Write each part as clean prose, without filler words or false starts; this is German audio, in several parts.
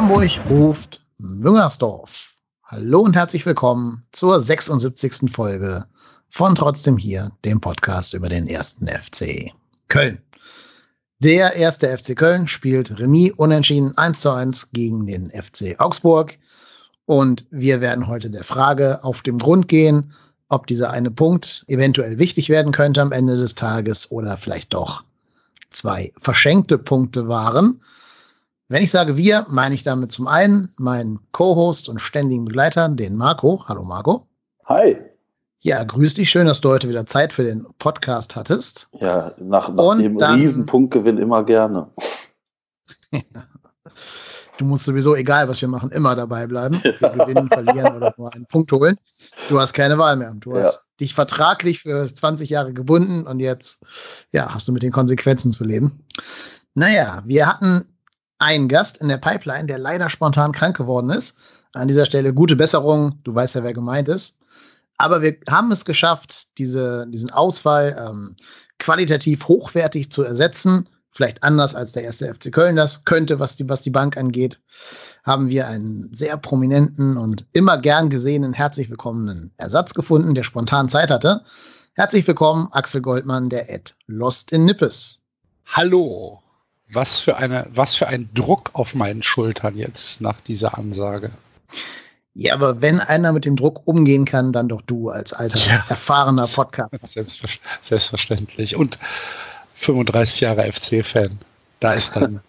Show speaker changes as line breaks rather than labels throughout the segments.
Hamburg ruft Müngersdorf. Hallo und herzlich willkommen zur 76. Folge von Trotzdem hier, dem Podcast über den 1. FC Köln. Der 1. FC Köln spielt Remis unentschieden 1:1 gegen den FC Augsburg. Und wir werden heute der Frage auf den Grund gehen, ob dieser eine Punkt eventuell wichtig werden könnte am Ende des Tages oder vielleicht doch 2 verschenkte Punkte waren. Wenn ich sage wir, meine ich damit zum einen meinen Co-Host und ständigen Begleiter, den Marco. Hallo Marco.
Hi.
Ja, grüß dich. Schön, dass du heute wieder Zeit für den Podcast hattest.
Ja, nach dem Riesenpunktgewinn immer gerne.
Du musst sowieso, egal was wir machen, immer dabei bleiben. Wir gewinnen, verlieren oder nur einen Punkt holen. Du hast keine Wahl mehr. Du hast dich vertraglich für 20 Jahre gebunden und jetzt hast du mit den Konsequenzen zu leben. Naja, wir hatten einen Gast in der Pipeline, der leider spontan krank geworden ist. An dieser Stelle gute Besserung. Du weißt ja, wer gemeint ist. Aber wir haben es geschafft, diesen Ausfall qualitativ hochwertig zu ersetzen. Vielleicht anders als der 1. FC Köln das könnte, was die Bank angeht, haben wir einen sehr prominenten und immer gern gesehenen, herzlich willkommenen Ersatz gefunden, der spontan Zeit hatte. Herzlich willkommen, Axel Goldmann, der @Lost in Nippes.
Hallo. Was für ein Druck auf meinen Schultern jetzt nach dieser Ansage.
Ja, aber wenn einer mit dem Druck umgehen kann, dann doch du als alter, erfahrener Podcast.
Selbstverständlich. Und 35 Jahre FC-Fan. Da ist dann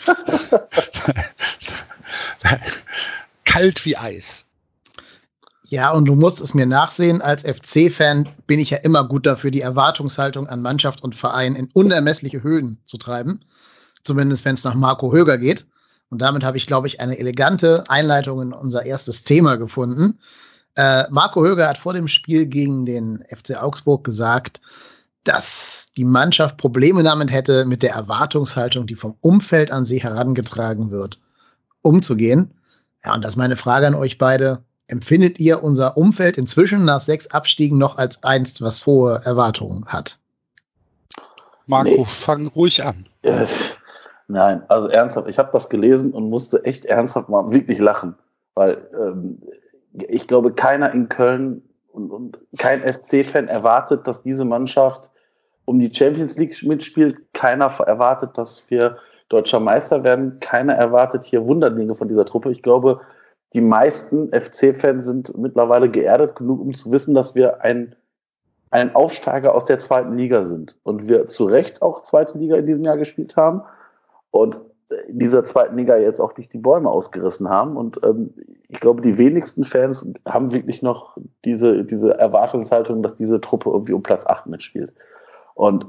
kalt wie Eis.
Ja, und du musst es mir nachsehen, als FC-Fan bin ich ja immer gut dafür, die Erwartungshaltung an Mannschaft und Verein in unermessliche Höhen zu treiben. Zumindest, wenn es nach Marco Höger geht. Und damit habe ich, glaube ich, eine elegante Einleitung in unser erstes Thema gefunden. Marco Höger hat vor dem Spiel gegen den FC Augsburg gesagt, dass die Mannschaft Probleme damit hätte, mit der Erwartungshaltung, die vom Umfeld an sie herangetragen wird, umzugehen. Ja, und das ist meine Frage an euch beide. Empfindet ihr unser Umfeld inzwischen nach 6 Abstiegen noch als eins, was hohe Erwartungen hat?
Marco, fang ruhig an.
Nein, also ernsthaft, ich habe das gelesen und musste echt ernsthaft mal wirklich lachen, weil ich glaube, keiner in Köln und kein FC-Fan erwartet, dass diese Mannschaft um die Champions League mitspielt. Keiner erwartet, dass wir Deutscher Meister werden. Keiner erwartet hier Wunderdinge von dieser Truppe. Ich glaube, die meisten FC-Fans sind mittlerweile geerdet genug, um zu wissen, dass wir ein Aufsteiger aus der 2. Liga sind. Und wir zu Recht auch 2. Liga in diesem Jahr gespielt haben. Und in dieser 2. Liga jetzt auch nicht die Bäume ausgerissen haben. Und ich glaube, die wenigsten Fans haben wirklich noch diese Erwartungshaltung, dass diese Truppe irgendwie um Platz 8 mitspielt. Und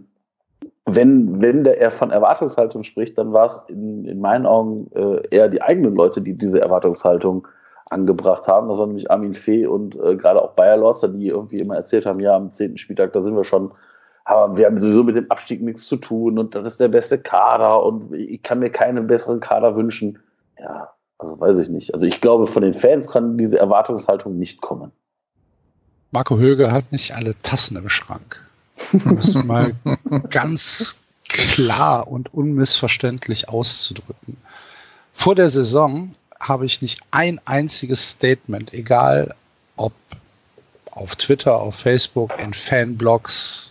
wenn er von Erwartungshaltung spricht, dann war es in meinen Augen eher die eigenen Leute, die diese Erwartungshaltung angebracht haben. Das waren nämlich Armin Fee und gerade auch Bayer Lorzer, die irgendwie immer erzählt haben, ja, am 10. Spieltag, da sind wir schon. Aber wir haben sowieso mit dem Abstieg nichts zu tun und das ist der beste Kader und ich kann mir keinen besseren Kader wünschen. Ja, also weiß ich nicht. Also ich glaube, von den Fans kann diese Erwartungshaltung nicht kommen.
Marco Höger hat nicht alle Tassen im Schrank. Um es mal ganz klar und unmissverständlich auszudrücken. Vor der Saison habe ich nicht ein einziges Statement, egal ob auf Twitter, auf Facebook, in Fanblogs,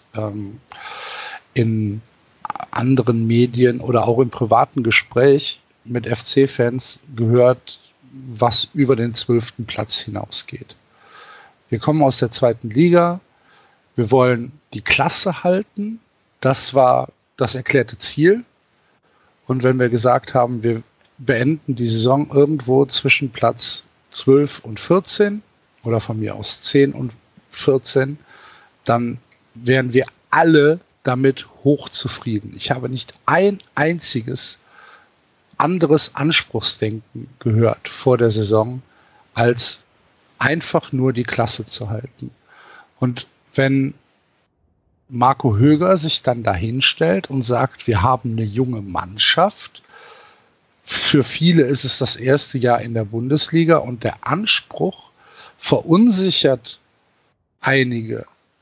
in anderen Medien oder auch im privaten Gespräch mit FC-Fans gehört, was über den 12. Platz hinausgeht. Wir kommen aus der 2. Liga, wir wollen die Klasse halten, das war das erklärte Ziel. Und wenn wir gesagt haben, wir beenden die Saison irgendwo zwischen Platz 12 und 14, oder von mir aus 10 und 14, dann wären wir alle damit hochzufrieden. Ich habe nicht ein einziges anderes Anspruchsdenken gehört vor der Saison, als einfach nur die Klasse zu halten. Und wenn Marco Höger sich dann dahinstellt und sagt, wir haben eine junge Mannschaft, für viele ist es das erste Jahr in der Bundesliga und der Anspruch verunsichert einige,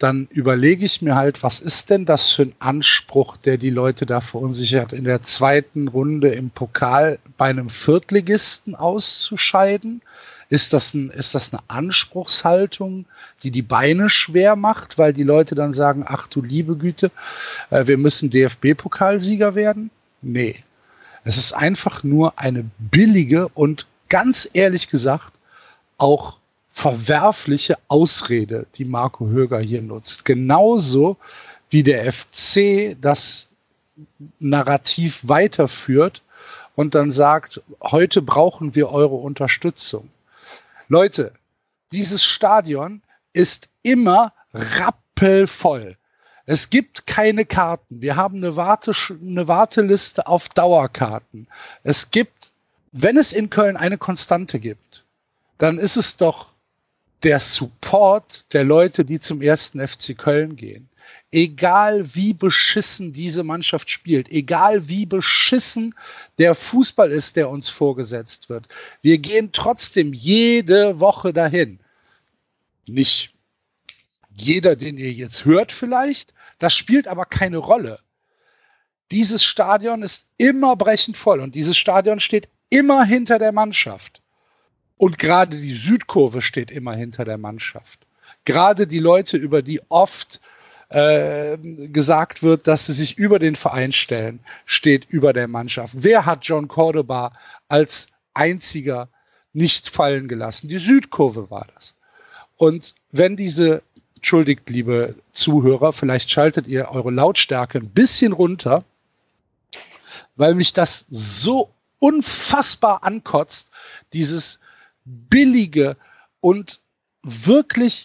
dann überlege ich mir halt, was ist denn das für ein Anspruch, der die Leute da verunsichert, in der zweiten Runde im Pokal bei einem Viertligisten auszuscheiden? Ist das eine Anspruchshaltung, die die Beine schwer macht, weil die Leute dann sagen, ach du liebe Güte, wir müssen DFB-Pokalsieger werden? Nee. Es ist einfach nur eine billige und ganz ehrlich gesagt auch verwerfliche Ausrede, die Marco Höger hier nutzt. Genauso wie der FC das Narrativ weiterführt und dann sagt, heute brauchen wir eure Unterstützung. Leute, dieses Stadion ist immer rappelvoll. Es gibt keine Karten. Wir haben eine Warteliste auf Dauerkarten. Es gibt, wenn es in Köln eine Konstante gibt, dann ist es doch der Support der Leute, die zum 1. FC Köln gehen. Egal wie beschissen diese Mannschaft spielt, egal wie beschissen der Fußball ist, der uns vorgesetzt wird, wir gehen trotzdem jede Woche dahin. Nicht jeder, den ihr jetzt hört vielleicht, das spielt aber keine Rolle. Dieses Stadion ist immer brechend voll und dieses Stadion steht immer hinter der Mannschaft. Und gerade die Südkurve steht immer hinter der Mannschaft. Gerade die Leute, über die oft gesagt wird, dass sie sich über den Verein stellen, steht über der Mannschaft. Wer hat John Cordoba als einziger nicht fallen gelassen? Die Südkurve war das. Und wenn entschuldigt, liebe Zuhörer, vielleicht schaltet ihr eure Lautstärke ein bisschen runter, weil mich das so unfassbar ankotzt, dieses billige und wirklich,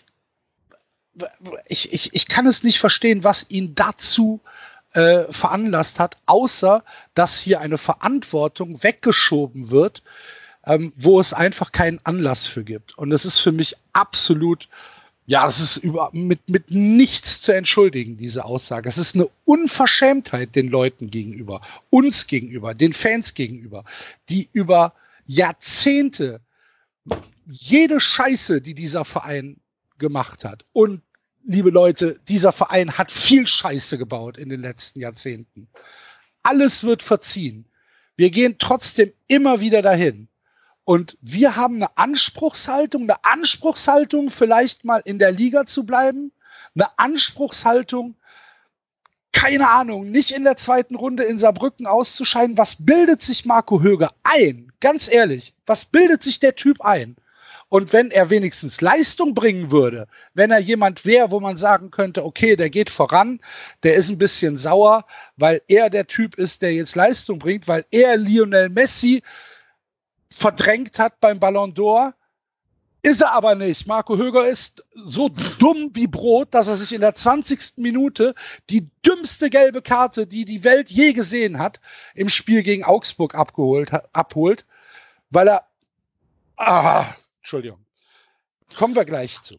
ich kann es nicht verstehen, was ihn dazu veranlasst hat, außer dass hier eine Verantwortung weggeschoben wird, wo es einfach keinen Anlass für gibt. Und es ist für mich absolut, ja, es ist mit nichts zu entschuldigen, diese Aussage. Es ist eine Unverschämtheit den Leuten gegenüber, uns gegenüber, den Fans gegenüber, die über Jahrzehnte jede Scheiße, die dieser Verein gemacht hat. Und, liebe Leute, dieser Verein hat viel Scheiße gebaut in den letzten Jahrzehnten. Alles wird verziehen. Wir gehen trotzdem immer wieder dahin. Und wir haben eine Anspruchshaltung, vielleicht mal in der Liga zu bleiben, eine Anspruchshaltung, keine Ahnung, nicht in der zweiten Runde in Saarbrücken auszuscheiden. Was bildet sich Marco Höger ein? Ganz ehrlich, was bildet sich der Typ ein? Und wenn er wenigstens Leistung bringen würde, wenn er jemand wäre, wo man sagen könnte, okay, der geht voran, der ist ein bisschen sauer, weil er der Typ ist, der jetzt Leistung bringt, weil er Lionel Messi verdrängt hat beim Ballon d'Or, ist er aber nicht. Marco Höger ist so dumm wie Brot, dass er sich in der 20. Minute die dümmste gelbe Karte, die die Welt je gesehen hat, im Spiel gegen Augsburg abholt, weil er Entschuldigung. Kommen wir gleich zu.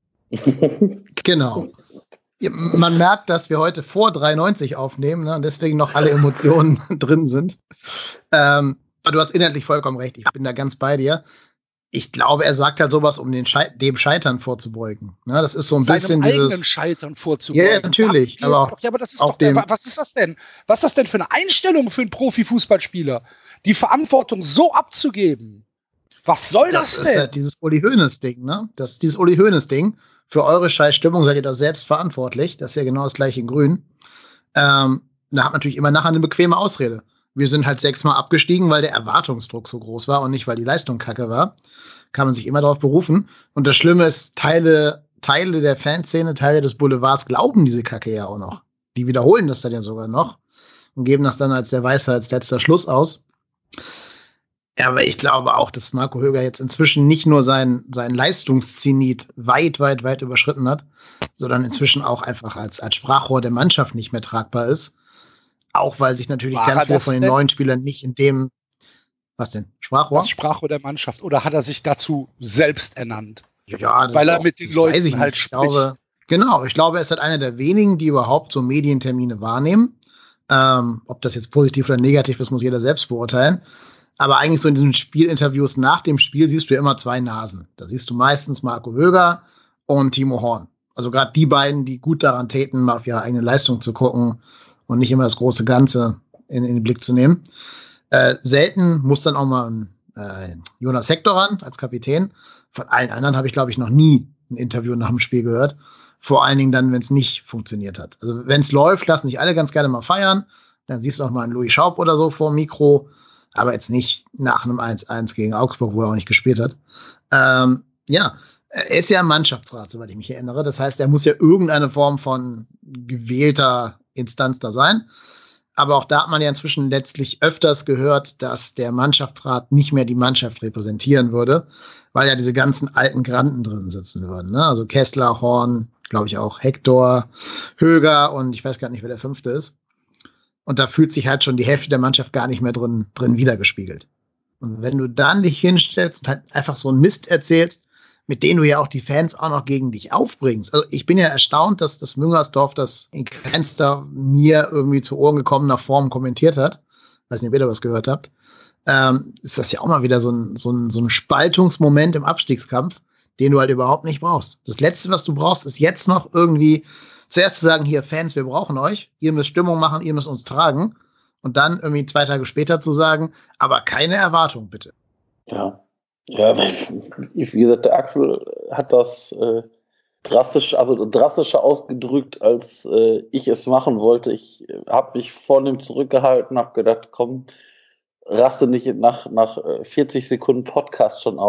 Genau. Man merkt, dass wir heute vor 93 aufnehmen, ne, und deswegen noch alle Emotionen drin sind. Aber du hast inhaltlich vollkommen recht. Ich bin da ganz bei dir. Ich glaube, er sagt halt sowas, um dem Scheitern vorzubeugen. Ne, das ist so ein bisschen dieses
eigenen Scheitern vorzubeugen.
Ja, natürlich. Aber
das ist doch, was ist das denn? Was ist das denn für eine Einstellung für einen Profifußballspieler, die Verantwortung so abzugeben? Was soll das denn? Das ist
halt dieses Uli Hoeneß-Ding, ne? Das ist dieses Uli Hoeneß-Ding. Für eure Scheißstimmung seid ihr doch selbst verantwortlich. Das ist ja genau das gleiche in Grün. Da hat man natürlich immer nachher eine bequeme Ausrede. Wir sind halt 6-mal abgestiegen, weil der Erwartungsdruck so groß war und nicht, weil die Leistung kacke war. Kann man sich immer darauf berufen. Und das Schlimme ist, Teile der Fanszene, Teile des Boulevards glauben diese Kacke ja auch noch. Die wiederholen das dann ja sogar noch und geben das dann als der Weisheit als letzter Schluss aus. Ja, aber ich glaube auch, dass Marco Höger jetzt inzwischen nicht nur sein Leistungszenit weit überschritten hat, sondern inzwischen auch einfach als Sprachrohr der Mannschaft nicht mehr tragbar ist. Auch weil sich natürlich ganz viele von den neuen Spielern nicht in dem, was denn, Sprachrohr?
Das Sprachrohr der Mannschaft. Oder hat er sich dazu selbst ernannt?
Ja, das
weil er mit den Leuten halt spricht.
Ich glaube, er ist halt einer der wenigen, die überhaupt so Medientermine wahrnehmen. Ob das jetzt positiv oder negativ ist, muss jeder selbst beurteilen. Aber eigentlich so in diesen Spielinterviews nach dem Spiel siehst du ja immer zwei Nasen. Da siehst du meistens Marco Höger und Timo Horn. Also gerade die beiden, die gut daran täten, mal auf ihre eigene Leistung zu gucken und nicht immer das große Ganze in den Blick zu nehmen. Selten muss dann auch mal ein Jonas Hector ran als Kapitän. Von allen anderen habe ich, glaube ich, noch nie ein Interview nach dem Spiel gehört. Vor allen Dingen dann, wenn es nicht funktioniert hat. Also wenn es läuft, lassen sich alle ganz gerne mal feiern. Dann siehst du auch mal einen Louis Schaub oder so vor dem Mikro. Aber jetzt nicht nach einem 1-1 gegen Augsburg, wo er auch nicht gespielt hat. Ja, er ist ja im Mannschaftsrat, soweit ich mich erinnere. Das heißt, er muss ja irgendeine Form von gewählter Instanz da sein. Aber auch da hat man ja inzwischen letztlich öfters gehört, dass der Mannschaftsrat nicht mehr die Mannschaft repräsentieren würde, weil ja diese ganzen alten Granden drin sitzen würden. Ne? Also Kessler, Horn, glaube ich auch Hector, Höger und ich weiß gar nicht, wer der 5. ist. Und da fühlt sich halt schon die Hälfte der Mannschaft gar nicht mehr drin wiedergespiegelt. Und wenn du dann dich hinstellst und halt einfach so einen Mist erzählst, mit denen du ja auch die Fans auch noch gegen dich aufbringst. Also ich bin ja erstaunt, dass das Müngersdorf das in keinster mir irgendwie zu Ohren gekommener Form kommentiert hat. Weiß nicht, ob ihr da was gehört habt. Ist das ja auch mal wieder so ein Spaltungsmoment im Abstiegskampf, den du halt überhaupt nicht brauchst. Das Letzte, was du brauchst, ist jetzt noch irgendwie zuerst zu sagen, hier Fans, wir brauchen euch, ihr müsst Stimmung machen, ihr müsst uns tragen. Und dann irgendwie 2 Tage später zu sagen, aber keine Erwartung, bitte.
Ja, wie gesagt, der Axel hat das drastischer ausgedrückt, als ich es machen wollte. Ich habe mich vornehm zurückgehalten, habe gedacht, komm, raste nicht nach 40 Sekunden Podcast schon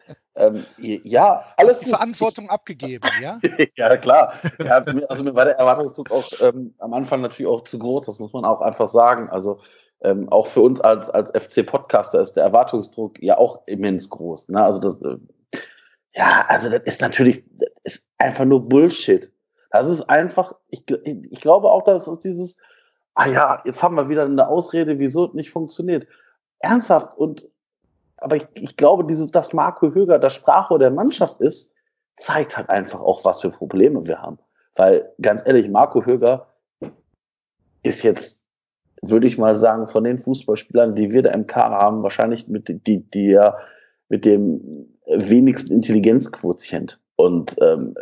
aus. Alles
die Verantwortung abgegeben, ja?
Ja, klar. Ja, also mir war der Erwartungsdruck auch am Anfang natürlich auch zu groß, das muss man auch einfach sagen. Also auch für uns als FC-Podcaster ist der Erwartungsdruck ja auch immens groß. Ne? Also das ist natürlich, das ist einfach nur Bullshit. Das ist einfach, ich glaube auch, dass es dieses, jetzt haben wir wieder eine Ausrede, wieso es nicht funktioniert. Ernsthaft, aber ich glaube, dass Marco Höger das Sprachrohr der Mannschaft ist, zeigt halt einfach auch, was für Probleme wir haben. Weil, ganz ehrlich, Marco Höger ist jetzt, würde ich mal sagen, von den Fußballspielern, die wir da im Kader haben, wahrscheinlich mit dem wenigsten Intelligenzquotient. Und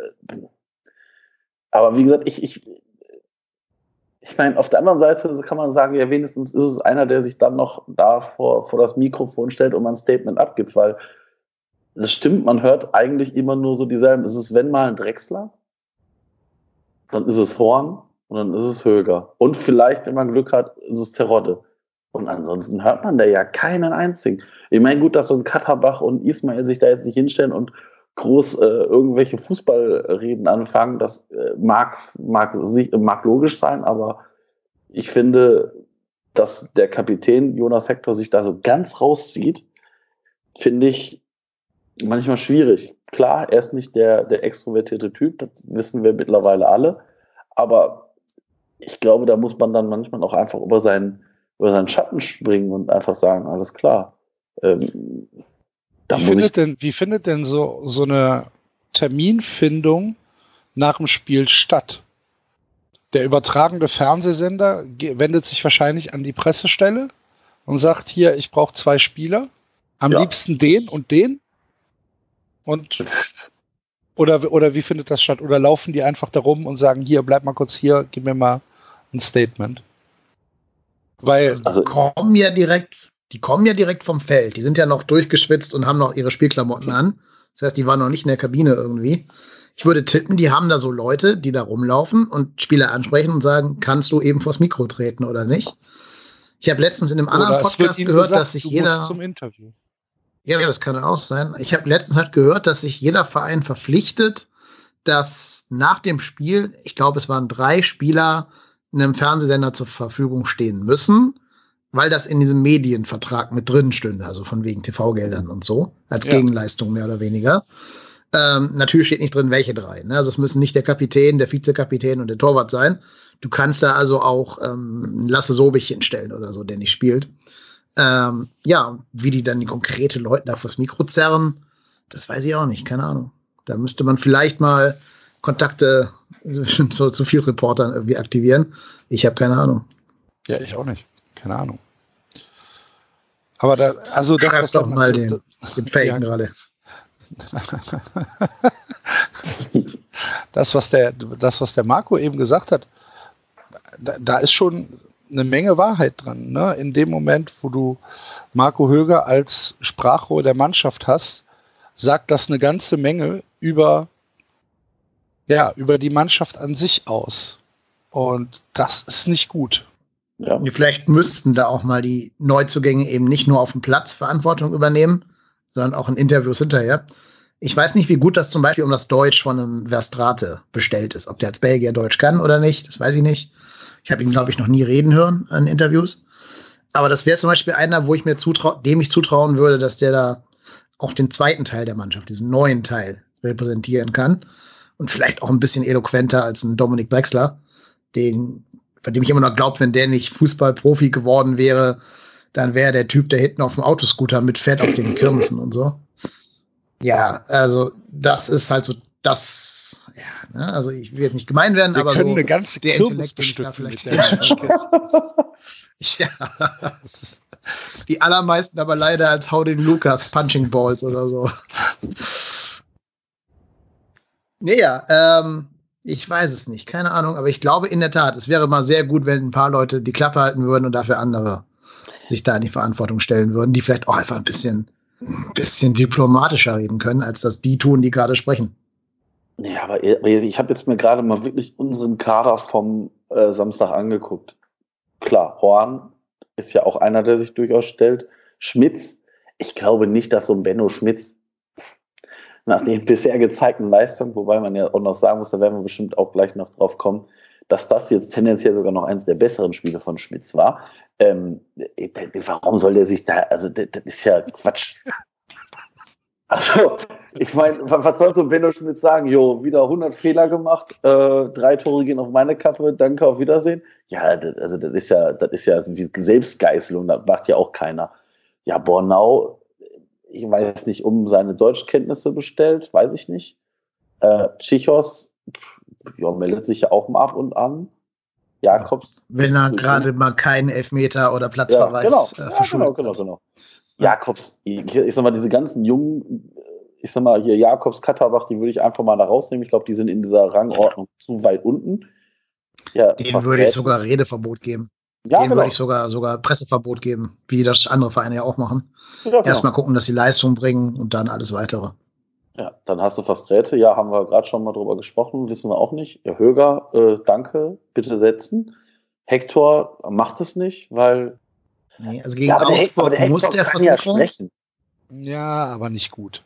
aber wie gesagt, ich meine, auf der anderen Seite kann man sagen, ja, wenigstens ist es einer, der sich dann noch da vor das Mikrofon stellt und ein Statement abgibt, weil das stimmt, man hört eigentlich immer nur so dieselben. Ist es, wenn mal ein Drechsler, dann ist es Horn und dann ist es Höger. Und vielleicht, wenn man Glück hat, ist es Terodde. Und ansonsten hört man da ja keinen einzigen. Ich meine, gut, dass so ein Katterbach und Ismail sich da jetzt nicht hinstellen und groß irgendwelche Fußballreden anfangen, das mag logisch sein, aber ich finde, dass der Kapitän Jonas Hector sich da so ganz rauszieht, finde ich manchmal schwierig. Klar, er ist nicht der extrovertierte Typ, das wissen wir mittlerweile alle, aber ich glaube, da muss man dann manchmal auch einfach über seinen Schatten springen und einfach sagen, alles klar.
Wie findet denn so eine Terminfindung nach dem Spiel statt? Der übertragende Fernsehsender wendet sich wahrscheinlich an die Pressestelle und sagt, hier, ich brauche 2 Spieler, am liebsten den und den. Und oder wie findet das statt? Oder laufen die einfach da rum und sagen, hier, bleib mal kurz hier, gib mir mal ein Statement? Weil
die kommen ja direkt vom Feld. Die sind ja noch durchgeschwitzt und haben noch ihre Spielklamotten an. Das heißt, die waren noch nicht in der Kabine irgendwie. Ich würde tippen, die haben da so Leute, die da rumlaufen und Spieler ansprechen und sagen, kannst du eben vors Mikro treten oder nicht? Ich habe letztens in einem anderen Podcast gehört, dass sich jeder
zum Interview.
Ja, das kann auch sein. Ich habe letztens halt gehört, dass sich jeder Verein verpflichtet, dass nach dem Spiel, ich glaube, es waren 3 Spieler, einem Fernsehsender zur Verfügung stehen müssen, weil das in diesem Medienvertrag mit drin stünde, also von wegen TV-Geldern und so, als Gegenleistung mehr oder weniger. Natürlich steht nicht drin, welche 3. Ne? Also es müssen nicht der Kapitän, der Vizekapitän und der Torwart sein. Du kannst da also auch Lasse Sobich hinstellen oder so, der nicht spielt. Wie die dann die konkrete Leute da vors Mikro zerren, das weiß ich auch nicht, keine Ahnung. Da müsste man vielleicht mal Kontakte zu viel Reportern irgendwie aktivieren. Ich habe keine Ahnung.
Ja, ich auch nicht. Keine Ahnung. Aber
schreib doch mal den Fähigen gerade.
das, was der Marco eben gesagt hat, da ist schon eine Menge Wahrheit dran. Ne? In dem Moment, wo du Marco Höger als Sprachrohr der Mannschaft hast, sagt das eine ganze Menge über die Mannschaft an sich aus. Und das ist nicht gut.
Ja. Vielleicht müssten da auch mal die Neuzugänge eben nicht nur auf dem Platz Verantwortung übernehmen, sondern auch in Interviews hinterher. Ich weiß nicht, wie gut das zum Beispiel um das Deutsch von einem Verstrate bestellt ist. Ob der als Belgier Deutsch kann oder nicht, das weiß ich nicht. Ich habe ihn, glaube ich, noch nie reden hören in Interviews. Aber das wäre zum Beispiel einer, dem ich zutrauen würde, dass der da auch den zweiten Teil der Mannschaft, diesen neuen Teil, repräsentieren kann. Und vielleicht auch ein bisschen eloquenter als ein Dominik Drexler, von dem ich immer noch glaube, wenn der nicht Fußballprofi geworden wäre, dann wäre der Typ, der hinten auf dem Autoscooter mitfährt auf den Kirmessen und so. Ja, also das ist halt so das, ja, ne? Also ich will jetzt nicht gemein werden, aber
können
so
eine ganze
der
Kirmes
Intellekt
bestücken
vielleicht. Ja. Die allermeisten aber leider als Hau den Lukas Punching Balls oder so. Naja, ich weiß es nicht, keine Ahnung, aber ich glaube in der Tat, es wäre mal sehr gut, wenn ein paar Leute die Klappe halten würden und dafür andere sich da in die Verantwortung stellen würden, die vielleicht auch einfach ein bisschen diplomatischer reden können, als das die tun, die gerade sprechen.
Ja, aber ich habe jetzt mir gerade mal wirklich unseren Kader vom Samstag angeguckt. Klar, Horn ist ja auch einer, der sich durchaus stellt. Schmitz, ich glaube nicht, dass so ein Benno Schmitz nach den bisher gezeigten Leistungen, wobei man ja auch noch sagen muss, da werden wir bestimmt auch gleich noch drauf kommen, dass das jetzt tendenziell sogar noch eins der besseren Spiele von Schmitz war. Warum soll der sich da, also das ist ja Quatsch. Also, ich meine, was soll so Benno Schmitz sagen? Jo, wieder 100 Fehler gemacht, 3 Tore gehen auf meine Kappe, danke, auf Wiedersehen. Ja, das ist ja Selbstgeißelung, das macht ja auch keiner. Ja, Bornau, ich weiß nicht, um seine Deutschkenntnisse bestellt, weiß ich nicht. Chichos, meldet sich ja auch mal ab und an. Jakobs.
Wenn er gerade mal keinen Elfmeter oder Platzverweis verschuldet.
Genau. Jakobs, ich sag mal, diese ganzen jungen, ich sag mal, hier Jakobs, Katterbach, die würde ich einfach mal da rausnehmen. Ich glaube, die sind in dieser Rangordnung zu weit unten. Ja,
denen würde ich sogar Redeverbot geben.
Ja,
denen würde ich sogar Presseverbot geben, wie das andere Vereine ja auch machen. Ja, genau. Erstmal gucken, dass sie Leistung bringen und dann alles weitere.
Ja, dann hast du Versträte. Ja, haben wir gerade schon mal drüber gesprochen, wissen wir auch nicht. Ja, Höger, danke, bitte setzen. Hector macht es nicht, weil...
Nee, also gegen Augsburg muss der
ja sprechen.
Ja, aber nicht gut.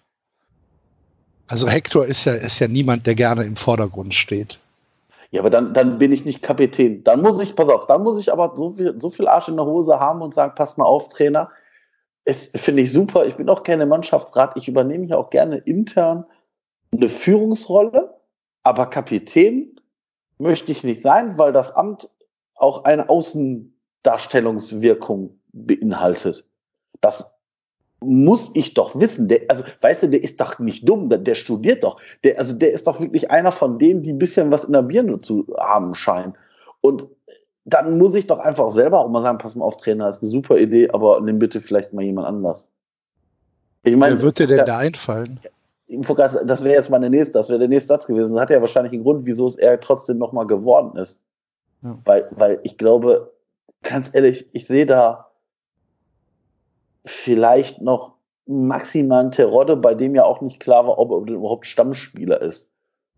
Also Hector ist ja niemand, der gerne im Vordergrund steht.
Ja, aber dann bin ich nicht Kapitän. Dann muss ich aber so viel Arsch in der Hose haben und sagen, pass mal auf, Trainer, es finde ich super, ich bin auch gerne Mannschaftsrat, ich übernehme hier auch gerne intern eine Führungsrolle, aber Kapitän möchte ich nicht sein, weil das Amt auch eine Außendarstellungswirkung beinhaltet. Das muss ich doch wissen. Der ist doch nicht dumm, der studiert doch. Der ist doch wirklich einer von denen, die ein bisschen was in der Birne zu haben scheinen. Und dann muss ich doch einfach selber auch mal sagen, pass mal auf, Trainer, ist eine super Idee, aber nimm bitte vielleicht mal jemand anders. Ich meine,
wer wird dir denn da einfallen?
Das wäre jetzt der nächste Satz gewesen. Das hat ja wahrscheinlich einen Grund, wieso es er trotzdem nochmal geworden ist. Ja. Weil ich glaube, ganz ehrlich, ich sehe da vielleicht noch maximal einen Terodde, bei dem ja auch nicht klar war, ob er überhaupt Stammspieler ist.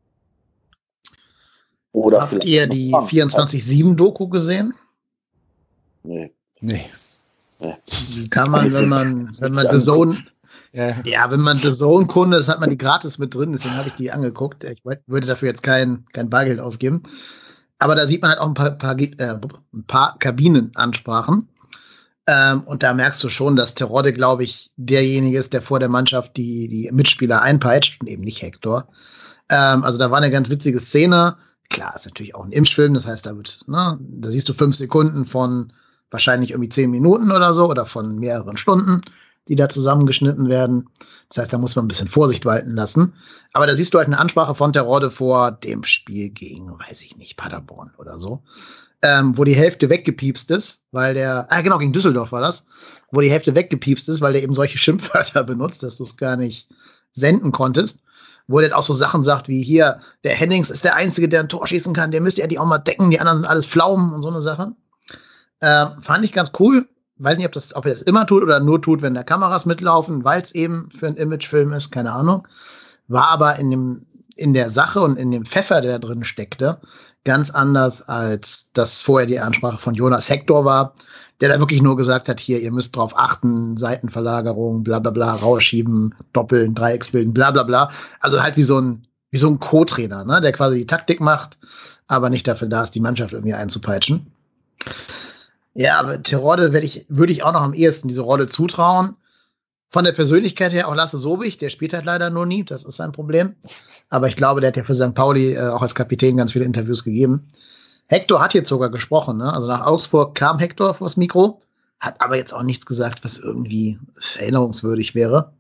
Oder
habt ihr die 24/7-Doku gesehen?
Nee.
Die kann man, wenn man The Zone, wenn man The Zone-Kunde ist, hat man die gratis mit drin, deswegen habe ich die angeguckt. Ich würde dafür jetzt kein Bargeld ausgeben. Aber da sieht man halt auch ein paar Kabinenansprachen. Und da merkst du schon, dass Terodde, glaube ich, derjenige ist, der vor der Mannschaft die Mitspieler einpeitscht und eben nicht Hector. Also da war eine ganz witzige Szene. Klar, ist natürlich auch ein Impfschwillen, das heißt, da siehst du 5 Sekunden von wahrscheinlich irgendwie 10 Minuten oder so oder von mehreren Stunden, die da zusammengeschnitten werden. Das heißt, da muss man ein bisschen Vorsicht walten lassen. Aber da siehst du halt eine Ansprache von Terodde vor dem Spiel gegen, weiß ich nicht, Paderborn oder so, wo die Hälfte weggepiepst ist, weil gegen Düsseldorf war das, wo die Hälfte weggepiepst ist, weil der eben solche Schimpfwörter benutzt, dass du es gar nicht senden konntest, wo er dann auch so Sachen sagt wie hier, der Hennings ist der Einzige, der ein Tor schießen kann, der müsste ja die auch mal decken, die anderen sind alles Pflaumen und so eine Sache. Fand ich ganz cool. Weiß nicht, ob er das immer tut oder nur tut, wenn da Kameras mitlaufen, weil es eben für einen Imagefilm ist, keine Ahnung. War aber in der Sache und in dem Pfeffer, der da drin steckte, ganz anders, als das vorher die Ansprache von Jonas Hector war, der da wirklich nur gesagt hat, hier, ihr müsst drauf achten, Seitenverlagerung, bla bla bla, rausschieben, doppeln, Dreiecksbilden, bla bla bla. Also halt wie so ein Co-Trainer, ne, der quasi die Taktik macht, aber nicht dafür da ist, die Mannschaft irgendwie einzupeitschen. Ja, aber Terodde würde ich auch noch am ehesten diese Rolle zutrauen. Von der Persönlichkeit her auch Lasse Sobich, der spielt halt leider nur nie, das ist sein Problem. Aber ich glaube, der hat ja für St. Pauli auch als Kapitän ganz viele Interviews gegeben. Hector hat jetzt sogar gesprochen, ne? Also nach Augsburg kam Hector vors Mikro, hat aber jetzt auch nichts gesagt, was irgendwie erinnerungswürdig wäre.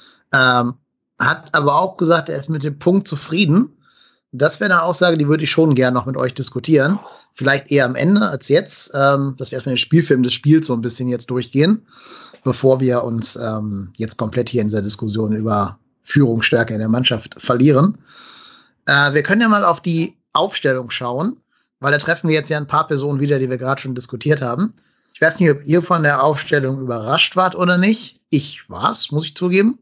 Hat aber auch gesagt, er ist mit dem Punkt zufrieden. Das wäre eine Aussage, die würde ich schon gern noch mit euch diskutieren. Vielleicht eher am Ende als jetzt, dass wir erstmal den Spielfilm des Spiels so ein bisschen jetzt durchgehen, bevor wir uns jetzt komplett hier in dieser Diskussion über Führungsstärke in der Mannschaft verlieren. Wir können ja mal auf die Aufstellung schauen, weil da treffen wir jetzt ja ein paar Personen wieder, die wir gerade schon diskutiert haben. Ich weiß nicht, ob ihr von der Aufstellung überrascht wart oder nicht. Ich war's, muss ich zugeben.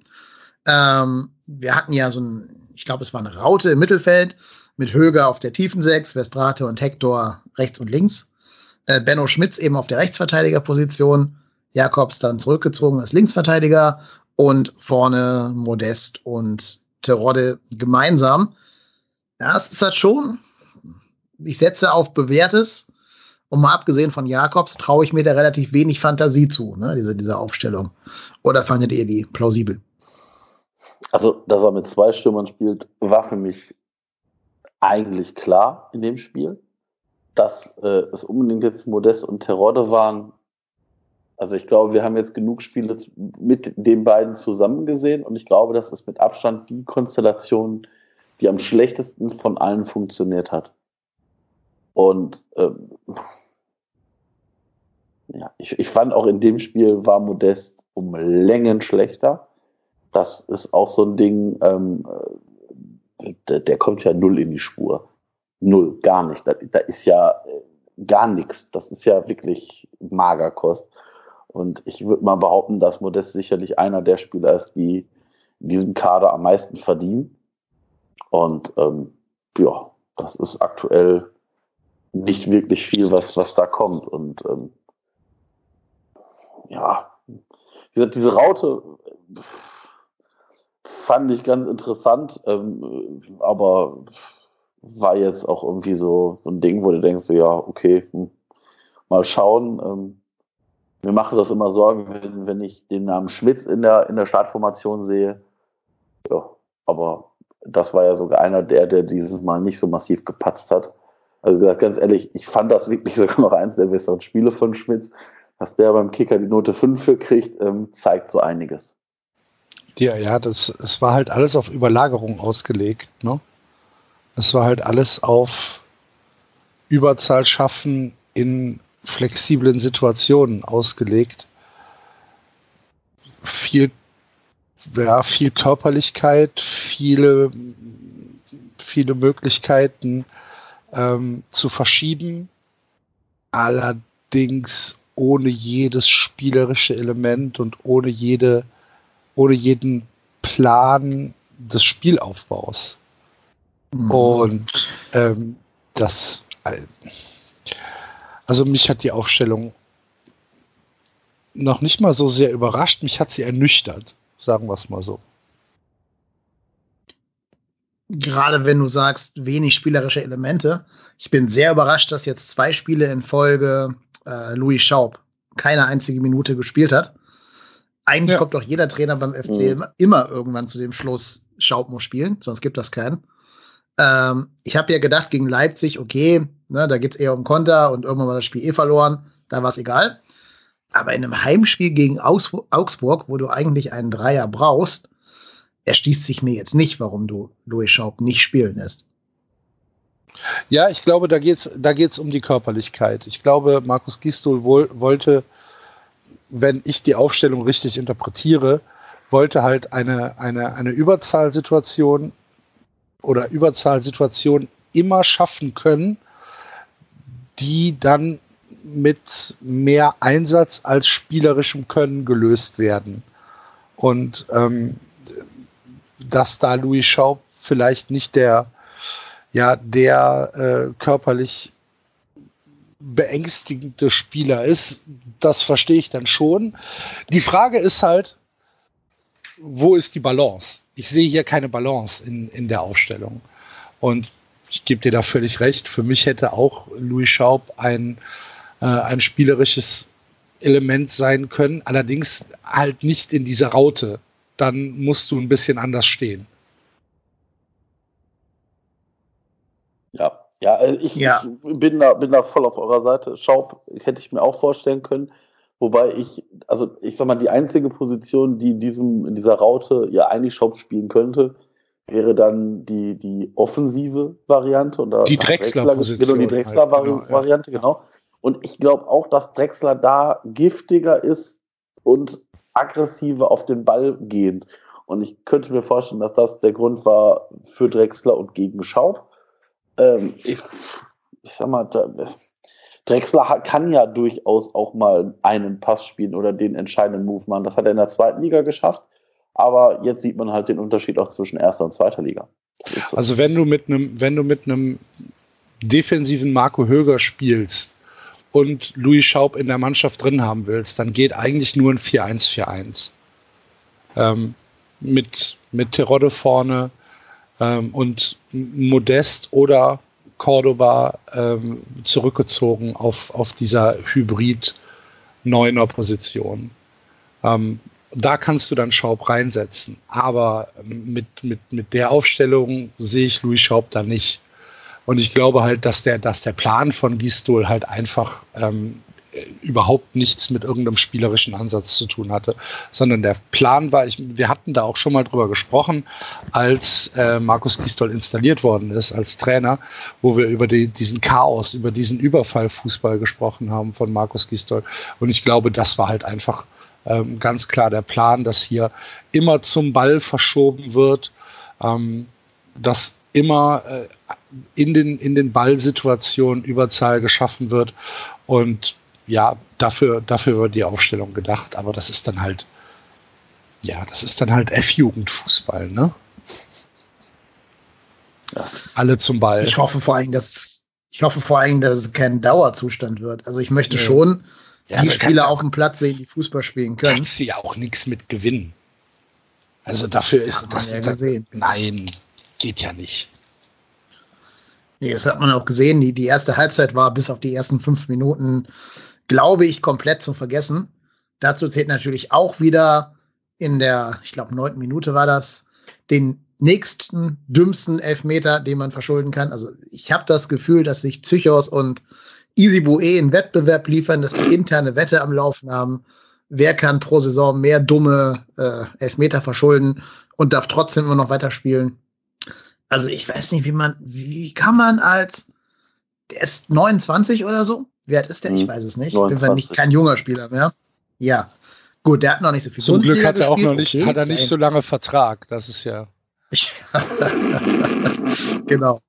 Wir hatten ja ich glaube, es war eine Raute im Mittelfeld mit Höger auf der tiefen 6, Verstrate und Hector rechts und links. Benno Schmitz eben auf der Rechtsverteidigerposition, Jakobs dann zurückgezogen als Linksverteidiger und vorne Modest und Terodde gemeinsam. Ja, es ist halt schon, ich setze auf Bewährtes und mal abgesehen von Jakobs traue ich mir da relativ wenig Fantasie zu, ne, diese Aufstellung. Oder fandet ihr die plausibel?
Also, dass er mit 2 Stürmern spielt, war für mich eigentlich klar in dem Spiel. Dass es unbedingt jetzt Modest und Terodde waren. Also ich glaube, wir haben jetzt genug Spiele mit den beiden zusammen gesehen und ich glaube, das ist mit Abstand die Konstellation, die am schlechtesten von allen funktioniert hat. Und ja, ich fand auch in dem Spiel war Modest um Längen schlechter. Das ist auch so ein Ding, der kommt ja null in die Spur. Null, gar nicht. Da ist ja gar nichts. Das ist ja wirklich Magerkost. Und ich würde mal behaupten, dass Modest sicherlich einer der Spieler ist, die in diesem Kader am meisten verdienen. Und ja, das ist aktuell nicht wirklich viel, was da kommt. Und ja, wie gesagt, diese Raute fand ich ganz interessant, aber war jetzt auch irgendwie so ein Ding, wo du denkst, so, ja, okay, mal schauen. Mir mache das immer Sorgen, wenn ich den Namen Schmitz in der Startformation sehe. Ja, aber das war ja sogar einer der dieses Mal nicht so massiv gepatzt hat. Also gesagt, ganz ehrlich, ich fand das wirklich sogar noch eins der besseren Spiele von Schmitz. Dass der beim Kicker die Note 5 für kriegt, zeigt so einiges.
Ja, es war halt alles auf Überlagerung ausgelegt, ne? Es war halt alles auf Überzahl schaffen in flexiblen Situationen ausgelegt. Viel Körperlichkeit, viele Möglichkeiten zu verschieben, allerdings ohne jedes spielerische Element und ohne jeden Plan des Spielaufbaus. Mhm. Und also mich hat die Aufstellung noch nicht mal so sehr überrascht, mich hat sie ernüchtert, sagen wir es mal so.
Gerade wenn du sagst, wenig spielerische Elemente. Ich bin sehr überrascht, dass jetzt 2 Spiele in Folge Louis Schaub keine einzige Minute gespielt hat. Eigentlich kommt doch jeder Trainer beim FC immer irgendwann zu dem Schluss, Schaub muss spielen, sonst gibt das keinen. Ich habe ja gedacht, gegen Leipzig, okay, ne, da geht es eher um Konter und irgendwann war das Spiel verloren, da war es egal. Aber in einem Heimspiel gegen Augsburg, wo du eigentlich einen Dreier brauchst, erschließt sich mir jetzt nicht, warum du Louis Schaub nicht spielen lässt.
Ja, ich glaube, da geht's um die Körperlichkeit. Ich glaube, Markus Gisdol wollte, wenn ich die Aufstellung richtig interpretiere, wollte halt eine Überzahlsituation oder Überzahlsituation immer schaffen können, die dann mit mehr Einsatz als spielerischem Können gelöst werden. Und dass da Louis Schaub vielleicht nicht der körperlich beängstigende Spieler ist, das verstehe ich dann schon. Die Frage ist halt, wo ist die Balance? Ich sehe hier keine Balance in der Aufstellung. Und ich gebe dir da völlig recht. Für mich hätte auch Louis Schaub ein spielerisches Element sein können, allerdings halt nicht in dieser Raute. Dann musst du ein bisschen anders stehen.
Ja, ich bin da voll auf eurer Seite. Schaub hätte ich mir auch vorstellen können. Wobei ich sag mal, die einzige Position, die in dieser Raute ja eigentlich Schaub spielen könnte, wäre dann die offensive Variante. Und
die Drexler-Position.
Genau, die Drexler-Variante, genau. Und ich glaube auch, dass Drexler da giftiger ist und aggressiver auf den Ball gehend. Und ich könnte mir vorstellen, dass das der Grund war für Drexler und gegen Schaub. Ich sag mal, Drexler kann ja durchaus auch mal einen Pass spielen oder den entscheidenden Move machen. Das hat er in der zweiten Liga geschafft. Aber jetzt sieht man halt den Unterschied auch zwischen erster und zweiter Liga.
Also wenn du mit einem defensiven Marco Höger spielst und Louis Schaub in der Mannschaft drin haben willst, dann geht eigentlich nur ein 4-1-4-1. Mit Terodde vorne und Modest oder Cordoba zurückgezogen auf dieser Hybrid-Neuner-Position. Da kannst du dann Schaub reinsetzen. Aber mit der Aufstellung sehe ich Louis Schaub da nicht. Und ich glaube halt, dass der Plan von Gistol halt einfach überhaupt nichts mit irgendeinem spielerischen Ansatz zu tun hatte, sondern der Plan war, wir hatten da auch schon mal drüber gesprochen, als Markus Gisdol installiert worden ist als Trainer, wo wir über diesen Chaos, über diesen Überfallfußball gesprochen haben von Markus Gisdol. Und ich glaube, das war halt einfach ganz klar der Plan, dass hier immer zum Ball verschoben wird, dass immer in den Ballsituationen Überzahl geschaffen wird. Und ja, dafür wird die Aufstellung gedacht, aber das ist dann halt F-Jugendfußball, ne? Ja. Alle zum Ball.
Ich hoffe vor allem, dass es kein Dauerzustand wird. Also ich möchte schon die Spieler auf dem Platz sehen, die Fußball spielen können.
Kannst du ja auch nichts mit gewinnen. Also dafür ist das ja gesehen. Nein, geht ja nicht.
Nee, das hat man auch gesehen. Die erste Halbzeit war bis auf die ersten 5 Minuten, glaube ich, komplett zu vergessen. Dazu zählt natürlich auch wieder in der, ich glaube, 9. Minute war das, den nächsten dümmsten Elfmeter, den man verschulden kann. Also ich habe das Gefühl, dass sich Zychos und Isibue einen Wettbewerb liefern, dass die interne Wette am Laufen haben. Wer kann pro Saison mehr dumme Elfmeter verschulden und darf trotzdem immer noch weiterspielen? Also ich weiß nicht, wie kann man der ist 29 oder so? Wie alt ist der? Ich weiß es nicht. 29. Kein junger Spieler mehr. Ja. Gut, der hat noch nicht so viel
Zum Glück hat er auch noch nicht, hat er nicht so lange Vertrag. Das ist ja.
Genau.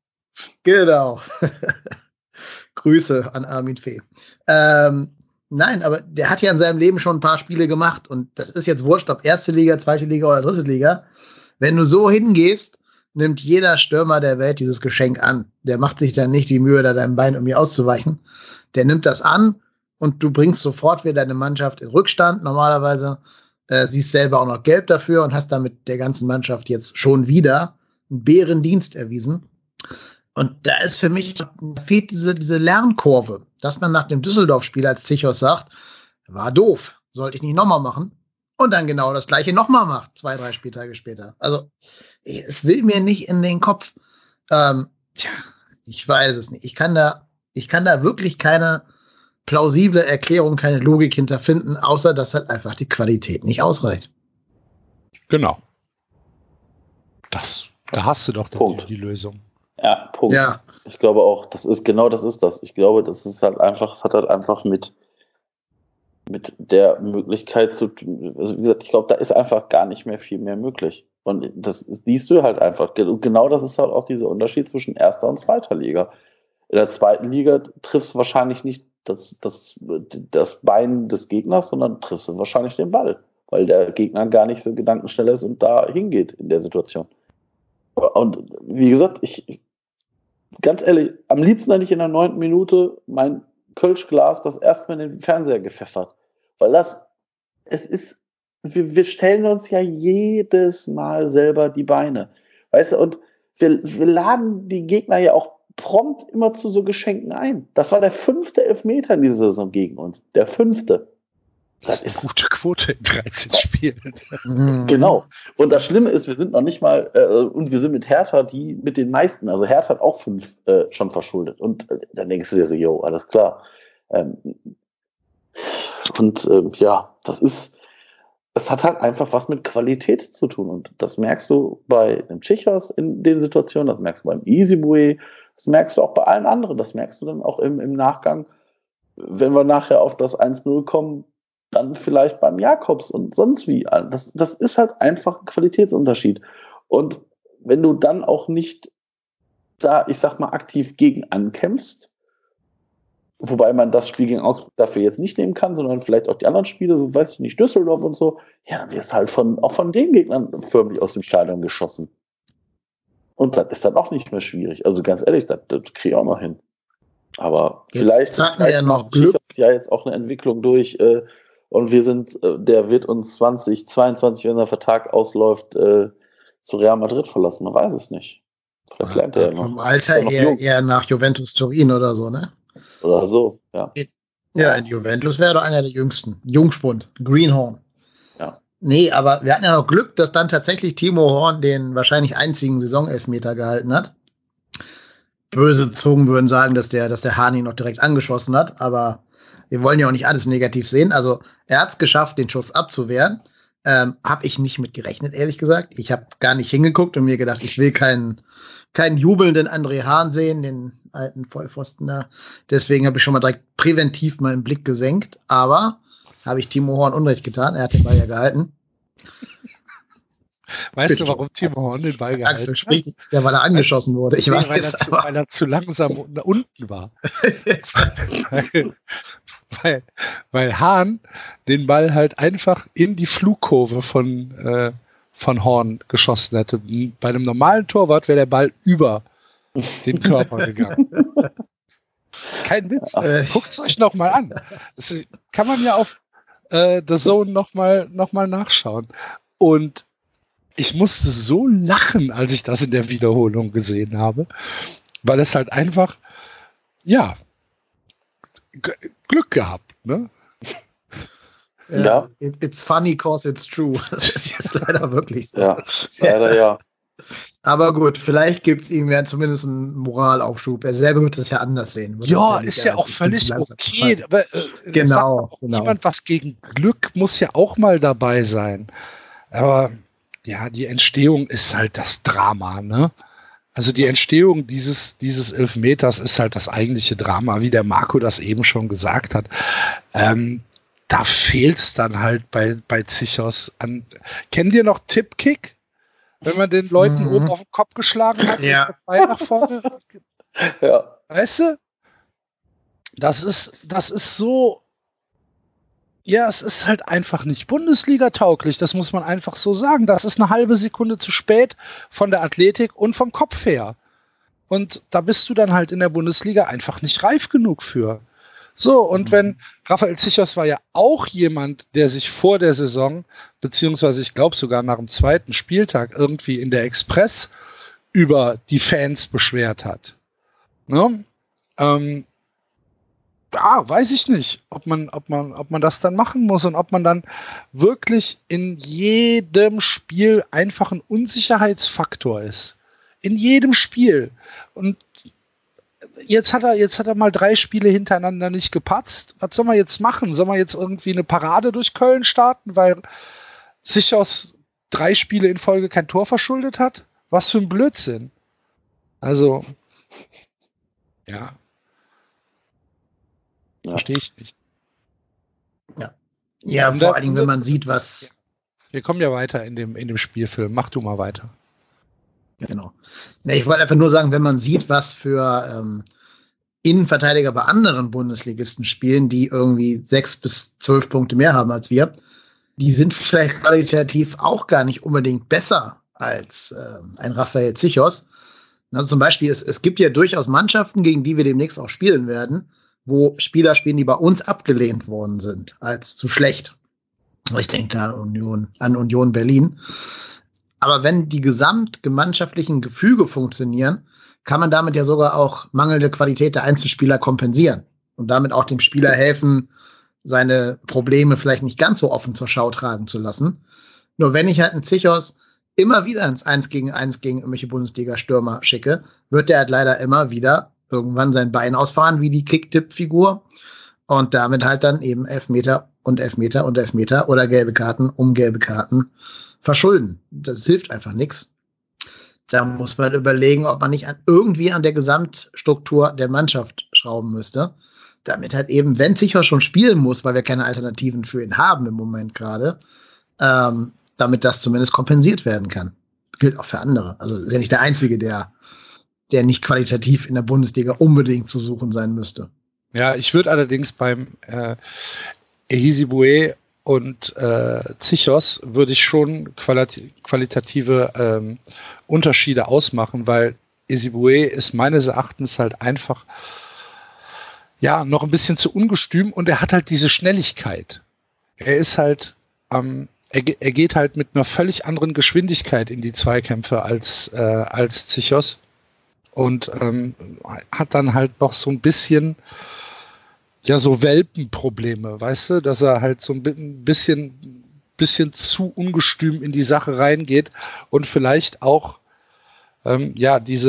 Grüße an Armin Fee. Nein, aber der hat ja in seinem Leben schon ein paar Spiele gemacht und das ist jetzt wurscht, ob erste Liga, zweite Liga oder dritte Liga. Wenn du so hingehst, nimmt jeder Stürmer der Welt dieses Geschenk an. Der macht sich dann nicht die Mühe, da deinem Bein irgendwie auszuweichen. Der nimmt das an und du bringst sofort wieder deine Mannschaft in Rückstand. Normalerweise siehst selber auch noch gelb dafür und hast damit der ganzen Mannschaft jetzt schon wieder einen Bärendienst erwiesen. Und da ist für mich, fehlt diese Lernkurve, dass man nach dem Düsseldorf-Spiel als Zichos sagt, war doof, sollte ich nicht nochmal machen. Und dann genau das Gleiche nochmal macht, 2-3 Spieltage später. Also, es will mir nicht in den Kopf. Ich weiß es nicht. Ich kann da wirklich keine plausible Erklärung, keine Logik hinterfinden, außer dass halt einfach die Qualität nicht ausreicht.
Genau. Da hast du doch die Lösung.
Ja, Punkt.
Ja.
Ich glaube auch, das ist das. Ich glaube, das ist halt einfach, hat halt einfach mit mit der Möglichkeit also wie gesagt, ich glaube, da ist einfach gar nicht mehr viel mehr möglich. Und das siehst du halt einfach. Und genau das ist halt auch dieser Unterschied zwischen erster und zweiter Liga. In der zweiten Liga triffst du wahrscheinlich nicht das Bein des Gegners, sondern triffst du wahrscheinlich den Ball, weil der Gegner gar nicht so gedankenschnell ist und da hingeht in der Situation. Und wie gesagt, ganz ehrlich, am liebsten hätte ich in der 9. Minute mein Kölschglas das erstmal in den Fernseher gepfeffert. Weil wir stellen uns ja jedes Mal selber die Beine. Weißt du, und wir laden die Gegner ja auch prompt immer zu so Geschenken ein. Das war der 5. Elfmeter in dieser Saison gegen uns. Der 5.
Das ist eine gute Quote in 13 Spielen.
Genau. Und das Schlimme ist, wir sind noch nicht mal, und wir sind mit Hertha die mit den meisten. Also Hertha hat auch 5 schon verschuldet. Und dann denkst du dir so, yo, alles klar. Es hat halt einfach was mit Qualität zu tun. Und das merkst du bei dem Tschichos in den Situationen, das merkst du beim Easybue, das merkst du auch bei allen anderen. Das merkst du dann auch im Nachgang, wenn wir nachher auf das 1-0 kommen, dann vielleicht beim Jakobs und sonst wie. Das ist halt einfach ein Qualitätsunterschied. Und wenn du dann auch nicht da, ich sag mal, aktiv gegen ankämpfst, wobei man das Spiel gegen Augsburg dafür jetzt nicht nehmen kann, sondern vielleicht auch die anderen Spiele, so weiß ich nicht, Düsseldorf und so, ja, dann wirst du halt auch von den Gegnern förmlich aus dem Stadion geschossen. Und das ist dann auch nicht mehr schwierig. Also ganz ehrlich, das kriege ich auch noch hin. Aber vielleicht
noch Glück.
Ja jetzt auch eine Entwicklung durch und der wird uns 2022, wenn der Vertrag ausläuft, zu Real Madrid verlassen. Man weiß es nicht. Vielleicht lernt er ja noch.
Vom Alter eher nach Juventus Turin oder so, ne?
Oder so, ja.
Ja, in Juventus wäre doch einer der jüngsten. Jungspund, Greenhorn.
Ja.
Nee, aber wir hatten ja noch Glück, dass dann tatsächlich Timo Horn den wahrscheinlich einzigen Saisonelfmeter gehalten hat. Böse Zungen würden sagen, dass der Hahn ihn noch direkt angeschossen hat, aber wir wollen ja auch nicht alles negativ sehen. Also er hat es geschafft, den Schuss abzuwehren. Habe ich nicht mit gerechnet, ehrlich gesagt. Ich habe gar nicht hingeguckt und mir gedacht, ich will keinen jubelnden André Hahn sehen, den alten Vollpfosten da. Deswegen habe ich schon mal direkt präventiv meinen Blick gesenkt. Aber habe ich Timo Horn Unrecht getan. Er hat den Ball ja gehalten.
Weißt du, warum Timo Horn den Ball gehalten
Axel spricht, ja, weil er angeschossen wurde. Ich weiß,
weil er zu langsam unten war. weil Hahn den Ball halt einfach in die Flugkurve von Horn geschossen hätte. Bei einem normalen Torwart wäre der Ball über den Körper gegangen. Das ist kein Witz. Guckt es euch nochmal an. Das kann man ja auf The Zone noch mal nachschauen. Und ich musste so lachen, als ich das in der Wiederholung gesehen habe, weil es halt einfach, ja, Glück gehabt, ne?
Ja.
It's funny cause it's true. Das ist leider wirklich so.
Ja, leider ja.
Aber gut, vielleicht gibt es ihm ja zumindest einen Moralaufschub. Er selber wird das ja anders sehen.
Ja, ist ja auch völlig okay. Aber,
genau.
Jemand was gegen Glück muss ja auch mal dabei sein. Aber ja, die Entstehung ist halt das Drama, ne? Also die Entstehung dieses Elfmeters ist halt das eigentliche Drama, wie der Marco das eben schon gesagt hat. Da fehlt es dann halt bei Zichos an. Kennt ihr noch Tippkick? Wenn man den Leuten oben auf den Kopf geschlagen hat,
ja.
das Bein nach vorne.
Ja.
Weißt du? Das ist so. Ja, es ist halt einfach nicht Bundesliga-tauglich, das muss man einfach so sagen. Das ist eine halbe Sekunde zu spät von der Athletik und vom Kopf her. Und da bist du dann halt in der Bundesliga einfach nicht reif genug für. So, und wenn Raphael Zichos war ja auch jemand, der sich vor der Saison, beziehungsweise ich glaube sogar nach dem 2. Spieltag irgendwie in der Express über die Fans beschwert hat. Ne? Weiß ich nicht, ob man das dann machen muss und ob man dann wirklich in jedem Spiel einfach ein Unsicherheitsfaktor ist. In jedem Spiel. Und jetzt hat er mal 3 Spiele hintereinander nicht gepatzt. Was soll man jetzt machen? Soll man jetzt irgendwie eine Parade durch Köln starten, weil Zichos 3 Spiele in Folge kein Tor verschuldet hat? Was für ein Blödsinn. Also, ja. Verstehe ich nicht.
Ja, Ja, vor allen Dingen, wenn man sieht, was...
Wir kommen ja weiter in dem Spielfilm. Mach du mal weiter.
Genau. Ich wollte einfach nur sagen, wenn man sieht, was für Innenverteidiger bei anderen Bundesligisten spielen, die irgendwie 6 bis 12 Punkte mehr haben als wir, die sind vielleicht qualitativ auch gar nicht unbedingt besser als ein Raphael Zichos. Also zum Beispiel, es gibt ja durchaus Mannschaften, gegen die wir demnächst auch spielen werden, wo Spieler spielen, die bei uns abgelehnt worden sind, als zu schlecht. Ich denke da an Union Berlin. Aber wenn die gesamtgemeinschaftlichen Gefüge funktionieren, kann man damit ja sogar auch mangelnde Qualität der Einzelspieler kompensieren und damit auch dem Spieler helfen, seine Probleme vielleicht nicht ganz so offen zur Schau tragen zu lassen. Nur wenn ich halt einen Zichos immer wieder ins 1 gegen irgendwelche Bundesliga-Stürmer schicke, wird der halt leider immer wieder irgendwann sein Bein ausfahren wie die Kick-Tipp-Figur und damit halt dann eben Elfmeter und Elfmeter und Elfmeter oder gelbe Karten um gelbe Karten verschulden. Das hilft einfach nichts. Da muss man überlegen, ob man nicht irgendwie an der Gesamtstruktur der Mannschaft schrauben müsste, damit halt eben, wenn Zichos schon spielen muss, weil wir keine Alternativen für ihn haben im Moment gerade, damit das zumindest kompensiert werden kann. Gilt auch für andere. Also ist ja nicht der Einzige, der nicht qualitativ in der Bundesliga unbedingt zu suchen sein müsste.
Ja, ich würde allerdings beim Ehizibue und Zichos würde ich schon qualitative Unterschiede ausmachen, weil Ehizibue ist meines Erachtens halt einfach noch ein bisschen zu ungestüm und er hat halt diese Schnelligkeit. Er ist halt er geht halt mit einer völlig anderen Geschwindigkeit in die Zweikämpfe als Zichos und hat dann halt noch so ein bisschen so Welpenprobleme, weißt du, dass er halt so ein bisschen zu ungestüm in die Sache reingeht und vielleicht auch mit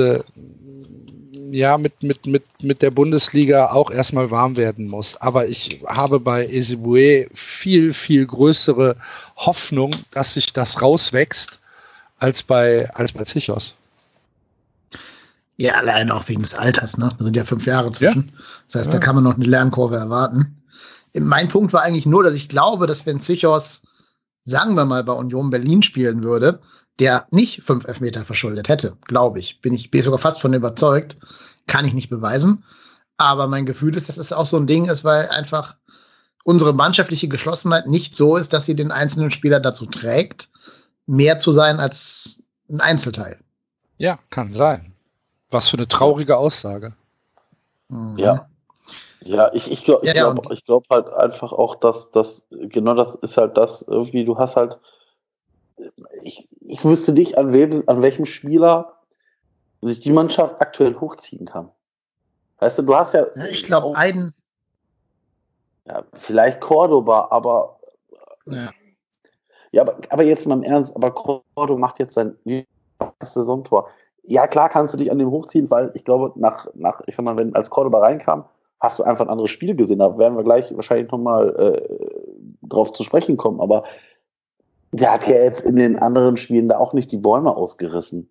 der Bundesliga auch erstmal warm werden muss. Aber ich habe bei Ehizibue viel, viel größere Hoffnung, dass sich das rauswächst als bei Zichos.
Ja, allein auch wegen des Alters, ne? Da sind ja 5 Jahre zwischen. Ja. Das heißt, da kann man noch eine Lernkurve erwarten. Mein Punkt war eigentlich nur, dass ich glaube, dass wenn Zichos, sagen wir mal, bei Union Berlin spielen würde, der nicht 5 Elfmeter verschuldet hätte, glaube ich. Bin ich sogar fast von überzeugt. Kann ich nicht beweisen. Aber mein Gefühl ist, dass es auch so ein Ding ist, weil einfach unsere mannschaftliche Geschlossenheit nicht so ist, dass sie den einzelnen Spieler dazu trägt, mehr zu sein als ein Einzelteil.
Ja, kann sein. Was für eine traurige Aussage.
Ja. Ja, ich glaube halt einfach auch, dass das genau das ist halt das irgendwie, du hast halt ich wüsste nicht, an welchem Spieler sich die Mannschaft aktuell hochziehen kann. Weißt du hast ja...
Ich glaube, einen...
Ja, vielleicht Cordoba, aber... Ja, aber jetzt mal im Ernst, aber Cordoba macht jetzt sein erstes Saisontor. Ja, klar kannst du dich an dem hochziehen, weil ich glaube, ich sag mal, wenn als Cordoba reinkam, hast du einfach ein anderes Spiel gesehen. Da werden wir gleich wahrscheinlich nochmal drauf zu sprechen kommen, aber der hat ja jetzt in den anderen Spielen da auch nicht die Bäume ausgerissen.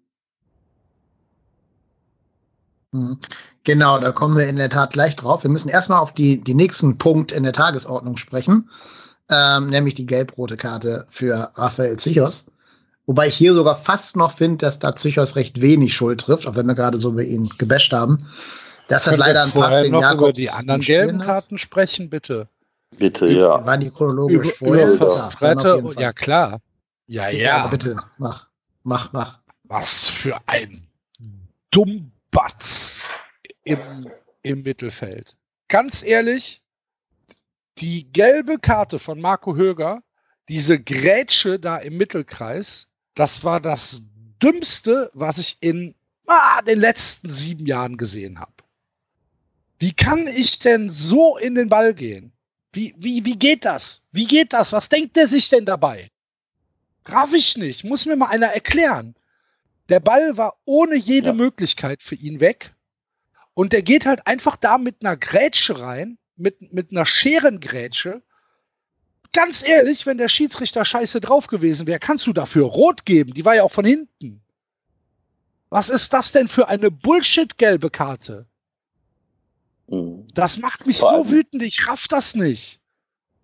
Genau, da kommen wir in der Tat gleich drauf. Wir müssen erstmal auf die nächsten Punkt in der Tagesordnung sprechen, nämlich die gelb-rote Karte für Raphael Zichos. Wobei ich hier sogar fast noch finde, dass da Zichos recht wenig Schuld trifft, auch wenn wir gerade so über ihn gebasht haben. Das hat leider ein Pass, den Jakobs
über die anderen gelben Karten sprechen, bitte.
Bitte, ja.
Waren die chronologisch vorher?
Ja, klar. Ja.
Bitte, mach.
Was für ein Dummbatz im Mittelfeld. Ganz ehrlich, die gelbe Karte von Marco Höger, diese Grätsche da im Mittelkreis, das war das Dümmste, was ich in den letzten 7 Jahren gesehen habe. Wie kann ich denn so in den Ball gehen? Wie geht das? Wie geht das? Was denkt der sich denn dabei? Raff ich nicht. Muss mir mal einer erklären. Der Ball war ohne jede Möglichkeit für ihn weg. Und der geht halt einfach da mit einer Grätsche rein, mit einer Scherengrätsche. Ganz ehrlich, wenn der Schiedsrichter scheiße drauf gewesen wäre, kannst du dafür rot geben. Die war ja auch von hinten. Was ist das denn für eine Bullshit-gelbe Karte? Das macht mich so wütend, ich raff das nicht.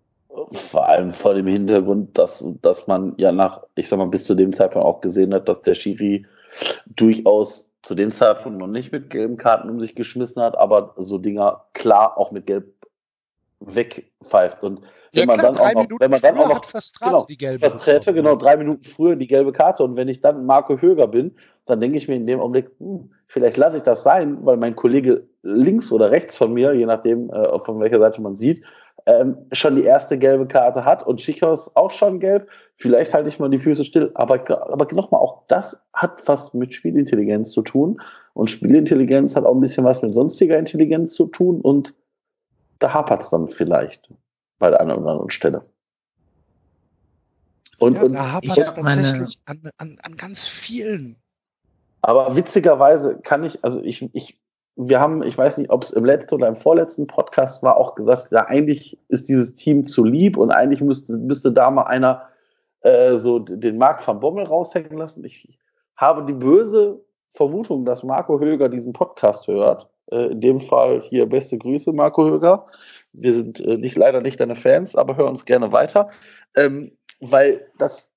vor allem vor dem Hintergrund, dass man ja ich sag mal, bis zu dem Zeitpunkt auch gesehen hat, dass der Schiri durchaus zu dem Zeitpunkt noch nicht mit gelben Karten um sich geschmissen hat, aber so Dinger klar auch mit Gelb wegpfeift. Und wenn man dann auch noch
Verstrate die gelbe
Verstrate, genau, 3 Minuten früher die gelbe Karte, und wenn ich dann Marco Höger bin, dann denke ich mir in dem Augenblick, vielleicht lasse ich das sein, weil mein Kollege links oder rechts von mir, je nachdem, von welcher Seite man sieht, schon die erste gelbe Karte hat und Schichos auch schon gelb. Vielleicht halte ich mal die Füße still. Aber nochmal, auch das hat was mit Spielintelligenz zu tun. Und Spielintelligenz hat auch ein bisschen was mit sonstiger Intelligenz zu tun. Und da hapert es dann vielleicht bei der einen oder anderen Stelle.
Da hapert es tatsächlich an ganz vielen.
Aber witzigerweise wir haben, ich weiß nicht, ob es im letzten oder im vorletzten Podcast war, auch gesagt, ja, eigentlich ist dieses Team zu lieb und eigentlich müsste da mal einer so den Marc van Bommel raushängen lassen. Ich habe die böse Vermutung, dass Marco Höger diesen Podcast hört. In dem Fall hier beste Grüße, Marco Höger. Wir sind leider nicht deine Fans, aber hör uns gerne weiter. Weil das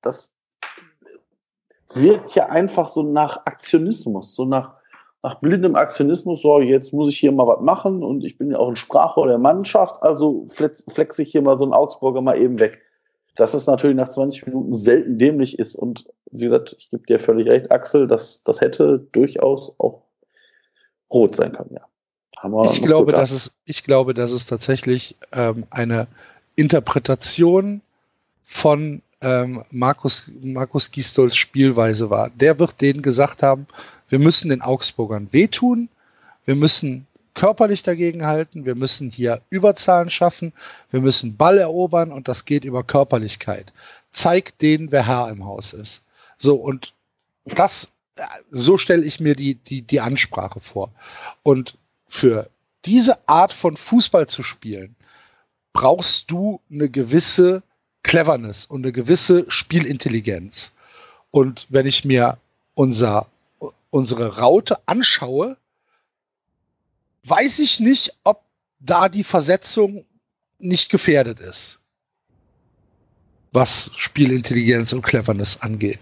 wirkt ja einfach so nach Aktionismus, so nach blindem Aktionismus, so jetzt muss ich hier mal was machen und ich bin ja auch ein Sprachrohr der Mannschaft, also flex ich hier mal so einen Augsburger mal eben weg. Dass es natürlich nach 20 Minuten selten dämlich ist und wie gesagt, ich gebe dir völlig recht, Axel, das hätte durchaus auch rot sein können, ja.
Ich glaube, dass es tatsächlich eine Interpretation von Markus Gistols Spielweise war. Der wird denen gesagt haben, wir müssen den Augsburgern wehtun, wir müssen körperlich dagegenhalten, wir müssen hier Überzahlen schaffen, wir müssen Ball erobern und das geht über Körperlichkeit. Zeigt denen, wer Herr im Haus ist. So, und so stelle ich mir die Ansprache vor. Und für diese Art von Fußball zu spielen, brauchst du eine gewisse Cleverness und eine gewisse Spielintelligenz. Und wenn ich mir unsere Raute anschaue, weiß ich nicht, ob da die Versetzung nicht gefährdet ist, was Spielintelligenz und Cleverness angeht.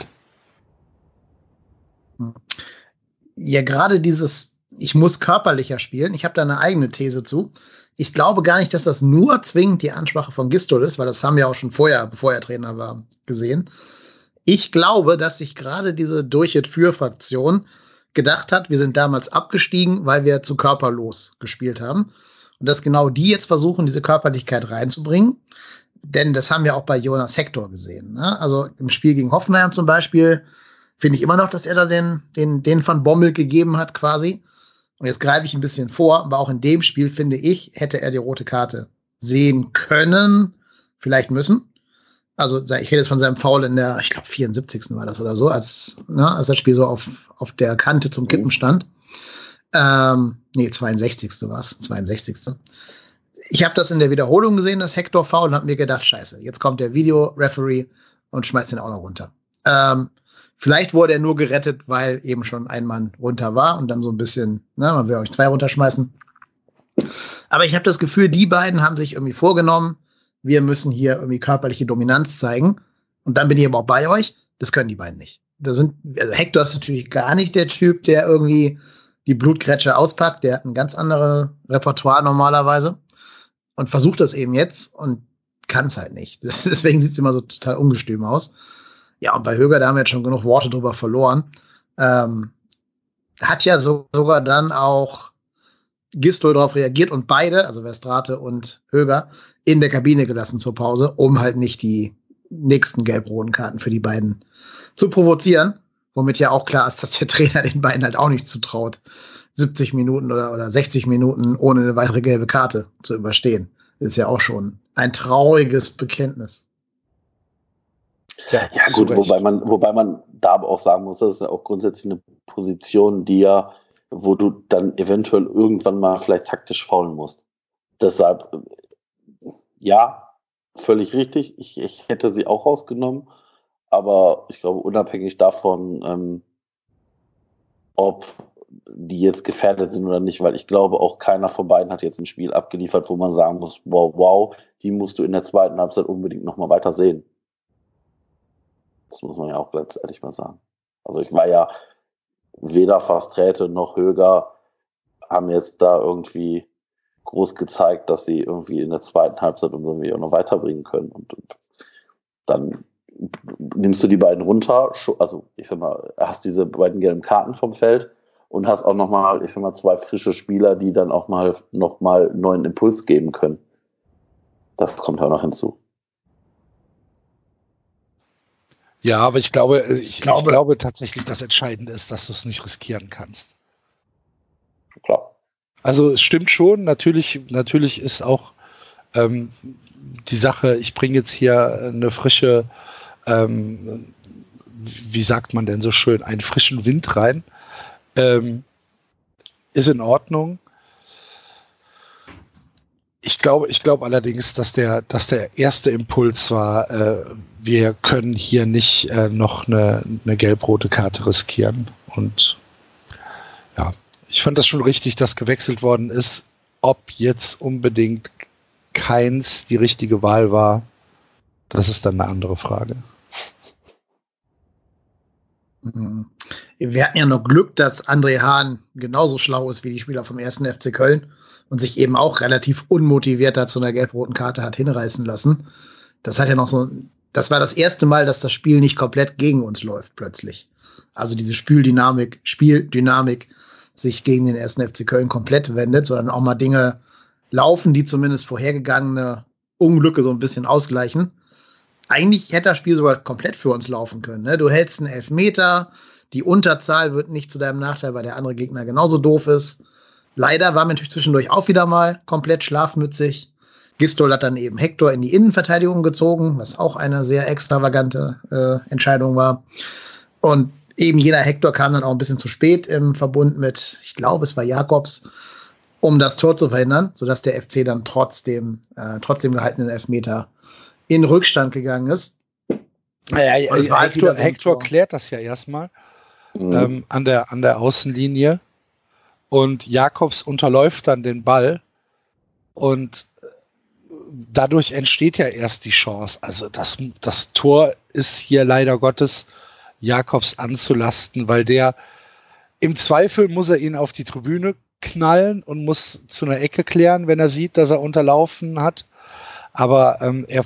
Ja, gerade ich muss körperlicher spielen. Ich habe da eine eigene These zu. Ich glaube gar nicht, dass das nur zwingend die Ansprache von Gistol ist, weil das haben wir auch schon vorher, bevor er Trainer war, gesehen. Ich glaube, dass sich gerade diese Durch-it-Für-Fraktion gedacht hat, wir sind damals abgestiegen, weil wir zu körperlos gespielt haben. Und dass genau die jetzt versuchen, diese Körperlichkeit reinzubringen. Denn das haben wir auch bei Jonas Hector gesehen. Ne? Also im Spiel gegen Hoffenheim zum Beispiel finde ich immer noch, dass er da den Van Bommel gegeben hat quasi. Und jetzt greife ich ein bisschen vor, aber auch in dem Spiel, finde ich, hätte er die rote Karte sehen können, vielleicht müssen. Also ich rede jetzt von seinem Foul in der, ich glaube, 74. war das oder so, als das Spiel so auf der Kante zum Kippen stand. 62. war es, 62. Ich habe das in der Wiederholung gesehen, das Hector-Foul, und habe mir gedacht, scheiße, jetzt kommt der Videoreferee und schmeißt den auch noch runter. Vielleicht wurde er nur gerettet, weil eben schon ein Mann runter war und dann so ein bisschen, man will auch nicht 2 runterschmeißen. Aber ich habe das Gefühl, die beiden haben sich irgendwie vorgenommen, wir müssen hier irgendwie körperliche Dominanz zeigen. Und dann bin ich aber auch bei euch. Das können die beiden nicht. Hector ist natürlich gar nicht der Typ, der irgendwie die Blutgrätsche auspackt. Der hat ein ganz anderes Repertoire normalerweise und versucht das eben jetzt und kann es halt nicht. Deswegen sieht es immer so total ungestüm aus. Ja, und bei Höger, da haben wir jetzt schon genug Worte drüber verloren. Hat ja sogar dann auch Gistol darauf reagiert und beide, also Verstrate und Höger, in der Kabine gelassen zur Pause, um halt nicht die nächsten gelb-roten Karten für die beiden zu provozieren. Womit ja auch klar ist, dass der Trainer den beiden halt auch nicht zutraut, 70 Minuten oder 60 Minuten ohne eine weitere gelbe Karte zu überstehen. Das ist ja auch schon ein trauriges Bekenntnis.
Ja gut, wobei man da aber auch sagen muss, das ist ja auch grundsätzlich eine Position, wo du dann eventuell irgendwann mal vielleicht taktisch faulen musst. Deshalb, ja, völlig richtig. Ich hätte sie auch rausgenommen, aber ich glaube, unabhängig davon, ob die jetzt gefährdet sind oder nicht, weil ich glaube, auch keiner von beiden hat jetzt ein Spiel abgeliefert, wo man sagen muss, wow, die musst du in der zweiten Halbzeit unbedingt nochmal weiter sehen. Das muss man ja auch ganz ehrlich mal sagen. Also ich war ja weder Versträte noch Höger haben jetzt da irgendwie groß gezeigt, dass sie irgendwie in der zweiten Halbzeit uns irgendwie auch noch weiterbringen können. Und dann nimmst du die beiden runter, also ich sag mal, hast diese beiden gelben Karten vom Feld und hast auch nochmal, ich sag mal, 2 frische Spieler, die dann auch nochmal neuen Impuls geben können. Das kommt auch noch hinzu.
Ja, aber ich glaube tatsächlich, das Entscheidende ist, dass du es nicht riskieren kannst.
Klar.
Also es stimmt schon, natürlich ist auch die Sache, ich bringe jetzt hier eine frische, wie sagt man denn so schön, einen frischen Wind rein, ist in Ordnung. Ich glaube allerdings, dass der erste Impuls war, wir können hier nicht noch eine gelb-rote Karte riskieren. Und ja, ich fand das schon richtig, dass gewechselt worden ist. Ob jetzt unbedingt keins die richtige Wahl war, das ist dann eine andere Frage.
Wir hatten ja noch Glück, dass André Hahn genauso schlau ist wie die Spieler vom 1. FC Köln und sich eben auch relativ unmotiviert dazu einer gelb-roten Karte hat hinreißen lassen. Das hat ja noch das war das erste Mal, dass das Spiel nicht komplett gegen uns läuft plötzlich. Also diese Spieldynamik sich gegen den 1. FC Köln komplett wendet, sondern auch mal Dinge laufen, die zumindest vorhergegangene Unglücke so ein bisschen ausgleichen. Eigentlich hätte das Spiel sogar komplett für uns laufen können. Ne? Du hältst einen Elfmeter, die Unterzahl wird nicht zu deinem Nachteil, weil der andere Gegner genauso doof ist. Leider war mir natürlich zwischendurch auch wieder mal komplett schlafmützig. Gistol hat dann eben Hector in die Innenverteidigung gezogen, was auch eine sehr extravagante Entscheidung war. Und eben jener Hector kam dann auch ein bisschen zu spät im Verbund mit, ich glaube, es war Jakobs, um das Tor zu verhindern, sodass der FC dann trotzdem gehaltenen Elfmeter in Rückstand gegangen ist.
Ja, Hector klärt das ja erstmal an der Außenlinie und Jakobs unterläuft dann den Ball und dadurch entsteht ja erst die Chance. Also das Tor ist hier leider Gottes Jakobs anzulasten, weil der im Zweifel muss er ihn auf die Tribüne knallen und muss zu einer Ecke klären, wenn er sieht, dass er unterlaufen hat. Aber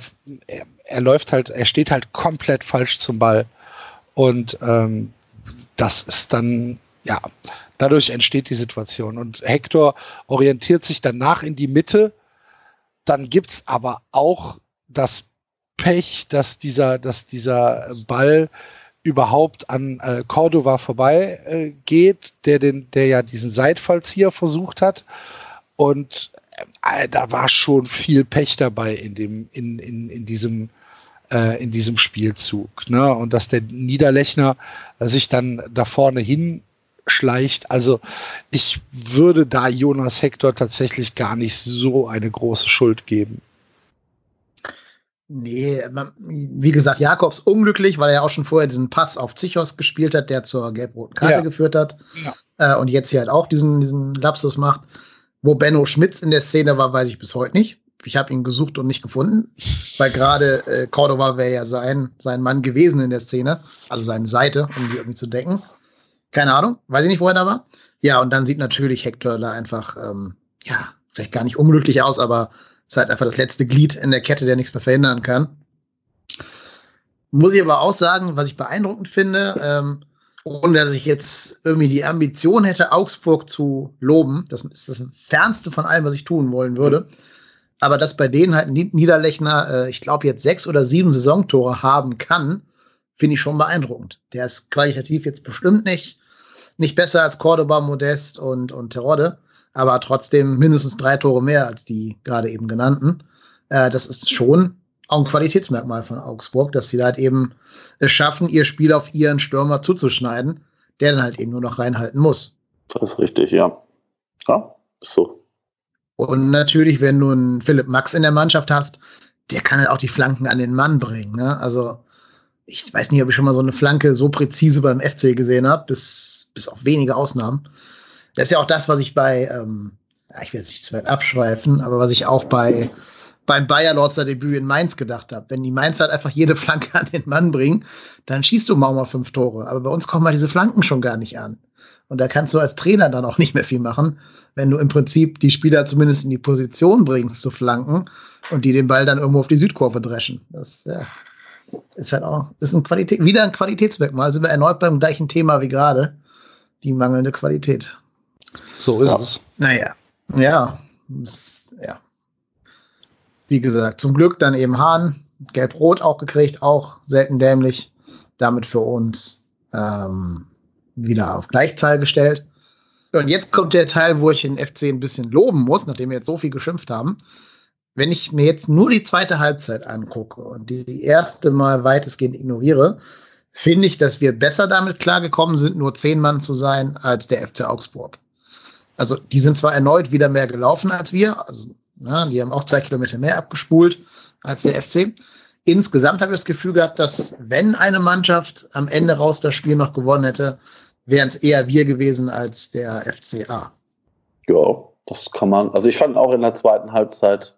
er steht halt komplett falsch zum Ball. Und das ist dann, ja, dadurch entsteht die Situation. Und Hector orientiert sich danach in die Mitte. Dann gibt es aber auch das Pech, dass dieser Ball überhaupt an Cordova vorbei geht, der ja diesen Seitfallzieher versucht hat. Und da war schon viel Pech dabei in diesem Spielzug. Ne? Und dass der Niederlechner sich dann da vorne hinschleicht. Also ich würde da Jonas Hector tatsächlich gar nicht so eine große Schuld geben.
Nee, wie gesagt, Jakobs unglücklich, weil er ja auch schon vorher diesen Pass auf Zichos gespielt hat, der zur gelb-roten Karte geführt hat. Ja. Und jetzt hier halt auch diesen Lapsus macht. Wo Benno Schmitz in der Szene war, weiß ich bis heute nicht. Ich habe ihn gesucht und nicht gefunden, weil gerade Cordova wäre ja sein Mann gewesen in der Szene, also seine Seite, um die irgendwie zu decken. Keine Ahnung, weiß ich nicht, wo er da war. Ja, und dann sieht natürlich Hector da einfach, vielleicht gar nicht unglücklich aus, aber ist halt einfach das letzte Glied in der Kette, der nichts mehr verhindern kann. Muss ich aber auch sagen, was ich beeindruckend finde, ohne dass ich jetzt irgendwie die Ambition hätte, Augsburg zu loben, das ist das Fernste von allem, was ich tun wollen würde, aber dass bei denen halt Niederlechner, ich glaube, jetzt 6 oder 7 Saisontore haben kann, finde ich schon beeindruckend. Der ist qualitativ jetzt bestimmt nicht besser als Cordoba, Modest und Terodde, aber trotzdem mindestens 3 Tore mehr als die gerade eben genannten. Das ist schon auch ein Qualitätsmerkmal von Augsburg, dass sie da halt eben es schaffen, ihr Spiel auf ihren Stürmer zuzuschneiden, der dann halt eben nur noch reinhalten muss.
Das ist richtig, ja. Ja, ist so.
Und natürlich, wenn du einen Philipp Max in der Mannschaft hast, der kann halt auch die Flanken an den Mann bringen. Ne? Also ich weiß nicht, ob ich schon mal so eine Flanke so präzise beim FC gesehen habe. Bis bis auf wenige Ausnahmen. Das ist ja auch das, was ich bei, ich will jetzt nicht zu weit abschweifen, aber was ich auch beim Bayer Lorzer Debüt in Mainz gedacht habe. Wenn die Mainz halt einfach jede Flanke an den Mann bringen, dann schießt du mal 5 Tore. Aber bei uns kommen halt diese Flanken schon gar nicht an. Und da kannst du als Trainer dann auch nicht mehr viel machen, wenn du im Prinzip die Spieler zumindest in die Position bringst zu flanken und die den Ball dann irgendwo auf die Südkurve dreschen. Das ist halt auch, ist wieder ein Qualitätsmerkmal. Sind wir erneut beim gleichen Thema wie gerade. Die mangelnde Qualität.
So ist es.
Naja, ja. Wie gesagt, zum Glück dann eben Hahn, Gelb-Rot auch gekriegt, auch selten dämlich. Damit für uns wieder auf Gleichzahl gestellt. Und jetzt kommt der Teil, wo ich den FC ein bisschen loben muss, nachdem wir jetzt so viel geschimpft haben. Wenn ich mir jetzt nur die zweite Halbzeit angucke und die erste mal weitestgehend ignoriere, finde ich, dass wir besser damit klargekommen sind, nur 10 Mann zu sein, als der FC Augsburg. Also die sind zwar erneut wieder mehr gelaufen als wir, also die haben auch 2 Kilometer mehr abgespult als der FC. Insgesamt habe ich das Gefühl gehabt, dass wenn eine Mannschaft am Ende raus das Spiel noch gewonnen hätte, wären es eher wir gewesen als der FCA.
Ja, das kann man. Also ich fand auch in der zweiten Halbzeit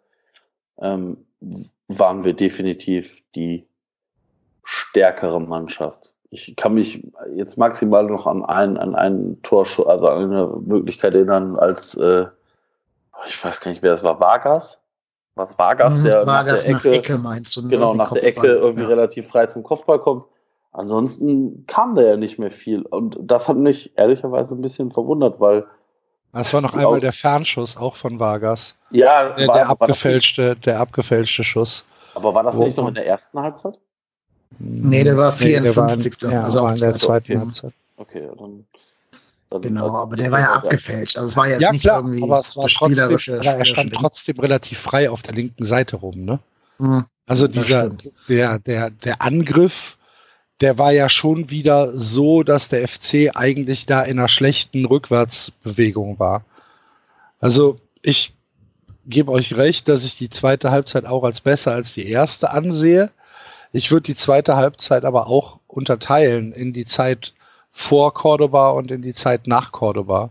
waren wir definitiv die stärkere Mannschaft. Ich kann mich jetzt maximal noch an einen Torschuss, also an eine Möglichkeit erinnern, als ich weiß gar nicht, wer es war, Vargas? Was Vargas, der
Vargas
nach der Ecke,
meinst du?
Genau, nach der Ecke irgendwie relativ frei zum Kopfball kommt. Ansonsten kam da ja nicht mehr viel. Und das hat mich ehrlicherweise ein bisschen verwundert, weil
das war noch einmal der Fernschuss, auch von Vargas.
Ja,
der abgefälschte Schuss.
Aber war das nicht noch in der ersten Halbzeit?
Nee, der war 54.
Also auch in der zweiten Halbzeit.
Okay, dann
genau, aber der war ja abgefälscht. Also es war jetzt
ja,
nicht
klar,
irgendwie
aber es war trotzdem, er stand
Ding.
trotzdem relativ frei auf der linken Seite rum, ne?
Mhm,
also der Angriff, der war ja schon wieder so, dass der FC eigentlich da in einer schlechten Rückwärtsbewegung war. Also ich gebe euch recht, dass ich die zweite Halbzeit auch als besser als die erste ansehe. Ich würde die zweite Halbzeit aber auch unterteilen in die Zeit vor Cordoba und in die Zeit nach Cordoba.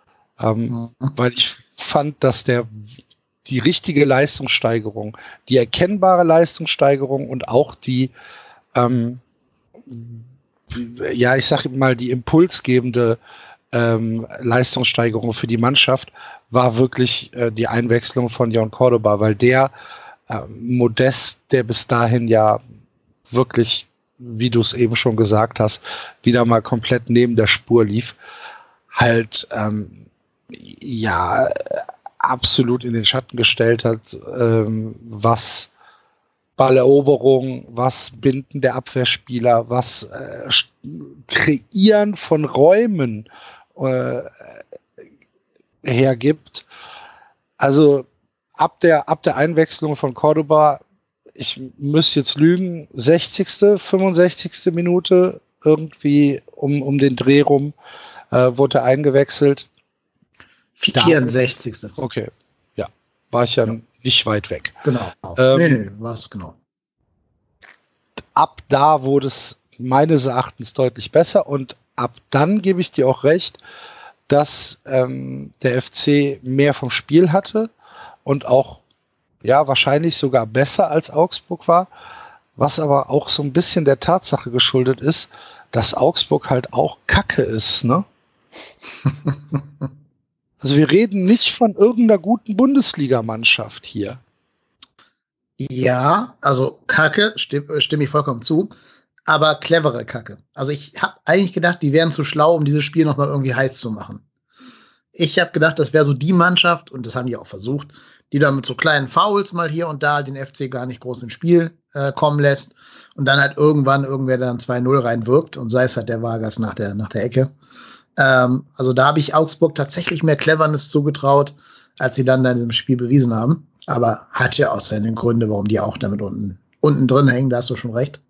Weil ich fand, dass die richtige Leistungssteigerung, die erkennbare Leistungssteigerung und auch die ich sage mal, die impulsgebende Leistungssteigerung für die Mannschaft war wirklich die Einwechslung von Jon Cordoba, weil der Modest, der bis dahin ja wirklich, wie du es eben schon gesagt hast, wieder mal komplett neben der Spur lief, halt absolut in den Schatten gestellt hat, was Balleroberung, was Binden der Abwehrspieler, was Kreieren von Räumen hergibt. Also ab der Einwechslung von Cordoba, ich müsste jetzt lügen, 60., 65. Minute irgendwie um den Dreh rum wurde er eingewechselt.
64.
Okay, ja, war ich ja nicht weit weg.
Genau. Nee, war es genau.
Ab da wurde es meines Erachtens deutlich besser und ab dann gebe ich dir auch recht, dass der FC mehr vom Spiel hatte und auch wahrscheinlich sogar besser als Augsburg war, was aber auch so ein bisschen der Tatsache geschuldet ist, dass Augsburg halt auch Kacke ist, ne? Also wir reden nicht von irgendeiner guten Bundesligamannschaft hier.
Ja, also Kacke, stimme ich vollkommen zu, aber clevere Kacke. Also ich habe eigentlich gedacht, die wären zu schlau, um dieses Spiel nochmal irgendwie heiß zu machen. Ich habe gedacht, das wäre so die Mannschaft, und das haben die auch versucht, die dann mit so kleinen Fouls mal hier und da den FC gar nicht groß ins Spiel kommen lässt und dann halt irgendwer dann 2-0 reinwirkt und sei es halt der Vargas nach der Ecke. Also da habe ich Augsburg tatsächlich mehr Cleverness zugetraut, als sie dann in diesem Spiel bewiesen haben. Aber hat ja auch seine Gründe, warum die auch damit unten drin hängen, da hast du schon recht.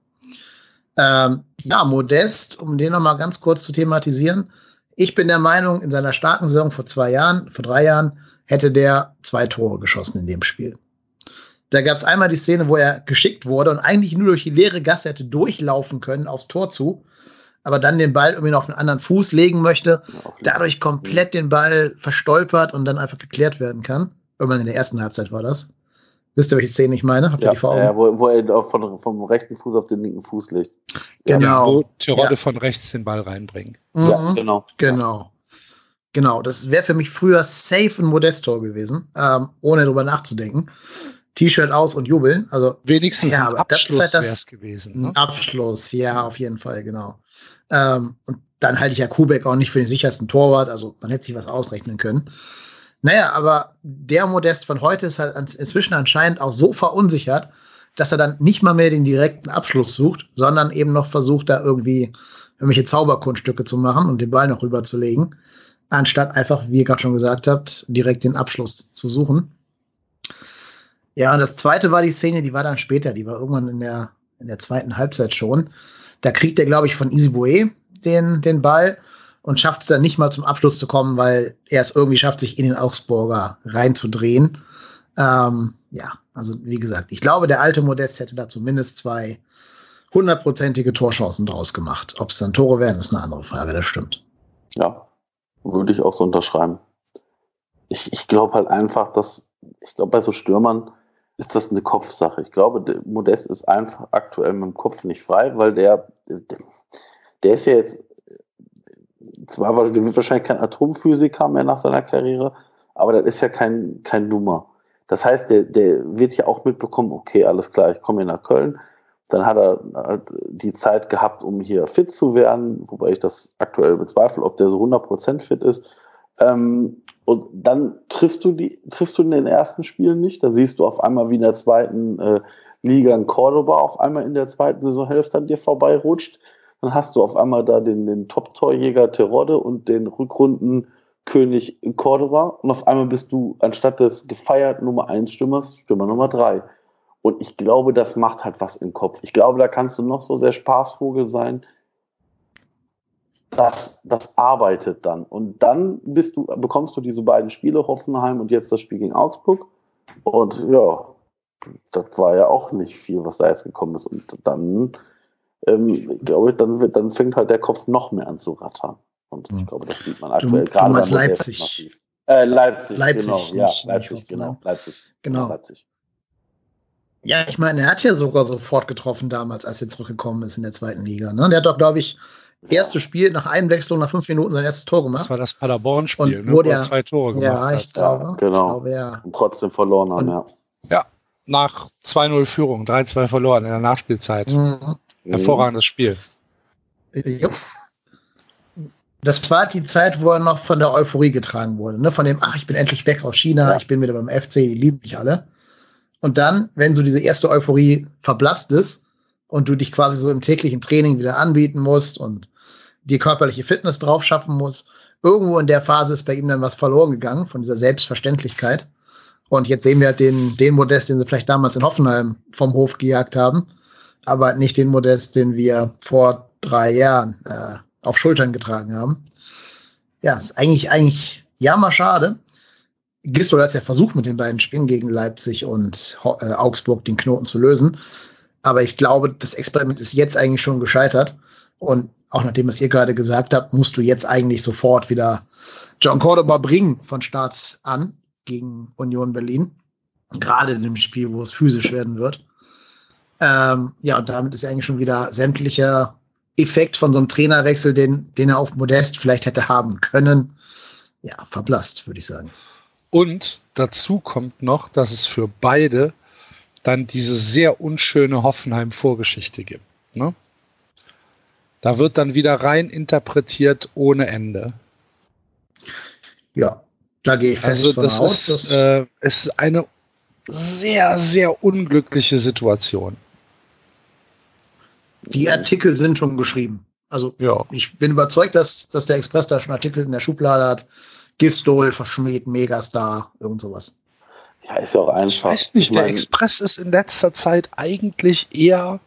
Modest, um den nochmal ganz kurz zu thematisieren. Ich bin der Meinung, in seiner starken Saison vor 3 Jahren, hätte der 2 Tore geschossen in dem Spiel. Da gab es einmal die Szene, wo er geschickt wurde und eigentlich nur durch die leere Gasse hätte durchlaufen können aufs Tor zu. aber dann den Ball irgendwie noch auf einen anderen Fuß legen möchte, dadurch komplett den Ball verstolpert und dann einfach geklärt werden kann. Irgendwann in der ersten Halbzeit war das. Wisst ihr, welche Szene ich meine? Habt ihr die vor Augen?
Ja, wo er vom rechten Fuß auf den linken Fuß legt.
Genau.
Ja, wo Terodde von rechts den Ball reinbringt.
Ja, Genau. Das wäre für mich früher safe ein Modest-Tor gewesen, ohne drüber nachzudenken. T-Shirt aus und jubeln. Also,
wenigstens
ein
Abschluss wäre es gewesen. Ne?
Ein Abschluss, ja, auf jeden Fall, genau. Und dann halte ich ja Kubek auch nicht für den sichersten Torwart. Also man hätte sich was ausrechnen können. Naja, aber der Modest von heute ist halt inzwischen anscheinend auch so verunsichert, dass er dann nicht mal mehr den direkten Abschluss sucht, sondern eben noch versucht, da irgendwie irgendwelche Zauberkunststücke zu machen und den Ball noch rüberzulegen, anstatt einfach, wie ihr gerade schon gesagt habt, direkt den Abschluss zu suchen. Ja, und das zweite war die Szene, die war dann später, die war irgendwann in der zweiten Halbzeit schon. Da kriegt er, glaube ich, von Isibue den Ball und schafft es dann nicht mal zum Abschluss zu kommen, weil er es irgendwie schafft, sich in den Augsburger reinzudrehen. Also wie gesagt, ich glaube, der alte Modest hätte da zumindest 2 100-prozentige Torchancen draus gemacht. Ob es dann Tore wären, ist eine andere Frage, das stimmt.
Ja, würde ich auch so unterschreiben. Ich glaube halt einfach, bei so Stürmern ist das eine Kopfsache. Ich glaube, der Modest ist einfach aktuell mit dem Kopf nicht frei, weil der ist ja jetzt der wird wahrscheinlich kein Atomphysiker mehr nach seiner Karriere, aber das ist ja kein Dummer. Das heißt, der wird ja auch mitbekommen, okay, alles klar, ich komme hier nach Köln. Dann hat er halt die Zeit gehabt, um hier fit zu werden, wobei ich das aktuell bezweifle, ob der so 100% fit ist. Und dann triffst du in den ersten Spielen nicht. Dann siehst du auf einmal, wie in der zweiten Liga in Cordoba auf einmal in der zweiten Saisonhälfte an dir vorbeirutscht. Dann hast du auf einmal da den Top-Torjäger Terodde und den Rückrundenkönig Cordoba. Und auf einmal bist du anstatt des gefeierten Nummer 1 Stürmers, Stürmer Nummer 3. Und ich glaube, das macht halt was im Kopf. Ich glaube, da kannst du noch so sehr Spaßvogel sein. Das arbeitet dann. Und dann bekommst du diese beiden Spiele, Hoffenheim und jetzt das Spiel gegen Augsburg. Und ja, das war ja auch nicht viel, was da jetzt gekommen ist. Und dann, glaube ich, dann fängt halt der Kopf noch mehr an zu rattern. Und ich glaube, das sieht man aktuell gerade bei
Leipzig.
Leipzig.
Ja, ich meine, er hat ja sogar sofort getroffen damals, als er zurückgekommen ist in der zweiten Liga. Ne? Der hat doch, glaube ich, erstes Spiel nach Einwechslung nach 5 Minuten sein erstes Tor gemacht.
Das war das Paderborn-Spiel,
wo der
2 Tore gemacht hat.
Ja, ich glaube.
Genau. Und trotzdem verloren haben, ja.
Ja, nach 2-0 Führung, 3-2 verloren in der Nachspielzeit. Hervorragendes Spiel.
Das war die Zeit, wo er noch von der Euphorie getragen wurde. Ne? Von dem, ich bin endlich weg aus China, ich bin wieder beim FC, die lieben mich alle. Und dann, wenn so diese erste Euphorie verblasst ist und du dich quasi so im täglichen Training wieder anbieten musst und die körperliche Fitness drauf schaffen musst, irgendwo in der Phase ist bei ihm dann was verloren gegangen von dieser Selbstverständlichkeit. Und jetzt sehen wir halt den Modest, den sie vielleicht damals in Hoffenheim vom Hof gejagt haben, aber nicht den Modest, den wir vor 3 Jahren auf Schultern getragen haben. Ja, ist eigentlich jammer schade. Gistol hat ja versucht, mit den beiden Spielen gegen Leipzig und Augsburg den Knoten zu lösen. Aber ich glaube, das Experiment ist jetzt eigentlich schon gescheitert. Und auch nachdem, was ihr gerade gesagt habt, musst du jetzt eigentlich sofort wieder John Cordoba bringen von Start an gegen Union Berlin. Gerade in dem Spiel, wo es physisch werden wird. Und damit ist eigentlich schon wieder sämtlicher Effekt von so einem Trainerwechsel, den er auf Modest vielleicht hätte haben können, verblasst, würde ich sagen.
Und dazu kommt noch, dass es für beide dann diese sehr unschöne Hoffenheim-Vorgeschichte gibt. Ne? Da wird dann wieder rein interpretiert ohne Ende.
Ja, da gehe ich fest von aus.
Das ist eine sehr, sehr unglückliche Situation.
Die Artikel sind schon geschrieben. Also ich bin überzeugt, dass der Express da schon Artikel in der Schublade hat. Gistol, verschmäht, Megastar, irgend sowas.
Ja, ist ja auch einfach.
Ich weiß nicht, der Express ist in letzter Zeit eigentlich eher.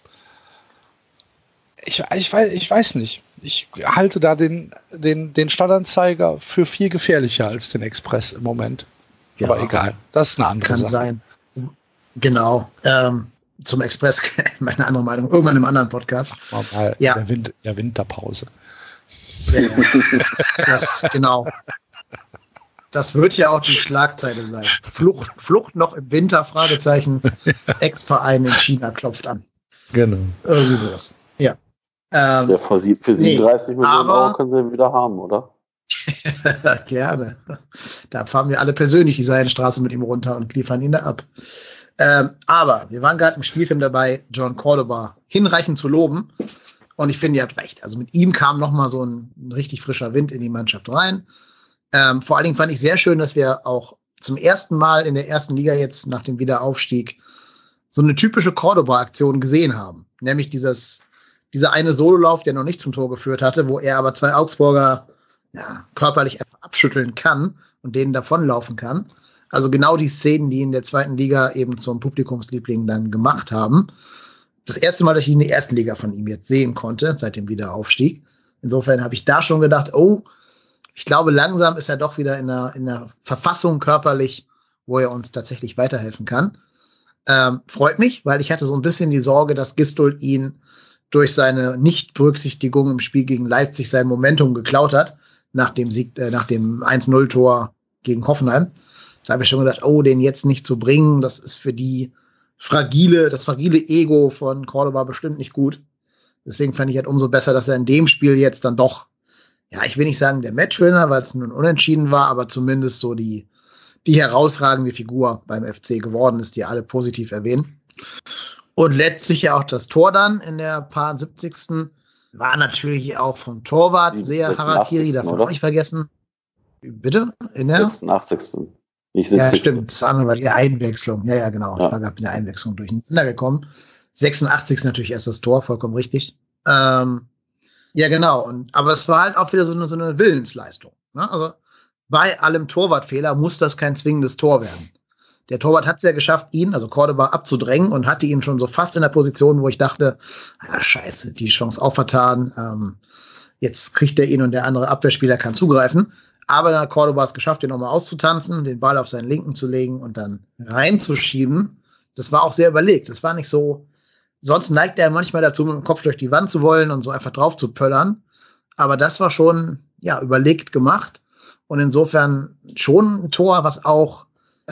Ich weiß nicht. Ich halte da den Stadtanzeiger für viel gefährlicher als den Express im Moment. Aber egal, das ist eine andere Sache.
Kann sein. Genau. zum Express, meine andere Meinung, irgendwann im anderen Podcast.
Mal
ja.
Der Winterpause.
Ja. Genau. Das wird ja auch die Schlagzeile sein. Flucht noch im Winter, Fragezeichen. Ex-Verein in China klopft an.
Genau.
Irgendwie sowas. Ja.
Für 37 Millionen Euro können sie wieder haben, oder?
Gerne. Da fahren wir alle persönlich die Seidenstraße mit ihm runter und liefern ihn da ab. Aber wir waren gerade im Spielfilm dabei, John Cordoba hinreichend zu loben. Und ich finde, ihr habt recht. Also mit ihm kam nochmal so ein richtig frischer Wind in die Mannschaft rein. Vor allen Dingen fand ich sehr schön, dass wir auch zum ersten Mal in der ersten Liga jetzt nach dem Wiederaufstieg so eine typische Cordoba-Aktion gesehen haben. Nämlich dieser eine Sololauf, der noch nicht zum Tor geführt hatte, wo er aber 2 Augsburger körperlich einfach abschütteln kann und denen davonlaufen kann. Also genau die Szenen, die in der zweiten Liga eben zum Publikumsliebling dann gemacht haben. Das erste Mal, dass ich in der ersten Liga von ihm jetzt sehen konnte, seit dem Wiederaufstieg. Insofern habe ich da schon gedacht, ich glaube, langsam ist er doch wieder in der Verfassung körperlich, wo er uns tatsächlich weiterhelfen kann. Freut mich, weil ich hatte so ein bisschen die Sorge, dass Gistol ihn durch seine Nichtberücksichtigung im Spiel gegen Leipzig sein Momentum geklaut hat, nach dem 1-0-Tor gegen Hoffenheim. Da habe ich schon gedacht, den jetzt nicht zu bringen, das ist für das fragile Ego von Cordoba bestimmt nicht gut. Deswegen fand ich halt umso besser, dass er in dem Spiel jetzt dann doch, ich will nicht sagen der Matchwinner, weil es nun unentschieden war, aber zumindest so die herausragende Figur beim FC geworden ist, die alle positiv erwähnen. Und letztlich ja auch das Tor dann in der 70. war natürlich auch vom Torwart sehr Harakiri, davon habe ich vergessen. Bitte? In der
86. Nicht 70.
Ja, stimmt. Das andere war die Einwechslung. Ja, genau. Ich war gerade mit der Einwechslung durcheinander gekommen. 86 ist natürlich erst das Tor, vollkommen richtig. Ja, genau. Aber es war halt auch wieder so eine Willensleistung. Ne? Also bei allem Torwartfehler muss das kein zwingendes Tor werden. Der Torwart hat es ja geschafft, ihn, also Cordoba, abzudrängen und hatte ihn schon so fast in der Position, wo ich dachte, scheiße, die Chance auch vertan. Jetzt kriegt er ihn und der andere Abwehrspieler kann zugreifen. Aber dann hat Cordoba es geschafft, den nochmal auszutanzen, den Ball auf seinen Linken zu legen und dann reinzuschieben. Das war auch sehr überlegt. Das war nicht so. Sonst neigt er manchmal dazu, mit dem Kopf durch die Wand zu wollen und so einfach drauf zu pöllern. Aber das war schon, überlegt gemacht. Und insofern schon ein Tor, was auch,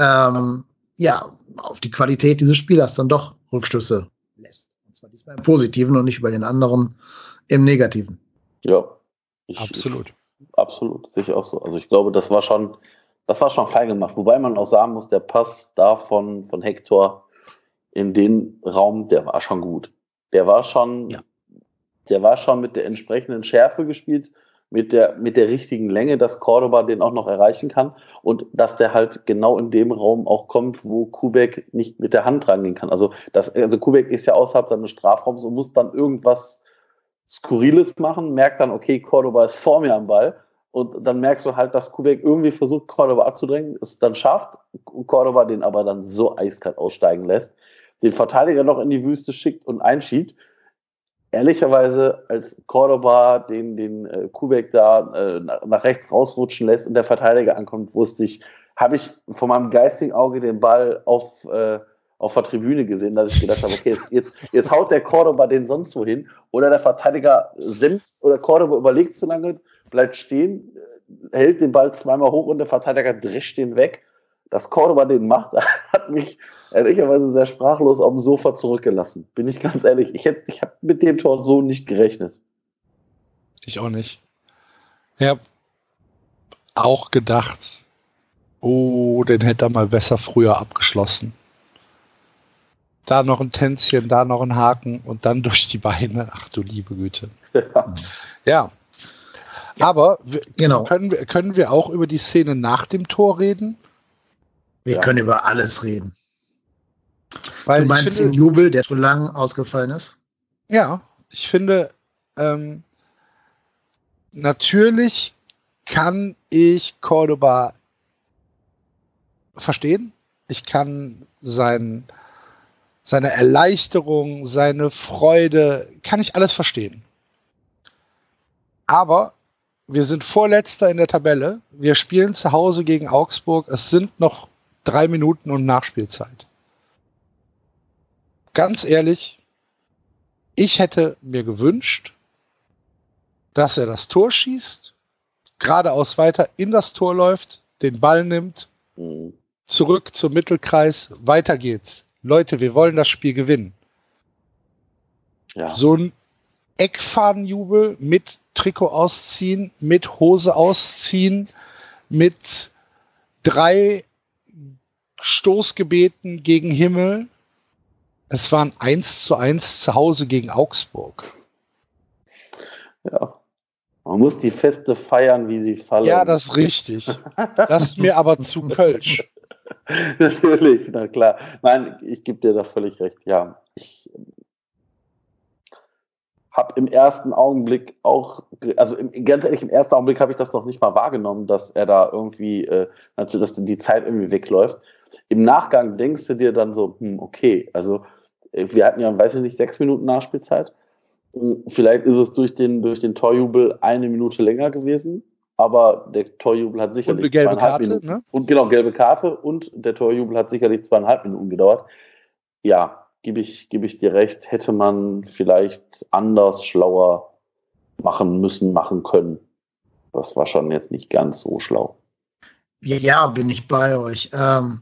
auf die Qualität dieses Spielers dann doch Rückschlüsse lässt. Und zwar diesmal im Positiven und nicht bei den anderen im Negativen.
Ja.
Absolut.
Absolut, sehe ich auch so. Also ich glaube, das war schon fein gemacht. Wobei man auch sagen muss, der Pass da von Hector in den Raum, der war schon gut. Der war schon mit der entsprechenden Schärfe gespielt, mit der richtigen Länge, dass Cordoba den auch noch erreichen kann und dass der halt genau in dem Raum auch kommt, wo Kubek nicht mit der Hand rangehen kann. Also Kubek ist ja außerhalb seines Strafraums und muss dann irgendwas Skurriles machen, merkt dann, okay, Cordoba ist vor mir am Ball und dann merkst du halt, dass Kubek irgendwie versucht, Cordoba abzudrängen, es dann schafft, Cordoba den aber dann so eiskalt aussteigen lässt, den Verteidiger noch in die Wüste schickt und einschiebt. Ehrlicherweise, als Cordoba den Kubek da nach rechts rausrutschen lässt und der Verteidiger ankommt, habe ich von meinem geistigen Auge den Ball auf der Tribüne gesehen, dass ich gedacht habe, okay, jetzt haut der Cordoba den sonst wohin oder der Verteidiger senzt oder Cordoba überlegt zu lange, bleibt stehen, hält den Ball zweimal hoch und der Verteidiger drescht den weg. Dass Cordoba den macht, hat mich ehrlicherweise sehr sprachlos auf dem Sofa zurückgelassen. Bin ich ganz ehrlich. Ich habe mit dem Tor so nicht gerechnet.
Ich auch nicht. Ich habe auch gedacht, den hätte er mal besser früher abgeschlossen. Da noch ein Tänzchen, da noch ein Haken und dann durch die Beine. Ach du liebe Güte. Ja. Aber können wir auch über die Szene nach dem Tor reden?
Wir können über alles reden.
Weil
du meinst den Jubel, der so lang ausgefallen ist?
Ja, ich finde, natürlich kann ich Cordoba verstehen. Ich kann seine Erleichterung, seine Freude, kann ich alles verstehen. Aber wir sind Vorletzter in der Tabelle. Wir spielen zu Hause gegen Augsburg. Es sind noch 3 Minuten und Nachspielzeit. ganz ehrlich, ich hätte mir gewünscht, dass er das Tor schießt, geradeaus weiter in das Tor läuft, den Ball nimmt, zurück zum Mittelkreis, weiter geht's. Leute, wir wollen das Spiel gewinnen.
Ja.
So ein Eckfahnenjubel mit Trikot ausziehen, mit Hose ausziehen, mit 3 Stoßgebeten gegen Himmel. Es waren 1:1 zu Hause gegen Augsburg.
Ja. Man muss die Feste feiern, wie sie fallen.
Ja, das ist richtig. Das ist mir aber zu Kölsch.
Natürlich, na klar. Nein, ich gebe dir da völlig recht. Ja, ich habe im ersten Augenblick auch, also ganz ehrlich, im ersten Augenblick habe ich das noch nicht mal wahrgenommen, dass er da irgendwie, dass die Zeit irgendwie wegläuft. Im Nachgang denkst du dir dann so, okay, also wir hatten ja, weiß ich nicht, 6 Minuten Nachspielzeit. Vielleicht ist es durch den Torjubel 1 Minute länger gewesen, aber der Torjubel hat sicherlich
und eine gelbe
2,5
Karte,
Minuten.
Ne?
Und genau, gelbe Karte und der Torjubel hat sicherlich 2,5 Minuten gedauert. Ja, gebe ich dir recht, hätte man vielleicht anders, schlauer machen müssen, machen können. Das war schon jetzt nicht ganz so schlau.
Ja, bin ich bei euch.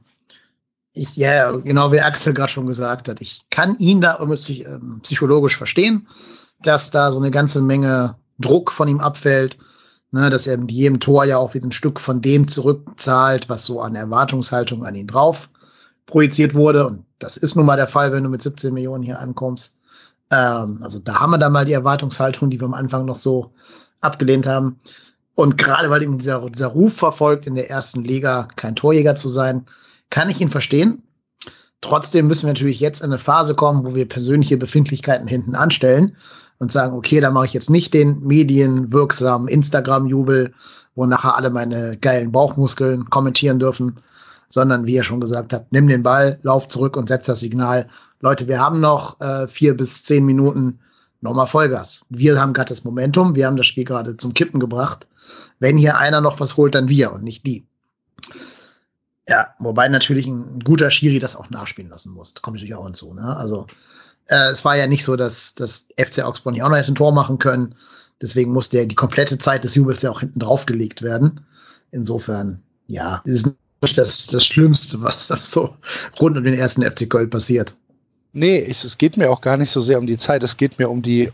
Genau wie Axel gerade schon gesagt hat, ich kann ihn da psychologisch verstehen, dass da so eine ganze Menge Druck von ihm abfällt, ne, dass er mit jedem Tor ja auch wieder ein Stück von dem zurückzahlt, was so an Erwartungshaltung an ihn drauf projiziert wurde. Und das ist nun mal der Fall, wenn du mit 17 Millionen hier ankommst. Also da haben wir dann mal die Erwartungshaltung, die wir am Anfang noch so abgelehnt haben. Und gerade weil ihm dieser Ruf verfolgt, in der ersten Liga kein Torjäger zu sein, kann ich ihn verstehen. Trotzdem müssen wir natürlich jetzt in eine Phase kommen, wo wir persönliche Befindlichkeiten hinten anstellen und sagen, okay, da mache ich jetzt nicht den medienwirksamen Instagram-Jubel, wo nachher alle meine geilen Bauchmuskeln kommentieren dürfen, sondern, wie ihr schon gesagt habt, nimm den Ball, lauf zurück und setz das Signal. Leute, wir haben noch 4 bis 10 Minuten, nochmal Vollgas. Wir haben gerade das Momentum, wir haben das Spiel gerade zum Kippen gebracht. Wenn hier einer noch was holt, dann wir und nicht die. Ja, wobei natürlich ein guter Schiri das auch nachspielen lassen muss. Da kommt natürlich auch hinzu. Ne? Also es war ja nicht so, dass das FC Augsburg nicht auch noch hätte ein Tor machen können. Deswegen musste ja die komplette Zeit des Jubels ja auch hinten drauf gelegt werden. Insofern, ja, ist nicht das Schlimmste, was so rund um den ersten FC Köln passiert.
Nee, es geht mir auch gar nicht so sehr um die Zeit. Es geht mir um die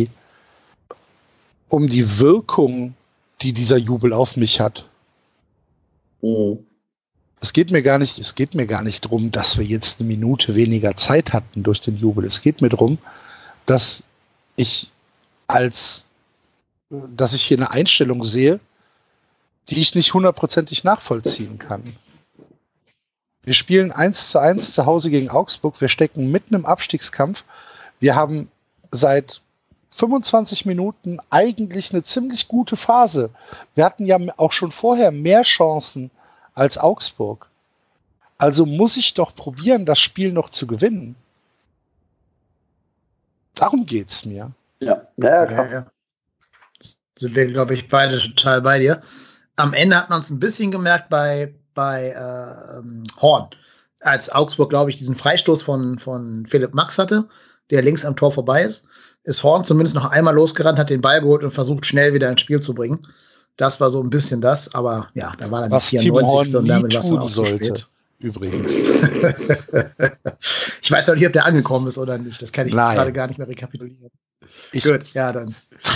Wirkung, die dieser Jubel auf mich hat.
Mhm.
Es geht mir gar nicht darum, dass wir jetzt 1 Minute weniger Zeit hatten durch den Jubel. Es geht mir darum, dass ich hier eine Einstellung sehe, die ich nicht 100%ig nachvollziehen kann. Wir spielen 1:1 zu Hause gegen Augsburg. Wir stecken mitten im Abstiegskampf. Wir haben seit 25 Minuten eigentlich eine ziemlich gute Phase. Wir hatten ja auch schon vorher mehr Chancen als Augsburg. Also muss ich doch probieren, das Spiel noch zu gewinnen. Darum geht's mir.
Ja, klar.
Ja. Sind wir, glaube ich, beide total bei dir. Am Ende hat man es ein bisschen gemerkt bei Horn. Als Augsburg, glaube ich, diesen Freistoß von Philipp Max hatte, der links am Tor vorbei ist Horn zumindest noch einmal losgerannt, hat den Ball geholt und versucht, schnell wieder ins Spiel zu bringen. Das war so ein bisschen das, aber ja, da war dann
was
die 94.
Timo
und damit war es dann
tun
auch zu
sollte,
spät.
Übrigens.
Ich weiß auch nicht, ob der angekommen ist oder nicht. Das kann ich gerade gar nicht mehr rekapitulieren. Gut, ja, dann.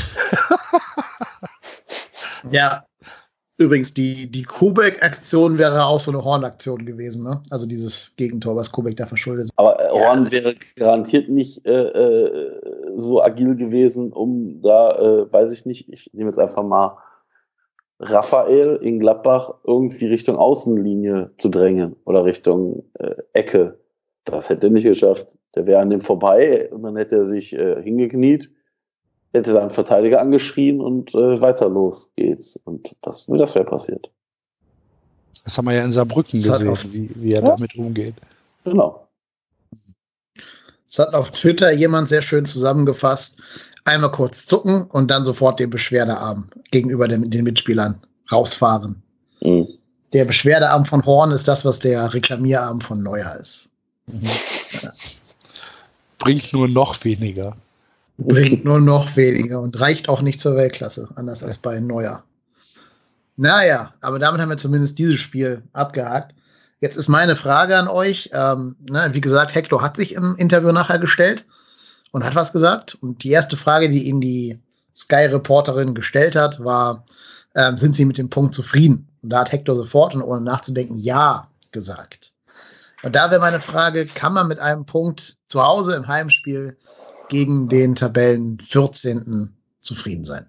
Ja, übrigens, die Kubek-Aktion wäre auch so eine Horn-Aktion gewesen, ne? Also dieses Gegentor, was Kubek da verschuldet.
Aber Horn wäre garantiert nicht so agil gewesen, um da, weiß ich nicht, ich nehme jetzt einfach mal Raphael in Gladbach irgendwie Richtung Außenlinie zu drängen oder Richtung Ecke. Das hätte er nicht geschafft. Der wäre an dem vorbei und dann hätte er sich hingekniet, hätte seinen Verteidiger angeschrien und weiter los geht's. Und das wäre passiert.
Das haben wir ja in Saarbrücken gesehen, wie er damit umgeht.
Genau.
Es hat auf Twitter jemand sehr schön zusammengefasst. Einmal kurz zucken und dann sofort den Beschwerdearm gegenüber den Mitspielern rausfahren.
Mhm.
Der Beschwerdearm von Horn ist das, was der Reklamierarm von Neuer ist. Mhm.
Bringt nur noch weniger.
Bringt nur noch weniger und reicht auch nicht zur Weltklasse, anders als bei Neuer. Naja, aber damit haben wir zumindest dieses Spiel abgehakt. Jetzt ist meine Frage an euch. Wie gesagt, Hector hat sich im Interview nachher gestellt und hat was gesagt. Und die erste Frage, die ihn die Sky-Reporterin gestellt hat, war, sind Sie mit dem Punkt zufrieden? Und da hat Hector sofort und ohne nachzudenken ja gesagt. Und da wäre meine Frage, kann man mit einem Punkt zu Hause im Heimspiel gegen den Tabellen 14. zufrieden sein?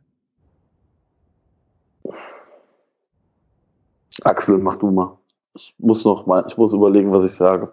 Axel, mach du mal. Ich muss überlegen, was ich sage.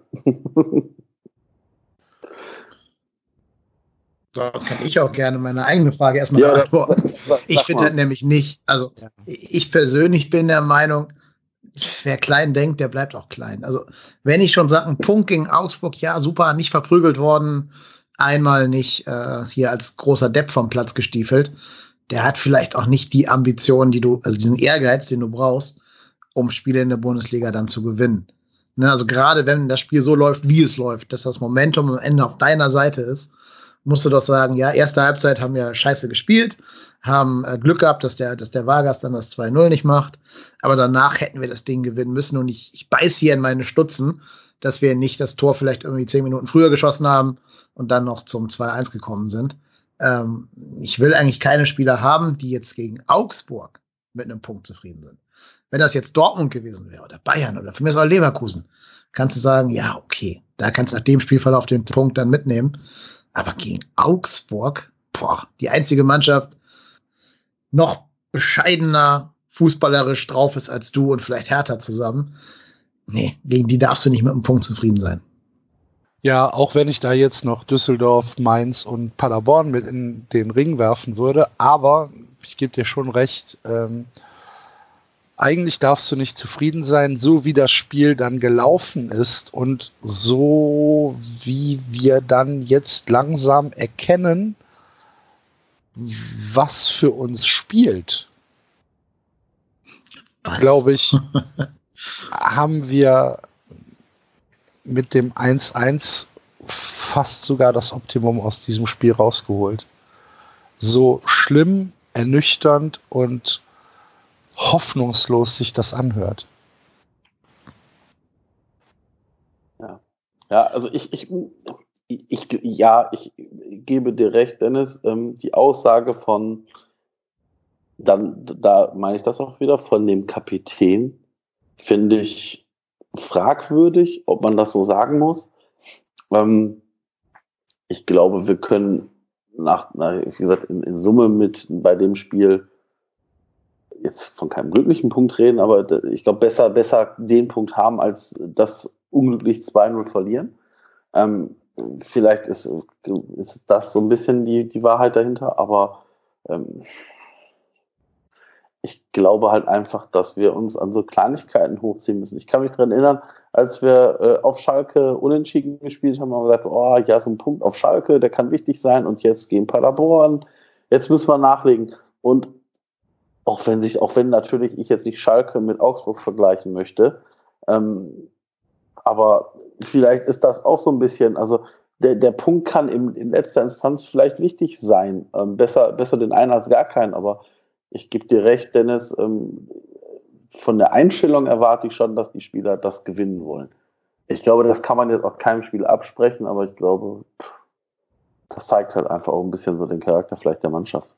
Das kann ich auch gerne meine eigene Frage erstmal beantworten. Ich finde das nämlich nicht. Also ich persönlich bin der Meinung, wer klein denkt, der bleibt auch klein. Also wenn ich schon sage, ein Punkt gegen Augsburg, ja super, nicht verprügelt worden, einmal nicht hier als großer Depp vom Platz gestiefelt, der hat vielleicht auch nicht die Ambitionen, also diesen Ehrgeiz, den du brauchst, um Spiele in der Bundesliga dann zu gewinnen. Ne, also gerade wenn das Spiel so läuft, wie es läuft, dass das Momentum am Ende auf deiner Seite ist, musst du doch sagen, ja, erste Halbzeit haben wir scheiße gespielt, haben Glück gehabt, dass der Vargas dann das 2-0 nicht macht, aber danach hätten wir das Ding gewinnen müssen und ich beiß hier in meine Stutzen, dass wir nicht das Tor vielleicht irgendwie 10 Minuten früher geschossen haben und dann noch zum 2-1 gekommen sind. Ich will eigentlich keine Spieler haben, die jetzt gegen Augsburg mit einem Punkt zufrieden sind. Wenn das jetzt Dortmund gewesen wäre oder Bayern oder für mich auch Leverkusen, kannst du sagen, ja, okay, da kannst du nach dem Spielverlauf den Punkt dann mitnehmen. Aber gegen Augsburg, die einzige Mannschaft, noch bescheidener fußballerisch drauf ist als du und vielleicht Hertha zusammen. Nee, gegen die darfst du nicht mit einem Punkt zufrieden sein.
Ja, auch wenn ich da jetzt noch Düsseldorf, Mainz und Paderborn mit in den Ring werfen würde, aber ich gebe dir schon recht, eigentlich darfst du nicht zufrieden sein, so wie das Spiel dann gelaufen ist und so wie wir dann jetzt langsam erkennen, was für uns spielt. Glaube ich, haben wir mit dem 1-1 fast sogar das Optimum aus diesem Spiel rausgeholt. So schlimm, ernüchternd und hoffnungslos sich das anhört.
Ja, also ich gebe dir recht, Dennis, die Aussage von, da meine ich das auch wieder, von dem Kapitän, finde ich fragwürdig, ob man das so sagen muss. Ich glaube, wir können wie gesagt, in Summe bei dem Spiel jetzt von keinem glücklichen Punkt reden, aber ich glaube, besser den Punkt haben, als das unglücklich 2-0 verlieren. Vielleicht ist das so ein bisschen die Wahrheit dahinter, aber ich glaube halt einfach, dass wir uns an so Kleinigkeiten hochziehen müssen. Ich kann mich daran erinnern, als wir auf Schalke unentschieden gespielt haben, haben wir gesagt, oh ja, so ein Punkt auf Schalke, der kann wichtig sein und jetzt gegen Paderborn, jetzt müssen wir nachlegen. Und auch wenn natürlich ich jetzt nicht Schalke mit Augsburg vergleichen möchte, aber vielleicht ist das auch so ein bisschen, also der Punkt kann in letzter Instanz vielleicht wichtig sein, besser den einen als gar keinen, aber ich gebe dir recht, Dennis, von der Einstellung erwarte ich schon, dass die Spieler das gewinnen wollen. Ich glaube, das kann man jetzt auch keinem Spiel absprechen, aber ich glaube, das zeigt halt einfach auch ein bisschen so den Charakter vielleicht der Mannschaft.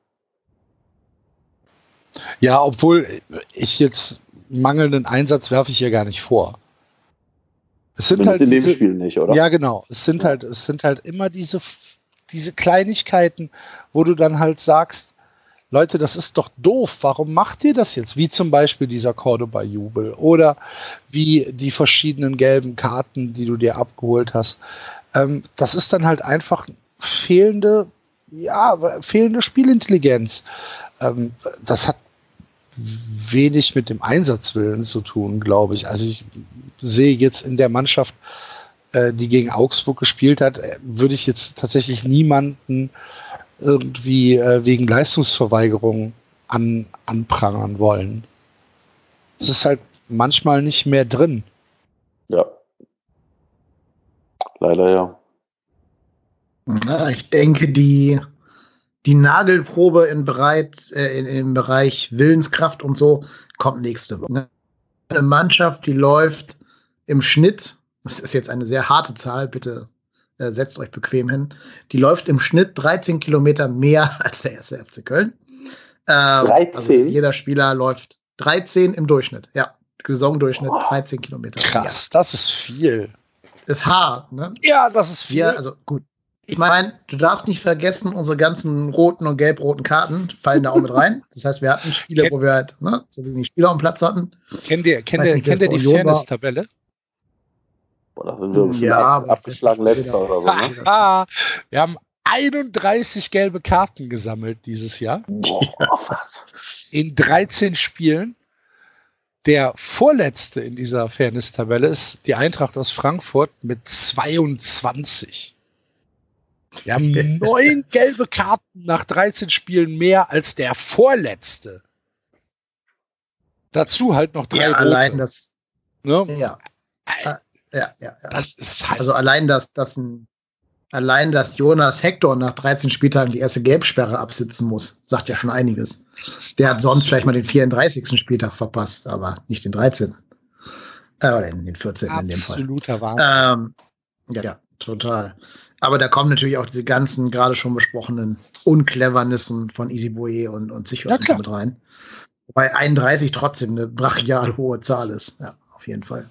Ja, obwohl ich jetzt mangelnden Einsatz werfe ich hier gar nicht vor. Es sind halt
in dem Spiel nicht, oder?
Ja, genau. Es sind halt immer diese Kleinigkeiten, wo du dann halt sagst, Leute, das ist doch doof. Warum macht ihr das jetzt? Wie zum Beispiel dieser Cordoba-Jubel oder wie die verschiedenen gelben Karten, die du dir abgeholt hast. Das ist dann halt einfach fehlende Spielintelligenz. Das hat wenig mit dem Einsatzwillen zu tun, glaube ich. Also ich sehe jetzt in der Mannschaft, die gegen Augsburg gespielt hat, würde ich jetzt tatsächlich niemanden irgendwie wegen Leistungsverweigerung anprangern wollen. Es ist halt manchmal nicht mehr drin.
Ja. Leider ja.
Na, ich denke, die Nagelprobe im Bereich Willenskraft und so kommt nächste Woche. Eine Mannschaft, die läuft im Schnitt, das ist jetzt eine sehr harte Zahl, bitte setzt euch bequem hin, die läuft im Schnitt 13 Kilometer mehr als der 1. FC Köln.
13?
Also jeder Spieler läuft 13 im Durchschnitt, ja. Saisondurchschnitt 13 Kilometer.
Krass, das ist viel.
Ist hart, ne?
Ja, das ist viel.
Also gut. Ich meine, du darfst nicht vergessen, unsere ganzen roten und gelb-roten Karten fallen da auch mit rein. Das heißt, wir hatten Spiele, wo wir halt so wenig Spieler am Platz hatten.
Kennt ihr die Fairness-Tabelle?
Boah, da sind wir schon abgeschlagen letzter oder so. Ne?
Wir haben 31 gelbe Karten gesammelt dieses Jahr.
Boah, was?
In 13 Spielen. Der vorletzte in dieser Fairness-Tabelle ist die Eintracht aus Frankfurt mit 22. Wir haben 9 gelbe Karten nach 13 Spielen mehr als der vorletzte. Dazu halt noch 3 rote.
Allein das.
Ne?
Ja.
Das ist halt.
Also allein, dass Jonas Hector nach 13 Spieltagen die erste Gelbsperre absitzen muss, sagt ja schon einiges. Der hat sonst vielleicht mal den 34. Spieltag verpasst, aber nicht den 13. Oder den 14. in dem Fall.
Absoluter Wahnsinn.
Ja, total. Aber da kommen natürlich auch diese ganzen, gerade schon besprochenen Unclevernissen von Easy Boye und Zichos mit rein. Wobei 31 trotzdem eine brachial hohe Zahl ist. Ja, auf jeden Fall.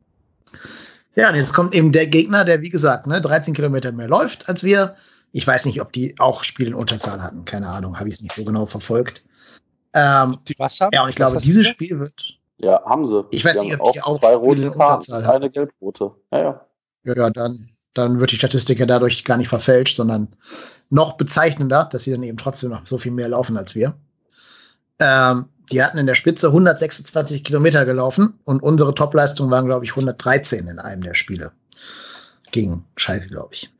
Ja, und jetzt kommt eben der Gegner, der, wie gesagt, 13 Kilometer mehr läuft als wir. Ich weiß nicht, ob die auch Spiele in Unterzahl hatten. Keine Ahnung, habe ich es nicht so genau verfolgt.
Die was haben?
Ja, und ich glaube, dieses Spiel wird...
Ja, haben sie.
Ich weiß nicht, ob die auch
2 rote
in
Karten,
Unterzahl haben.
eine gelb-rote. Ja.
Ja, dann wird die Statistik ja dadurch gar nicht verfälscht, sondern noch bezeichnender, dass sie dann eben trotzdem noch so viel mehr laufen als wir. Die hatten in der Spitze 126 Kilometer gelaufen und unsere Topleistung waren, glaube ich, 113 in einem der Spiele. Gegen Schalke, glaube ich.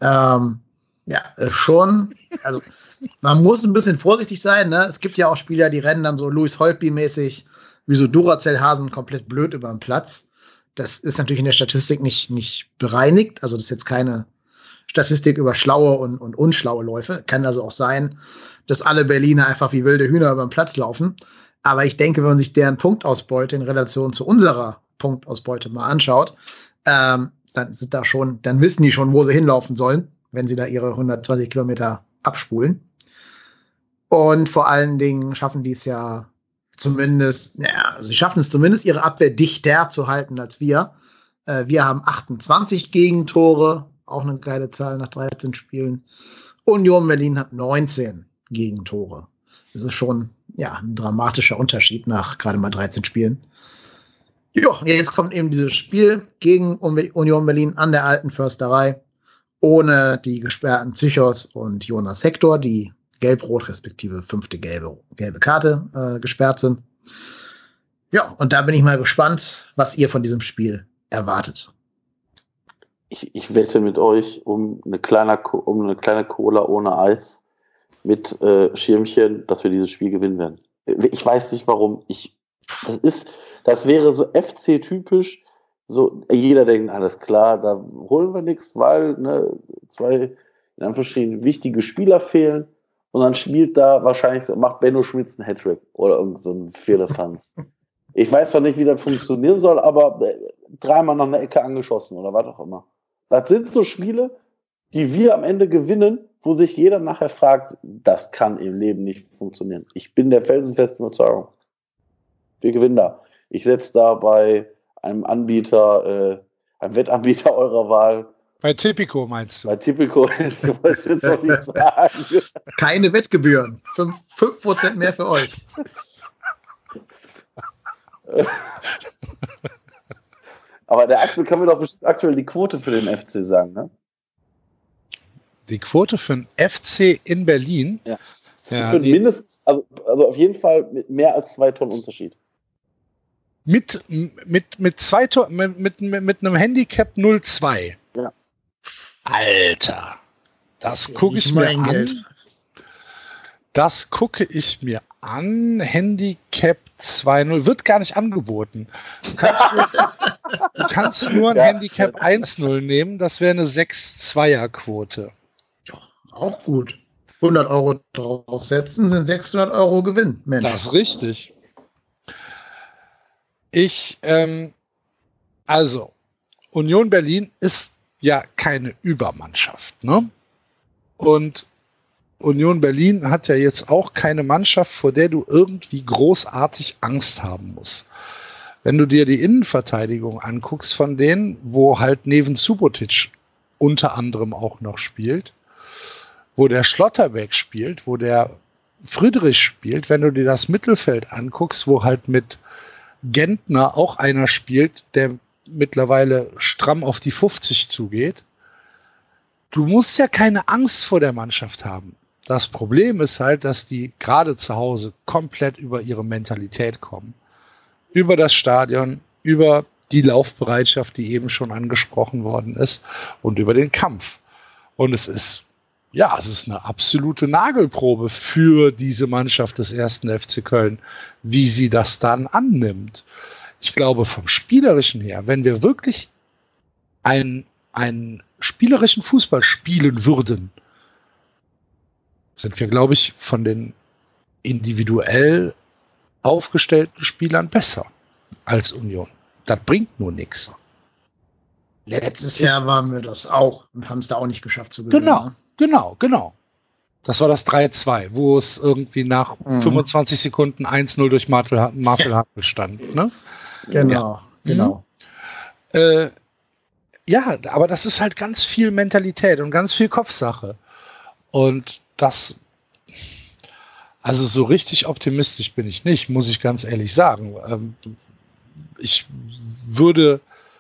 Schon. Also, man muss ein bisschen vorsichtig sein. Ne? Es gibt ja auch Spieler, die rennen dann so Louis Holtby-mäßig wie so Duracell-Hasen komplett blöd über den Platz. Das ist natürlich in der Statistik nicht bereinigt. Also, das ist jetzt keine Statistik über schlaue und unschlaue Läufe. Kann also auch sein, dass alle Berliner einfach wie wilde Hühner über den Platz laufen. Aber ich denke, wenn man sich deren Punktausbeute in Relation zu unserer Punktausbeute mal anschaut, dann wissen die schon, wo sie hinlaufen sollen, wenn sie da ihre 120 Kilometer abspulen. Und vor allen Dingen schaffen die es ja zumindest, sie schaffen es zumindest, ihre Abwehr dichter zu halten als wir. Wir haben 28 Gegentore, auch eine geile Zahl nach 13 Spielen. Union Berlin hat 19 Gegentore. Das ist schon ein dramatischer Unterschied nach gerade mal 13 Spielen. Ja, jetzt kommt eben dieses Spiel gegen Union Berlin an der alten Försterei, ohne die gesperrten Zichos und Jonas Hector, die gelb-rot respektive 5. gelbe Karte gesperrt sind. Ja, und da bin ich mal gespannt, was ihr von diesem Spiel erwartet.
Ich wette mit euch um eine kleine Cola ohne Eis mit Schirmchen, dass wir dieses Spiel gewinnen werden. Ich weiß nicht, warum. Das wäre so FC-typisch. So, jeder denkt, alles klar, da holen wir nichts, weil 2 in Anführungsstrichen wichtige Spieler fehlen. Und dann spielt da macht Benno Schmitz einen Hattrick oder irgend so ein Firlefanz. Ich weiß zwar nicht, wie das funktionieren soll, aber 3-mal nach einer Ecke angeschossen oder was auch immer. Das sind so Spiele, die wir am Ende gewinnen, wo sich jeder nachher fragt, das kann im Leben nicht funktionieren. Ich bin der felsenfesten Überzeugung. Wir gewinnen da. Ich setze da bei einem Anbieter, einem Wettanbieter eurer Wahl.
Bei Tipico meinst du?
Bei Tipico, ich weiß jetzt noch nicht sagen.
Keine Wettgebühren. 5% mehr für euch.
Aber der Axel kann mir doch bestimmt aktuell die Quote für den FC sagen, ne?
Die Quote für den FC in Berlin?
Ja. Für mindestens, also auf jeden Fall mit mehr als 2 Tonnen Unterschied.
Mit einem Handicap 0,2.
Ja.
Alter. Das gucke ich mir an. Das gucke ich mir an. Handicap 2,0 wird gar nicht angeboten. Du kannst nur ein Handicap 1,0 nehmen. Das wäre eine 6-2er-Quote.
Auch gut. 100 Euro draufsetzen, sind 600 Euro Gewinn. Mensch.
Das ist richtig. Also, Union Berlin ist ja keine Übermannschaft, ne? Und Union Berlin hat ja jetzt auch keine Mannschaft, vor der du irgendwie großartig Angst haben musst. Wenn du dir die Innenverteidigung anguckst von denen, wo halt Neven Subotic unter anderem auch noch spielt, wo der Schlotterbeck spielt, wo der Friedrich spielt, wenn du dir das Mittelfeld anguckst, wo halt mit Gentner auch einer spielt, der mittlerweile stramm auf die 50 zugeht. Du musst ja keine Angst vor der Mannschaft haben. Das Problem ist halt, dass die gerade zu Hause komplett über ihre Mentalität kommen. Über das Stadion, über die Laufbereitschaft, die eben schon angesprochen worden ist, und über den Kampf. Und es ist eine absolute Nagelprobe für diese Mannschaft des 1. FC Köln, wie sie das dann annimmt. Ich glaube, vom Spielerischen her, wenn wir wirklich einen spielerischen Fußball spielen würden, sind wir, glaube ich, von den individuell aufgestellten Spielern besser als Union. Das bringt nur nichts.
Letztes Jahr waren wir das auch und haben es da auch nicht geschafft zu gewinnen.
Genau. Das war das 3-2, wo es irgendwie nach 25 Sekunden 1-0 durch Marcel Hartl stand. Ne?
Genau.
Ja, aber das ist halt ganz viel Mentalität und ganz viel Kopfsache. Und das, also so richtig optimistisch bin ich nicht, muss ich ganz ehrlich sagen. Ich würde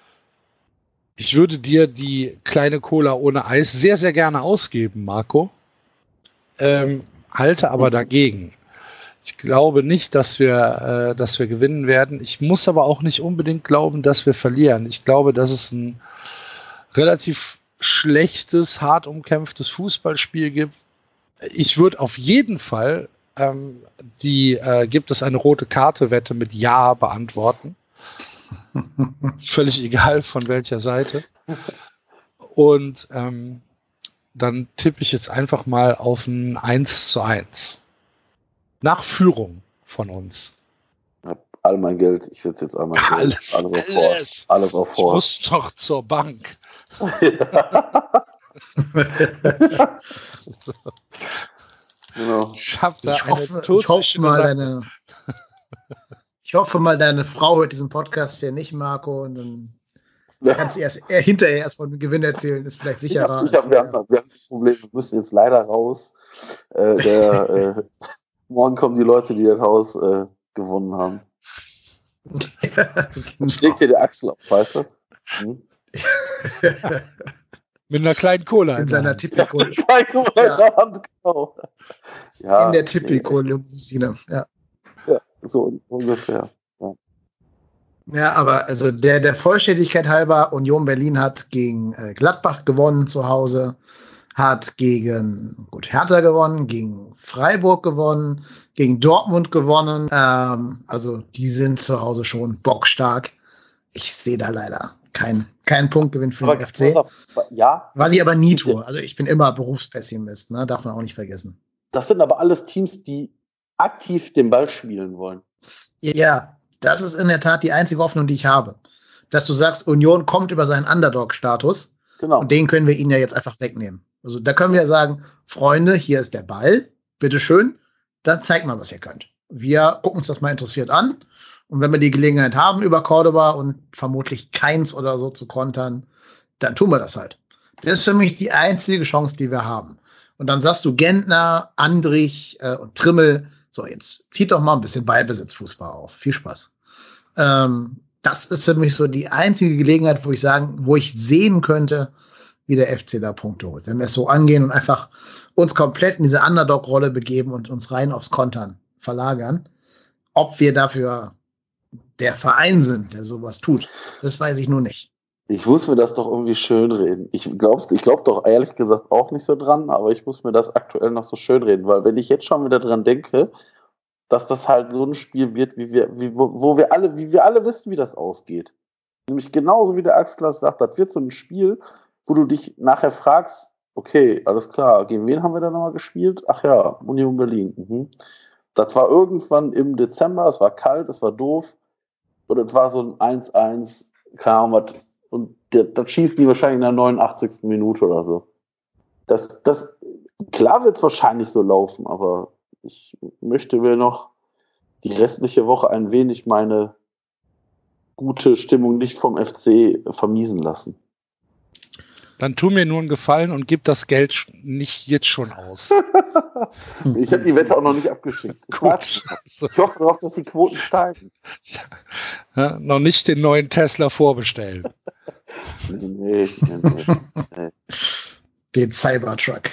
dir die kleine Cola ohne Eis sehr, sehr gerne ausgeben, Marco. Halte aber dagegen. Ich glaube nicht, dass wir gewinnen werden. Ich muss aber auch nicht unbedingt glauben, dass wir verlieren. Ich glaube, dass es ein relativ schlechtes, hart umkämpftes Fußballspiel gibt. Ich würde auf jeden Fall gibt es eine rote Karte-Wette mit Ja beantworten. Völlig egal von welcher Seite. Und dann tippe ich jetzt einfach mal auf ein 1:1. Nach Führung von uns.
Ich habe all mein Geld, ich setze jetzt all mein Geld. Alles auf Horst.
Ich muss doch zur Bank.
Genau.
Ich
hoffe mal, deine Frau hört diesen Podcast hier nicht, Marco, und dann kannst du hinterher erst von dem Gewinn erzählen, ist vielleicht sicherer.
Wir haben ein Problem, wir müssen jetzt leider raus. Morgen kommen die Leute, die das Haus gewonnen haben. Dann schlägt dir der Achsel auf, weißt du?
Mit einer kleinen Cola.
In seiner Tipico.
Genau. Ja,
in der Tipico-Limousine, ja.
Ja, so ungefähr.
Ja, aber also der Vollständigkeit halber, Union Berlin hat gegen Gladbach gewonnen zu Hause, hat gegen Hertha gewonnen, gegen Freiburg gewonnen, gegen Dortmund gewonnen. Also die sind zu Hause schon bockstark. Ich sehe da leider keinen Punktgewinn für den FC.
Ja.
Was ich aber nie tue. Also ich bin immer Berufspessimist, ne? Darf man auch nicht vergessen.
Das sind aber alles Teams, die aktiv den Ball spielen wollen.
Ja, das ist in der Tat die einzige Hoffnung, die ich habe. Dass du sagst, Union kommt über seinen Underdog-Status.
Genau.
Und den können wir ihnen ja jetzt einfach wegnehmen. Also da können wir ja sagen, Freunde, hier ist der Ball, bitteschön, dann zeigt mal, was ihr könnt. Wir gucken uns das mal interessiert an. Und wenn wir die Gelegenheit haben, über Cordoba und vermutlich keins oder so zu kontern, dann tun wir das halt. Das ist für mich die einzige Chance, die wir haben. Und dann sagst du Gentner, Andrich und Trimmel, so jetzt zieht doch mal ein bisschen Ballbesitzfußball auf. Viel Spaß. Das ist für mich so die einzige Gelegenheit, wo ich sehen könnte, wie der FC da Punkte holt. Wenn wir es so angehen und einfach uns komplett in diese Underdog-Rolle begeben und uns rein aufs Kontern verlagern, ob wir dafür der Verein sind, der sowas tut, das weiß ich nur nicht.
Ich muss mir das doch irgendwie schönreden. Ich glaub doch ehrlich gesagt auch nicht so dran, aber ich muss mir das aktuell noch so schönreden, weil wenn ich jetzt schon wieder dran denke, dass das halt so ein Spiel wird, wie wir alle wissen, wie das ausgeht. Nämlich genauso wie der Axel sagt, das wird so ein Spiel, wo du dich nachher fragst, Okay, alles klar. Gegen wen haben wir da nochmal gespielt? Ach ja, Union Berlin. Mhm. Das war irgendwann im Dezember, es war kalt, es war doof. Und es war so ein 1-1, keine Ahnung was. Und das schießen die wahrscheinlich in der 89. Minute oder so. Klar wird es wahrscheinlich so laufen, aber ich möchte mir noch die restliche Woche ein wenig meine gute Stimmung nicht vom FC vermiesen lassen.
Dann tu mir nur einen Gefallen und gib das Geld nicht jetzt schon aus.
Ich habe die Wette auch noch nicht abgeschickt. Ich hoffe darauf, dass die Quoten steigen.
Ja, noch nicht den neuen Tesla vorbestellen.
Nee.
Den Cybertruck.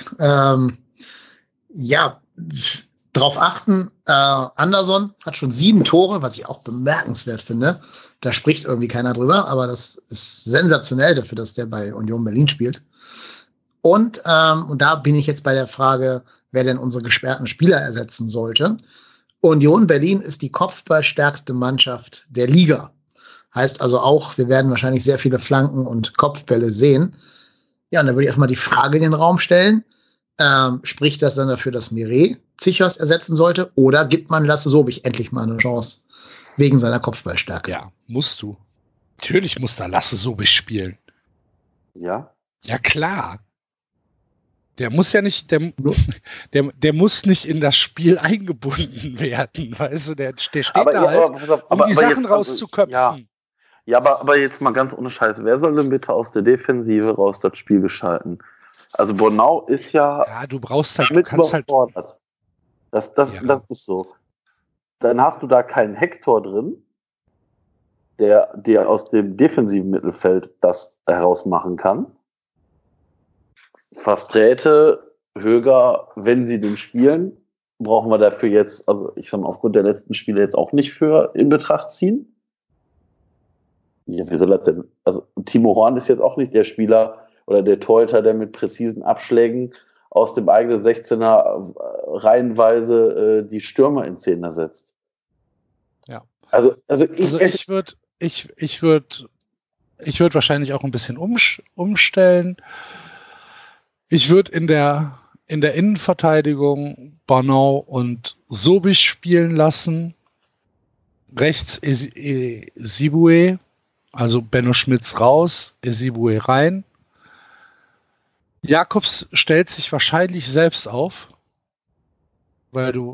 Drauf achten, Anderson hat schon 7 Tore, was ich auch bemerkenswert finde. Da spricht irgendwie keiner drüber, aber das ist sensationell dafür, dass der bei Union Berlin spielt. Und da bin ich jetzt bei der Frage, wer denn unsere gesperrten Spieler ersetzen sollte. Union Berlin ist die kopfballstärkste Mannschaft der Liga. Heißt also auch, wir werden wahrscheinlich sehr viele Flanken und Kopfbälle sehen. Ja, und da würde ich erstmal die Frage in den Raum stellen. Spricht das dann dafür, dass Mireille Zichos ersetzen sollte? Oder gibt man Lasse Sobich endlich mal eine Chance wegen seiner Kopfballstärke?
Ja, musst du. Natürlich muss da Lasse Sobich spielen.
Ja?
Ja, klar. Der muss ja nicht, der muss nicht in das Spiel eingebunden werden, weißt du, der steht
aber,
da halt, um die Sachen rauszuköpfen.
Ja, aber jetzt mal ganz ohne Scheiß, wer soll denn bitte aus der Defensive raus das Spiel gestalten? Also Bornau ist ja
du brauchst halt, du kannst halt.
Das ist so. Dann hast du da keinen Hector drin, der dir aus dem defensiven Mittelfeld das herausmachen kann. Versträte, Höger, wenn sie den spielen, brauchen wir dafür jetzt, also ich sag mal, aufgrund der letzten Spiele jetzt auch nicht für in Betracht ziehen. Ja, wie soll das denn? Also Timo Horn ist jetzt auch nicht der Spieler oder der Torhüter, der mit präzisen Abschlägen aus dem eigenen 16er reihenweise die Stürmer in Szene setzt.
Ja.
Also
ich würde wahrscheinlich auch ein bisschen umstellen. Ich würde in der Innenverteidigung Bornau und Sobich spielen lassen. Rechts Sibue, also Benno Schmitz raus, Sibue rein. Jakobs stellt sich wahrscheinlich selbst auf, weil du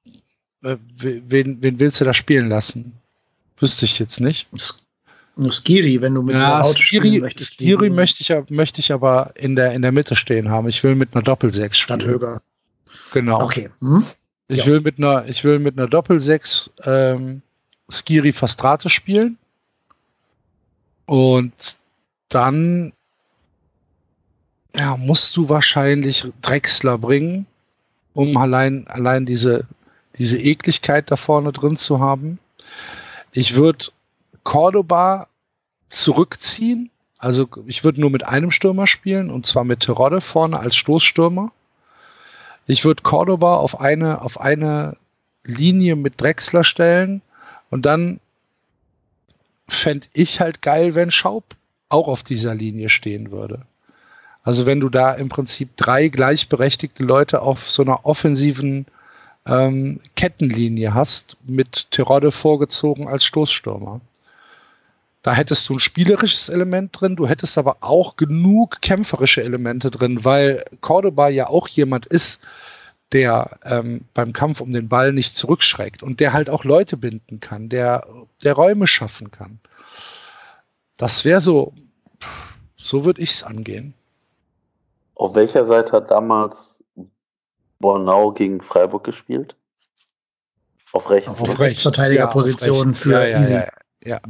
wen willst du da spielen lassen? Wüsste ich jetzt nicht.
Nur Skiri, wenn du mit dieser Haut spielen möchtest.
Skiri möchte ich aber in der Mitte stehen haben. Ich will mit einer Doppel-6 spielen.
Statt Höger.
Genau.
Okay.
Ich will mit einer Doppel-6 Skiri Fastrate spielen. Und dann musst du wahrscheinlich Drexler bringen, um allein diese Ekligkeit da vorne drin zu haben. Ich würde Cordoba zurückziehen. Also ich würde nur mit einem Stürmer spielen, und zwar mit Terodde vorne als Stoßstürmer. Ich würde Cordoba auf eine Linie mit Drexler stellen, und dann fände ich halt geil, wenn Schaub auch auf dieser Linie stehen würde. Also wenn du da im Prinzip 3 gleichberechtigte Leute auf so einer offensiven Kettenlinie hast, mit Terodde vorgezogen als Stoßstürmer. Da hättest du ein spielerisches Element drin, du hättest aber auch genug kämpferische Elemente drin, weil Cordoba ja auch jemand ist, der beim Kampf um den Ball nicht zurückschreckt und der halt auch Leute binden kann, der Räume schaffen kann. Das wäre so würde ich es angehen.
Auf welcher Seite hat damals Bornau gegen Freiburg gespielt? Auf rechts.
Auf Rechtsverteidigerposition für Easy.
Ja.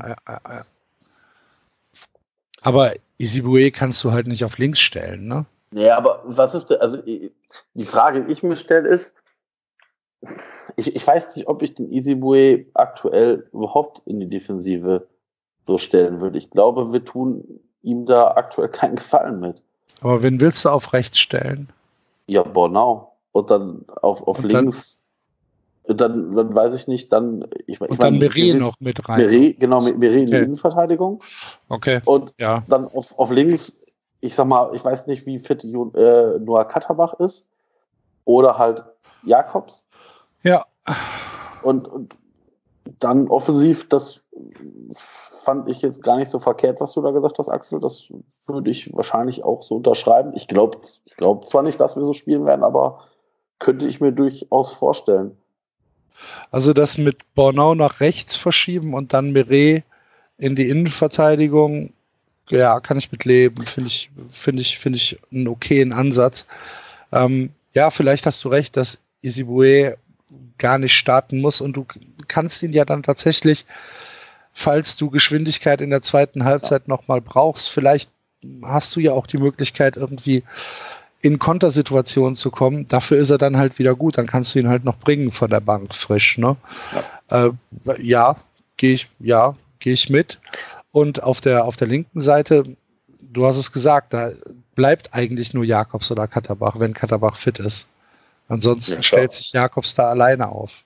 Aber Isibue kannst du halt nicht auf links stellen, ne?
Ja, aber was ist also die Frage, die ich mir stelle, ist, ich weiß nicht, ob ich den Isibue aktuell überhaupt in die Defensive so stellen würde. Ich glaube, wir tun ihm da aktuell keinen Gefallen mit.
Aber wen willst du auf rechts stellen?
Ja, Bornau. Und dann auf links. Dann weiß ich nicht, dann
dann Mireille noch mit rein.
Mireille in die Innenverteidigung.
Okay.
Und dann auf links ich sag mal, ich weiß nicht, wie fit Noah Katterbach ist oder halt Jakobs.
Ja.
Und dann offensiv, das fand ich jetzt gar nicht so verkehrt, was du da gesagt hast, Axel. Das würde ich wahrscheinlich auch so unterschreiben. Ich glaube zwar nicht, dass wir so spielen werden, aber könnte ich mir durchaus vorstellen.
Also das mit Bornau nach rechts verschieben und dann Meret in die Innenverteidigung, ja, kann ich mit leben. Finde ich einen okayen Ansatz. Ja, vielleicht hast du recht, dass Isibue gar nicht starten muss und du kannst ihn ja dann tatsächlich, falls du Geschwindigkeit in der zweiten Halbzeit nochmal brauchst, vielleicht hast du ja auch die Möglichkeit, irgendwie in Kontersituationen zu kommen. Dafür ist er dann halt wieder gut. Dann kannst du ihn halt noch bringen von der Bank frisch. Ne? Ja, gehe ich mit. Und auf der linken Seite, du hast es gesagt, da bleibt eigentlich nur Jakobs oder Katterbach, wenn Katterbach fit ist. Ansonsten stellt sich Jakobs da alleine auf.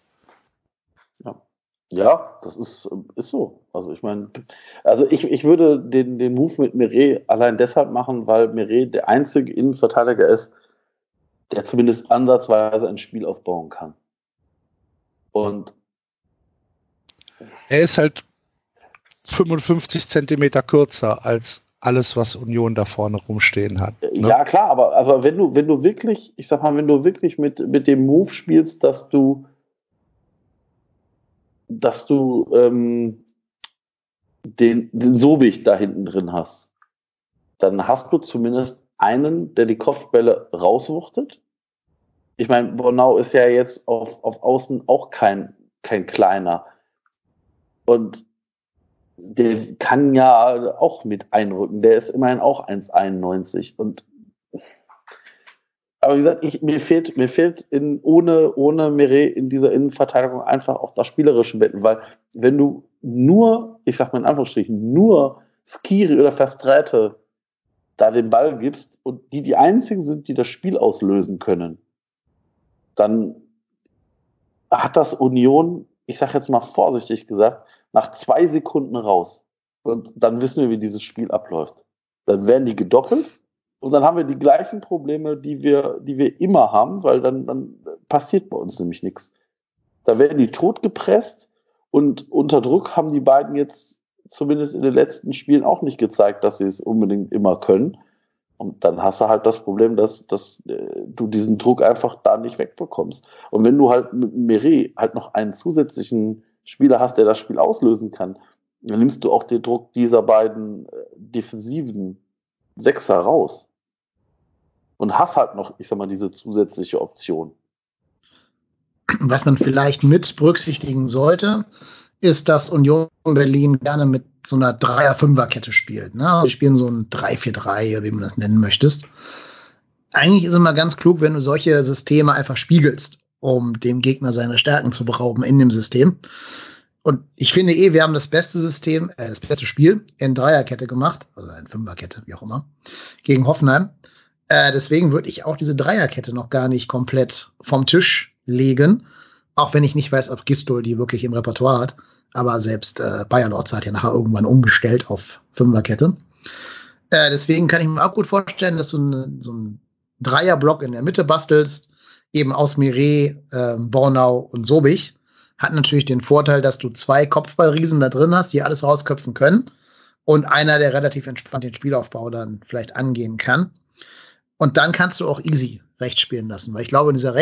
Ja, das ist so. Also ich meine, ich würde den Move mit Meret allein deshalb machen, weil Meret der einzige Innenverteidiger ist, der zumindest ansatzweise ein Spiel aufbauen kann. Und
er ist halt 55 Zentimeter kürzer als alles, was Union da vorne rumstehen hat. Ne?
Ja, klar, aber wenn du wirklich, ich sag mal, wenn du wirklich mit dem Move spielst, dass du den Sobich da hinten drin hast, dann hast du zumindest einen, der die Kopfbälle rauswuchtet. Ich meine, Bornau ist ja jetzt auf Außen auch kein kleiner. Und der kann ja auch mit einrücken. Der ist immerhin auch 1,91. Aber wie gesagt, mir fehlt ohne Meret in dieser Innenverteidigung einfach auch das spielerische Betten, weil wenn du nur, ich sag mal in Anführungsstrichen, nur Skiri oder Versträte da den Ball gibst und die einzigen sind, die das Spiel auslösen können, dann hat das Union, ich sag jetzt mal vorsichtig gesagt, nach 2 Sekunden raus. Und dann wissen wir, wie dieses Spiel abläuft. Dann werden die gedoppelt. Und dann haben wir die gleichen Probleme, die wir immer haben, weil dann passiert bei uns nämlich nichts. Da werden die totgepresst und unter Druck haben die beiden jetzt zumindest in den letzten Spielen auch nicht gezeigt, dass sie es unbedingt immer können. Und dann hast du halt das Problem, dass du diesen Druck einfach da nicht wegbekommst. Und wenn du halt mit Meret halt noch einen zusätzlichen Spieler hast, der das Spiel auslösen kann, dann nimmst du auch den Druck dieser beiden defensiven Sechser raus. Und hast halt noch, ich sag mal, diese zusätzliche Option.
Was man vielleicht mit berücksichtigen sollte, ist, dass Union Berlin gerne mit so einer 3er-5er-Kette spielt. Ne? Wir spielen so ein 3-4-3 oder wie man das nennen möchtest. Eigentlich ist es immer ganz klug, wenn du solche Systeme einfach spiegelst, um dem Gegner seine Stärken zu berauben in dem System. Und ich finde wir haben das beste System, das beste Spiel in Dreierkette gemacht, also in Fünferkette, wie auch immer, gegen Hoffenheim. Deswegen würde ich auch diese Dreierkette noch gar nicht komplett vom Tisch legen, auch wenn ich nicht weiß, ob Gistol die wirklich im Repertoire hat. Aber selbst Bayer Lorz hat ja nachher irgendwann umgestellt auf Fünferkette. Deswegen kann ich mir auch gut vorstellen, dass du so einen Dreierblock in der Mitte bastelst, eben aus Meret, Bornau und Sobich. Hat natürlich den Vorteil, dass du 2 Kopfballriesen da drin hast, die alles rausköpfen können. Und einer, der relativ entspannt den Spielaufbau dann vielleicht angehen kann. Und dann kannst du auch easy rechts spielen lassen. Weil ich glaube, in dieser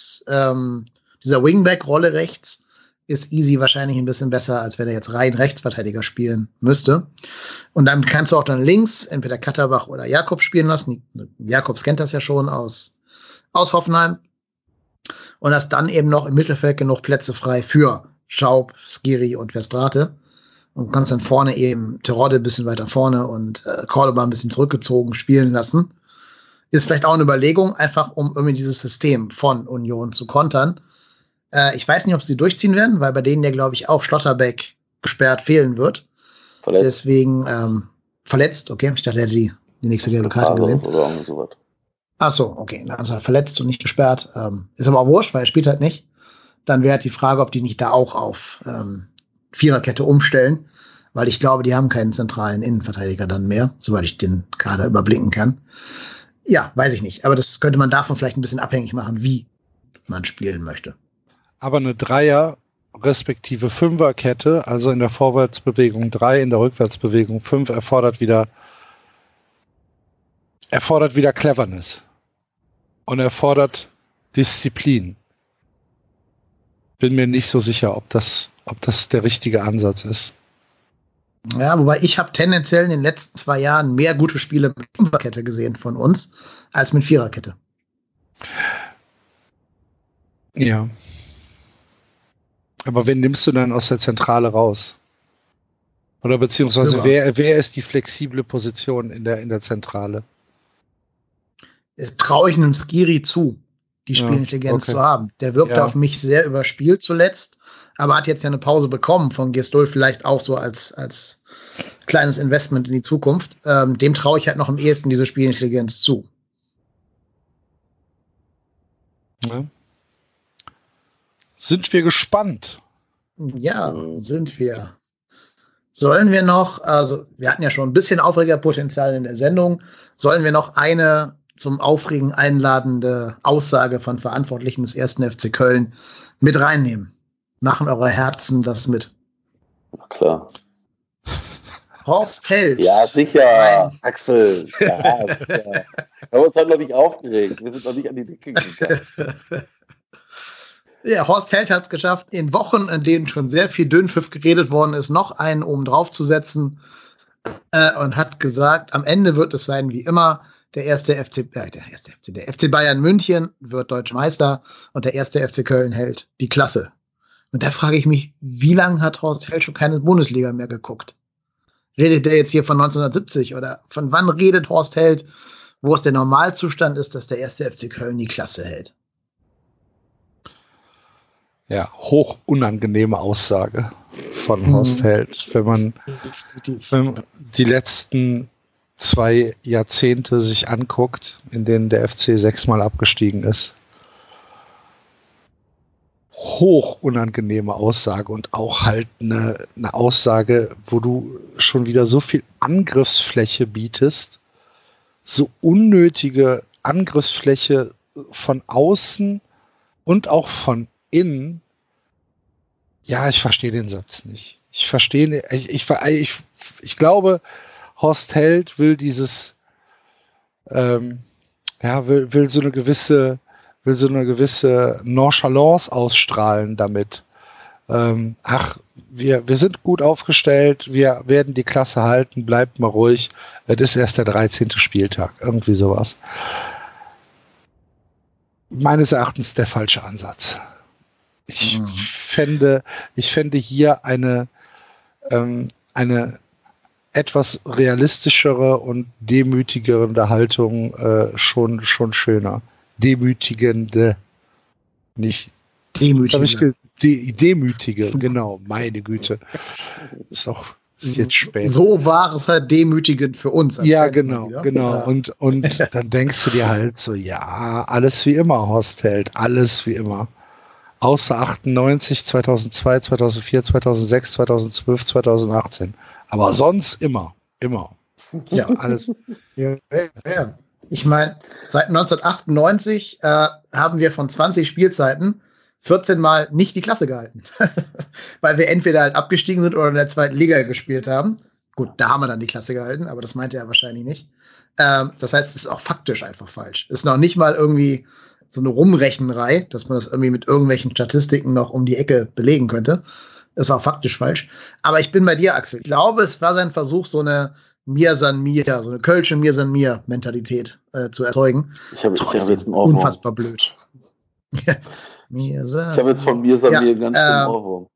dieser Wingback-Rolle rechts ist easy wahrscheinlich ein bisschen besser, als wenn er jetzt rein Rechtsverteidiger spielen müsste. Und dann kannst du auch dann links entweder Katterbach oder Jakobs spielen lassen. Jakobs kennt das ja schon aus Hoffenheim. Und hast dann eben noch im Mittelfeld genug Plätze frei für Schaub, Skiri und Verstrate. Und kannst dann vorne eben Terodde ein bisschen weiter vorne und Cordoba ein bisschen zurückgezogen spielen lassen. Ist vielleicht auch eine Überlegung, einfach um irgendwie dieses System von Union zu kontern. Ich weiß nicht, ob sie durchziehen werden, weil bei denen ja, glaube ich, auch Schlotterbeck gesperrt fehlen wird. Verletzt. Deswegen verletzt, okay. Ich dachte, er hätte die nächste gelbe Karte gesehen.
Oder so was.
Ach so, okay. Also verletzt und nicht gesperrt. Ist aber auch wurscht, weil er spielt halt nicht. Dann wäre halt die Frage, ob die nicht da auch auf Viererkette umstellen. weil ich glaube, die haben keinen zentralen Innenverteidiger dann mehr, soweit ich den Kader überblicken kann. Ja, weiß ich nicht. Aber das könnte man davon vielleicht ein bisschen abhängig machen, wie man spielen möchte.
Aber eine Dreier- respektive Fünferkette, also in der Vorwärtsbewegung 3, in der Rückwärtsbewegung 5, erfordert wieder Cleverness und erfordert Disziplin. Bin mir nicht so sicher, ob das der richtige Ansatz ist.
Ja, wobei ich habe tendenziell in den letzten 2 Jahren mehr gute Spiele mit Fünferkette gesehen von uns als mit Viererkette.
Ja. Aber wen nimmst du dann aus der Zentrale raus? Oder beziehungsweise wer ist die flexible Position in der Zentrale?
Das traue ich einem Skiri zu, die Spielintelligenz zu haben. Der wirkte auf mich sehr überspielt zuletzt, aber hat jetzt ja eine Pause bekommen von Gistol, vielleicht auch so als kleines Investment in die Zukunft. Dem traue ich halt noch am ehesten diese Spielintelligenz zu.
Ja. Sind wir gespannt?
Ja, sind wir. Sollen wir noch, also wir hatten ja schon ein bisschen Aufregerpotenzial in der Sendung, sollen wir noch eine zum Aufregen einladende Aussage von Verantwortlichen des 1. FC Köln mit reinnehmen? Machen eure Herzen das mit?
Klar.
Horst Held.
Ja, sicher, Axel. Ja, sicher. Wir haben uns halt noch nicht aufgeregt. Wir sind noch nicht an die Decke gegangen.
Ja, Horst Held hat es geschafft, in Wochen, in denen schon sehr viel Dünnpfiff geredet worden ist, noch einen oben drauf zu setzen und hat gesagt, am Ende wird es sein wie immer, der FC Bayern München wird Deutscher Meister und der 1. FC Köln hält die Klasse. Und da frage ich mich, wie lange hat Horst Held schon keine Bundesliga mehr geguckt? Redet der jetzt hier von 1970 oder von wann redet Horst Held, wo es der Normalzustand ist, dass der 1. FC Köln die Klasse hält?
Ja, hoch unangenehme Aussage von Horst Held. Wenn man die letzten 2 Jahrzehnte sich anguckt, in denen der FC 6-mal abgestiegen ist. Hoch unangenehme Aussage und auch halt eine Aussage, wo du schon wieder so viel Angriffsfläche bietest, so unnötige Angriffsfläche von außen und auch von innen. Ja, ich verstehe den Satz nicht. Ich glaube, Horst Held will dieses, will so eine gewisse Nonchalance ausstrahlen damit. Wir sind gut aufgestellt, wir werden die Klasse halten, bleibt mal ruhig. Es ist erst der 13. Spieltag, irgendwie sowas. Meines Erachtens der falsche Ansatz. Ich fände hier eine etwas realistischere und demütigere Haltung schon schöner. Demütigende, nicht
Demütige.
Demütige, genau, meine Güte. Ist jetzt spät.
So war es halt demütigend für uns.
Ja, genau. Ja. Und dann denkst du dir halt so, ja, alles wie immer, Horst Held, alles wie immer. Außer 98, 2002, 2004, 2006, 2012, 2018. Aber sonst immer.
Ja, alles. Ja. Ich meine, seit 1998 haben wir von 20 Spielzeiten 14 Mal nicht die Klasse gehalten. Weil wir entweder halt abgestiegen sind oder in der 2. Liga gespielt haben. Gut, da haben wir dann die Klasse gehalten, aber das meinte er wahrscheinlich nicht. Das heißt, es ist auch faktisch einfach falsch. Es ist noch nicht mal irgendwie so eine Rumrechenrei, dass man das irgendwie mit irgendwelchen Statistiken noch um die Ecke belegen könnte. Ist auch faktisch falsch. Aber ich bin bei dir, Axel. Ich glaube, es war sein Versuch, so eine Mir san mir, so eine kölsche Mir san mir Mentalität zu erzeugen.
Ich hab jetzt einen Ohrwurm.
Unfassbar blöd.
Ich habe jetzt von Mir san mir einen ganz schönen Ohrwurm.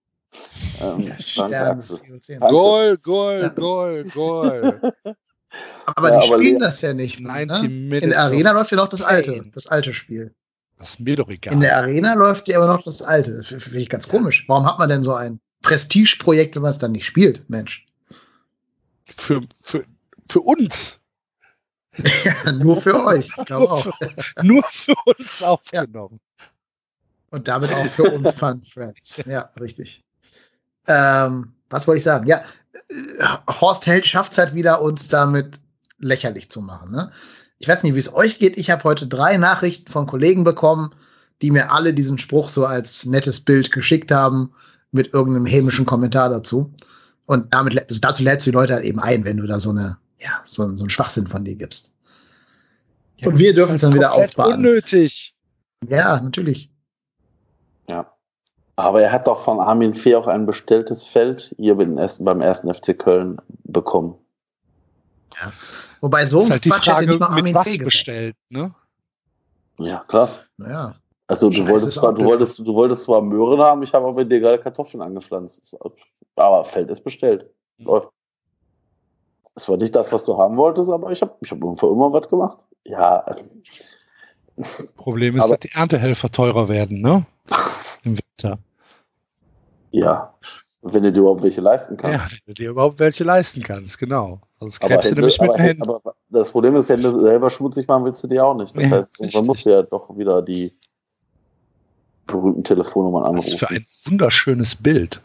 Goal.
Aber die spielen das ja nicht. Ne? In der Arena läuft ja noch das alte Spiel.
Das ist mir doch egal.
In der Arena läuft ja aber noch das alte. Das finde ich ganz komisch. Warum hat man denn so ein Prestigeprojekt, wenn man es dann nicht spielt, Mensch?
Für uns.
Ja, nur für euch, ich glaube auch.
Nur für uns aufgenommen.
Ja. Und damit auch für uns Fun Friends. Ja, richtig. was wollte ich sagen? Ja, Horst Held schafft es halt wieder, uns damit lächerlich zu machen. Ne? Ich weiß nicht, wie es euch geht. Ich habe heute 3 Nachrichten von Kollegen bekommen, die mir alle diesen Spruch so als nettes Bild geschickt haben, mit irgendeinem hämischen Kommentar dazu. Und dazu lädst du die Leute halt eben ein, wenn du da so einen Schwachsinn von dir gibst. Ja, und wir dürfen es dann wieder ausbaden.
Unnötig.
Ja, natürlich.
Ja. Aber er hat doch von Armin Fee auch ein bestelltes Feld hier beim 1. FC Köln bekommen.
Ja. Wobei so
ein Quatsch hätte nicht
mal Armin
Fee
gesagt.
Bestellt, ne?
Ja, klar.
Naja.
Also du wolltest zwar Möhren haben, ich habe aber dir gerade Kartoffeln angepflanzt. Aber Feld ist bestellt. Läuft. Das war nicht das, was du haben wolltest, aber ich hab immer was gemacht. Ja.
Problem ist, dass die Erntehelfer teurer werden, ne? Im Winter.
Ja. Wenn du dir überhaupt welche leisten kannst.
Ja, wenn du dir überhaupt welche leisten kannst, genau. Sonst krebst du nämlich mit den Händen.
Aber das Problem ist, Hände selber schmutzig machen willst du dir auch nicht. Das heißt, man muss ja doch wieder die berühmten Telefonnummern anrufen.
Was für ein wunderschönes Bild.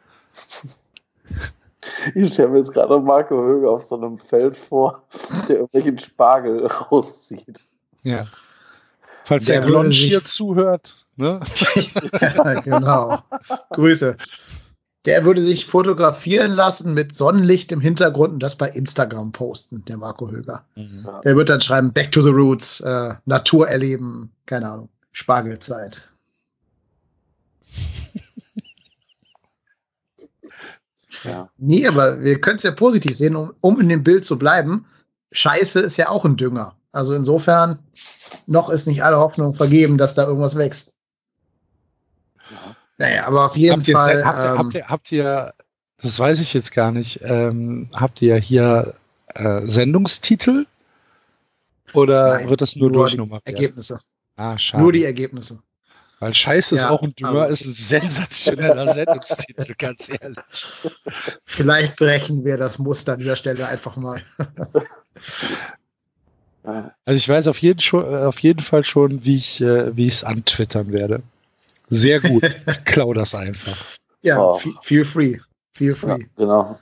Ich stelle mir jetzt gerade Marco Höger auf so einem Feld vor, der irgendwelchen Spargel rauszieht.
Ja. Falls der Glonsch hier zuhört, ne?
Ja, genau. Grüße. Der würde sich fotografieren lassen mit Sonnenlicht im Hintergrund und das bei Instagram posten, der Marco Höger. Mhm. Der wird dann schreiben, Back to the Roots, Natur erleben, keine Ahnung, Spargelzeit. Ja. Nee, aber wir können es ja positiv sehen, um in dem Bild zu bleiben. Scheiße ist ja auch ein Dünger. Also insofern, noch ist nicht alle Hoffnung vergeben, dass da irgendwas wächst. Ja. Naja, aber auf jeden Fall.
Habt ihr, das weiß ich jetzt gar nicht, habt ihr hier Sendungstitel? Oder nein, wird das nur durchnummeriert?
Ergebnisse.
Ah, schade.
Nur die Ergebnisse.
Weil Scheiße ist auch ein Dünger, ist ein sensationeller Sendungstitel, ganz ehrlich.
Vielleicht brechen wir das Muster an dieser Stelle einfach mal.
Also ich weiß auf jeden Fall schon, wie ich es antwittern werde. Sehr gut. Ich klau das einfach.
Ja, feel free. Feel free.
Ja, genau.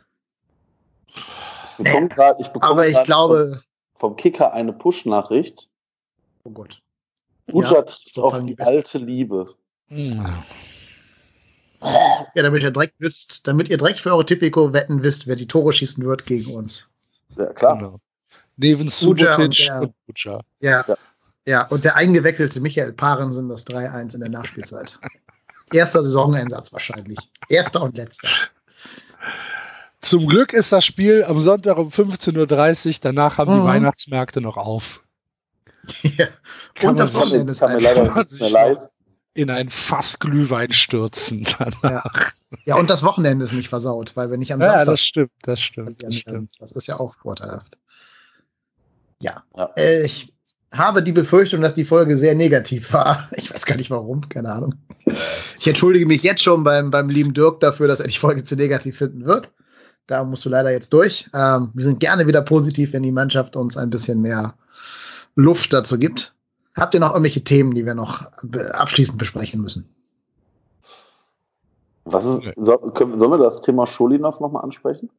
Ich bekomme vom Kicker eine Push-Nachricht.
Oh Gott.
Guter Tipp auf die alte Liebe.
Ja, damit ihr direkt für eure Tipico-Wetten wisst, wer die Tore schießen wird gegen uns.
Ja, klar.
Genau. Neben Subotic und Bucha.
Ja, und der eingewechselte Michael Parensen das 3-1 in der Nachspielzeit. Erster Saisoneinsatz wahrscheinlich. Erster und letzter.
Zum Glück ist das Spiel am Sonntag um 15:30 Uhr. Danach haben die Weihnachtsmärkte noch auf.
Ja. Und das Wochenende ist
in ein Fass Glühwein stürzen danach.
Ja, und das Wochenende ist nicht versaut, weil wir nicht am Samstag...
Ja, das stimmt.
Das ist ja auch vorteilhaft. Ja. Ich habe die Befürchtung, dass die Folge sehr negativ war. Ich weiß gar nicht warum, keine Ahnung. Ich entschuldige mich jetzt schon beim lieben Dirk dafür, dass er die Folge zu negativ finden wird. Da musst du leider jetzt durch. Wir sind gerne wieder positiv, wenn die Mannschaft uns ein bisschen mehr Luft dazu gibt. Habt ihr noch irgendwelche Themen, die wir noch abschließend besprechen müssen?
Sollen wir das Thema Scholinov nochmal ansprechen?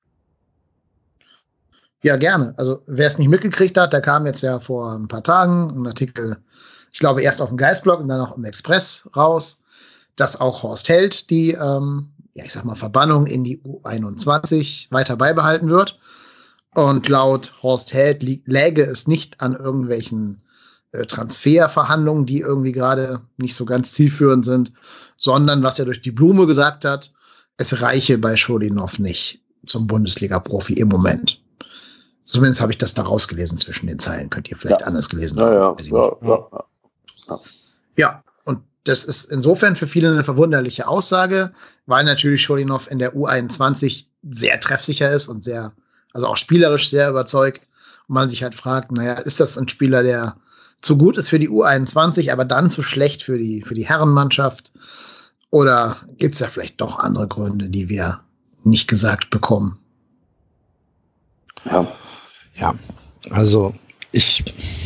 Ja, gerne. Also wer es nicht mitgekriegt hat, der kam jetzt ja vor ein paar Tagen ein Artikel, ich glaube erst auf dem Geistblog und dann auch im Express raus, dass auch Horst Held die, Verbannung in die U21 weiter beibehalten wird. Und laut Horst Held läge es nicht an irgendwelchen Transferverhandlungen, die irgendwie gerade nicht so ganz zielführend sind, sondern, was er durch die Blume gesagt hat, es reiche bei Scholinov nicht zum Bundesliga-Profi im Moment. Zumindest habe ich das da rausgelesen zwischen den Zeilen. Könnt ihr vielleicht anders gelesen haben. Ja, und das ist insofern für viele eine verwunderliche Aussage, weil natürlich Scholinov in der U21 sehr treffsicher ist und also auch spielerisch sehr überzeugt. Und man sich halt fragt, ist das ein Spieler, der zu gut ist für die U21, aber dann zu schlecht für die Herrenmannschaft? Oder gibt es da vielleicht doch andere Gründe, die wir nicht gesagt bekommen?
Ja, also ich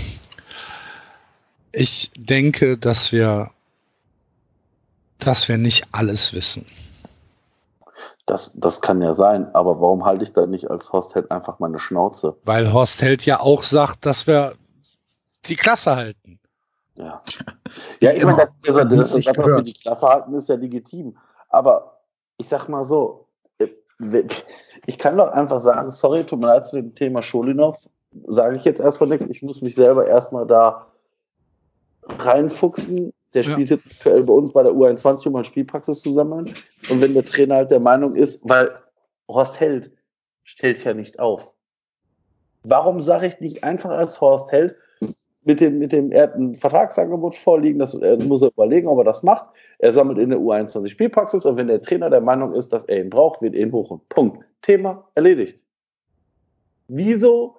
denke, dass wir nicht alles wissen.
Das kann ja sein, aber warum halte ich da nicht als Horst Held einfach meine Schnauze?
Weil Horst Held ja auch sagt, dass wir die Klasse halten.
Ja, ja, ich meine, dass wir die Klasse halten, ist ja legitim. Aber ich sag mal so, ich kann doch einfach sagen, sorry, tut mir leid zu dem Thema Scholinov, sage ich jetzt erstmal nichts, ich muss mich selber erstmal da reinfuchsen. Der spielt jetzt aktuell bei uns bei der U21, um mal Spielpraxis zu sammeln. Und wenn der Trainer halt der Meinung ist, weil Horst Held stellt ja nicht auf. Warum sage ich nicht einfach als Horst Held, er hat ein Vertragsangebot vorliegen, er muss überlegen, ob er das macht. Er sammelt in der U21 Spielpraxis und wenn der Trainer der Meinung ist, dass er ihn braucht, wird er ihn hochholen. Punkt. Thema erledigt. Wieso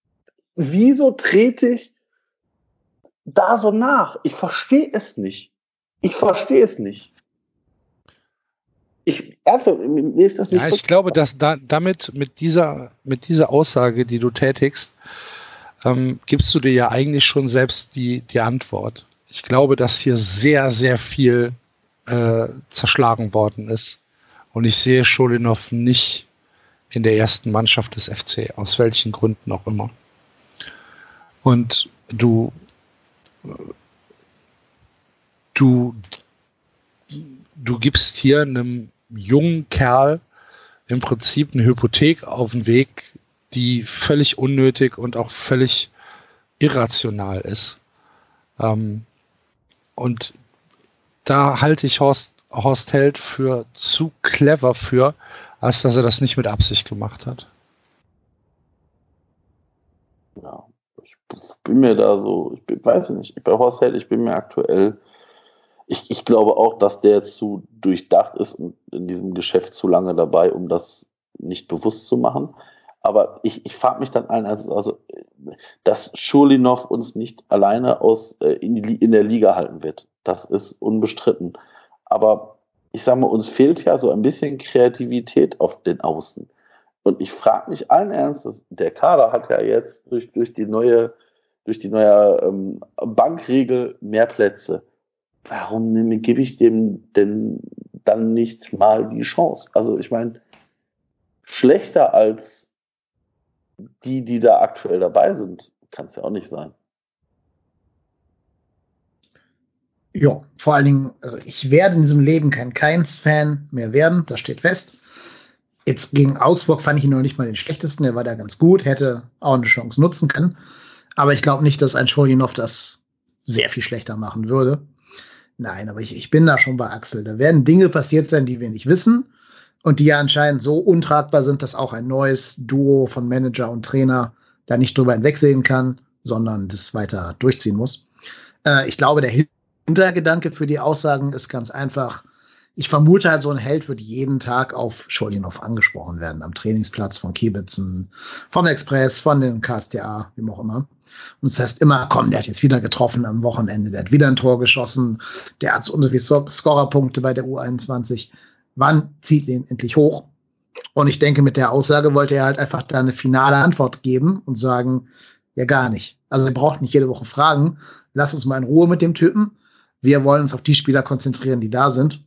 trete ich da so nach? Ich verstehe es nicht. Mir ist das nicht.
Ja, ich glaube, dass mit dieser Aussage, die du tätigst, gibst du dir ja eigentlich schon selbst die Antwort. Ich glaube, dass hier sehr, sehr viel zerschlagen worden ist. Und ich sehe Scholinov nicht in der ersten Mannschaft des FC, aus welchen Gründen auch immer. Und du gibst hier einem jungen Kerl im Prinzip eine Hypothek auf den Weg, die völlig unnötig und auch völlig irrational ist. Und da halte ich Horst Held für zu clever für, als dass er das nicht mit Absicht gemacht hat.
Ja, ich bin mir da so, weiß nicht, bei Horst Held, ich bin mir aktuell, ich glaube auch, dass der zu durchdacht ist und in diesem Geschäft zu lange dabei, um das nicht bewusst zu machen. Aber ich frage mich dann ein, also dass Scholinov uns nicht alleine in der Liga halten wird. Das ist unbestritten. Aber ich sage mal, uns fehlt ja so ein bisschen Kreativität auf den Außen. Und ich frage mich allen Ernstes, der Kader hat ja jetzt durch die neue Bankregel mehr Plätze. Warum gebe ich dem denn dann nicht mal die Chance? Also ich meine, schlechter als die da aktuell dabei sind, kann es ja auch nicht sein.
Ja, vor allen Dingen, also ich werde in diesem Leben kein Keins-Fan mehr werden, das steht fest. Jetzt gegen Augsburg fand ich ihn noch nicht mal den schlechtesten, der war da ganz gut, hätte auch eine Chance nutzen können. Aber ich glaube nicht, dass ein Scholinov das sehr viel schlechter machen würde. Nein, aber ich bin da schon bei Axel. Da werden Dinge passiert sein, die wir nicht wissen und die ja anscheinend so untragbar sind, dass auch ein neues Duo von Manager und Trainer da nicht drüber hinwegsehen kann, sondern das weiter durchziehen muss. Ich glaube, der Hintergedanke für die Aussagen ist ganz einfach. Ich vermute halt, so ein Held wird jeden Tag auf Scholinov angesprochen werden. Am Trainingsplatz von Kiebitzen, vom Express, von den KSTA, wie auch immer. Und das heißt immer, komm, der hat jetzt wieder getroffen am Wochenende, der hat wieder ein Tor geschossen, der hat so und so viele Scorerpunkte bei der U21. Wann zieht den endlich hoch? Und ich denke, mit der Aussage wollte er halt einfach da eine finale Antwort geben und sagen, ja gar nicht. Also er braucht nicht jede Woche fragen, lass uns mal in Ruhe mit dem Typen. Wir wollen uns auf die Spieler konzentrieren, die da sind.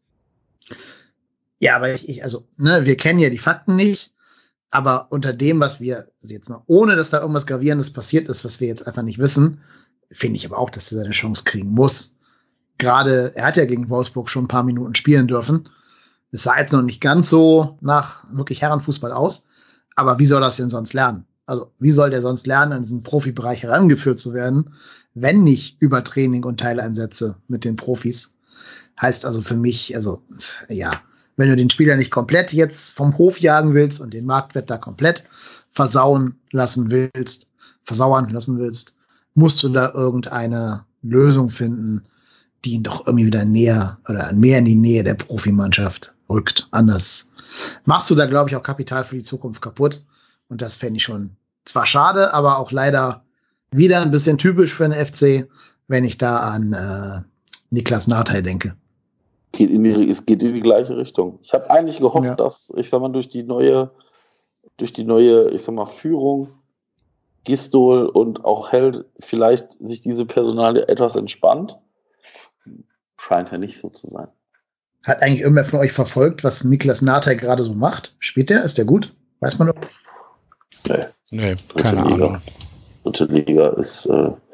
Ja, aber wir kennen ja die Fakten nicht, aber unter dem, was wir jetzt mal, ohne dass da irgendwas Gravierendes passiert ist, was wir jetzt einfach nicht wissen, finde ich aber auch, dass er seine Chance kriegen muss. Gerade, er hat ja gegen Wolfsburg schon ein paar Minuten spielen dürfen. Es sah jetzt noch nicht ganz so nach wirklich Herrenfußball aus, aber wie soll das denn sonst lernen? Also, wie soll der sonst lernen, an diesen Profibereich herangeführt zu werden, wenn nicht über Training und Teileinsätze mit den Profis? Heißt also für mich, wenn du den Spieler nicht komplett jetzt vom Hof jagen willst und den Marktwert da komplett versauern lassen willst, musst du da irgendeine Lösung finden, die ihn doch irgendwie wieder näher oder mehr in die Nähe der Profimannschaft rückt. Anders machst du da, glaube ich, auch Kapital für die Zukunft kaputt. Und das fände ich schon zwar schade, aber auch leider wieder ein bisschen typisch für den FC, wenn ich da an Niklas Nathai denke.
Es geht in die gleiche Richtung. Ich habe eigentlich gehofft, dass, ich sag mal, durch die neue, ich sag mal, Führung, Gistol und auch Held vielleicht sich diese Personalie etwas entspannt. Scheint ja nicht so zu sein.
Hat eigentlich irgendwer von euch verfolgt, was Niklas Nathai gerade so macht? Spielt der? Ist der gut? Weiß man noch?
Nee,
keine Ahnung.
Dritte Liga ist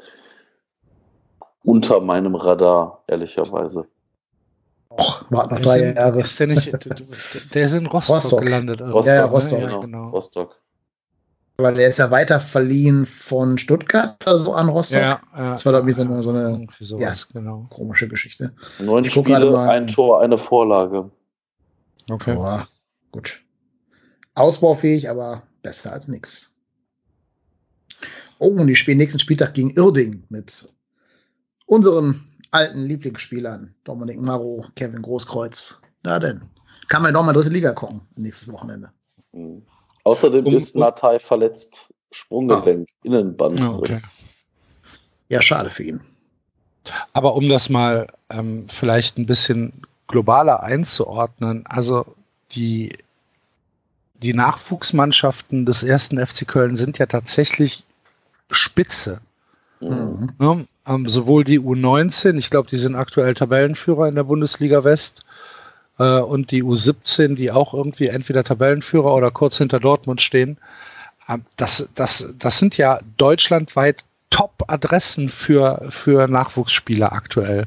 unter meinem Radar, ehrlicherweise.
Och, warte noch 3 Jahre.
Ist der nicht, der ist in Rostock gelandet.
Rostock,
Rostock,
ne?
genau. Rostock.
Weil der ist ja weiter verliehen von Stuttgart oder so an Rostock. Ja, das war doch wie so eine
genau.
Komische Geschichte.
9 Spiele, ein Tor, eine Vorlage.
Okay.
Boah, gut. Ausbaufähig, aber besser als nix. Oh, und die spielen nächsten Spieltag gegen Uerdingen mit unseren alten Lieblingsspielern. Dominik Marrow, Kevin Großkreuz. Na denn. Kann man doch mal dritte Liga gucken nächstes Wochenende.
Mhm. Außerdem ist Nathai verletzt. Sprunggelenk, Innenband.
Okay.
Ja, schade für ihn.
Aber um das mal vielleicht ein bisschen globaler einzuordnen, also die Nachwuchsmannschaften des 1. FC Köln sind ja tatsächlich spitze.
Mhm.
Ne? Sowohl die U19, ich glaube, die sind aktuell Tabellenführer in der Bundesliga West, und die U17, die auch irgendwie entweder Tabellenführer oder kurz hinter Dortmund stehen. Das sind ja deutschlandweit Top-Adressen für Nachwuchsspieler aktuell.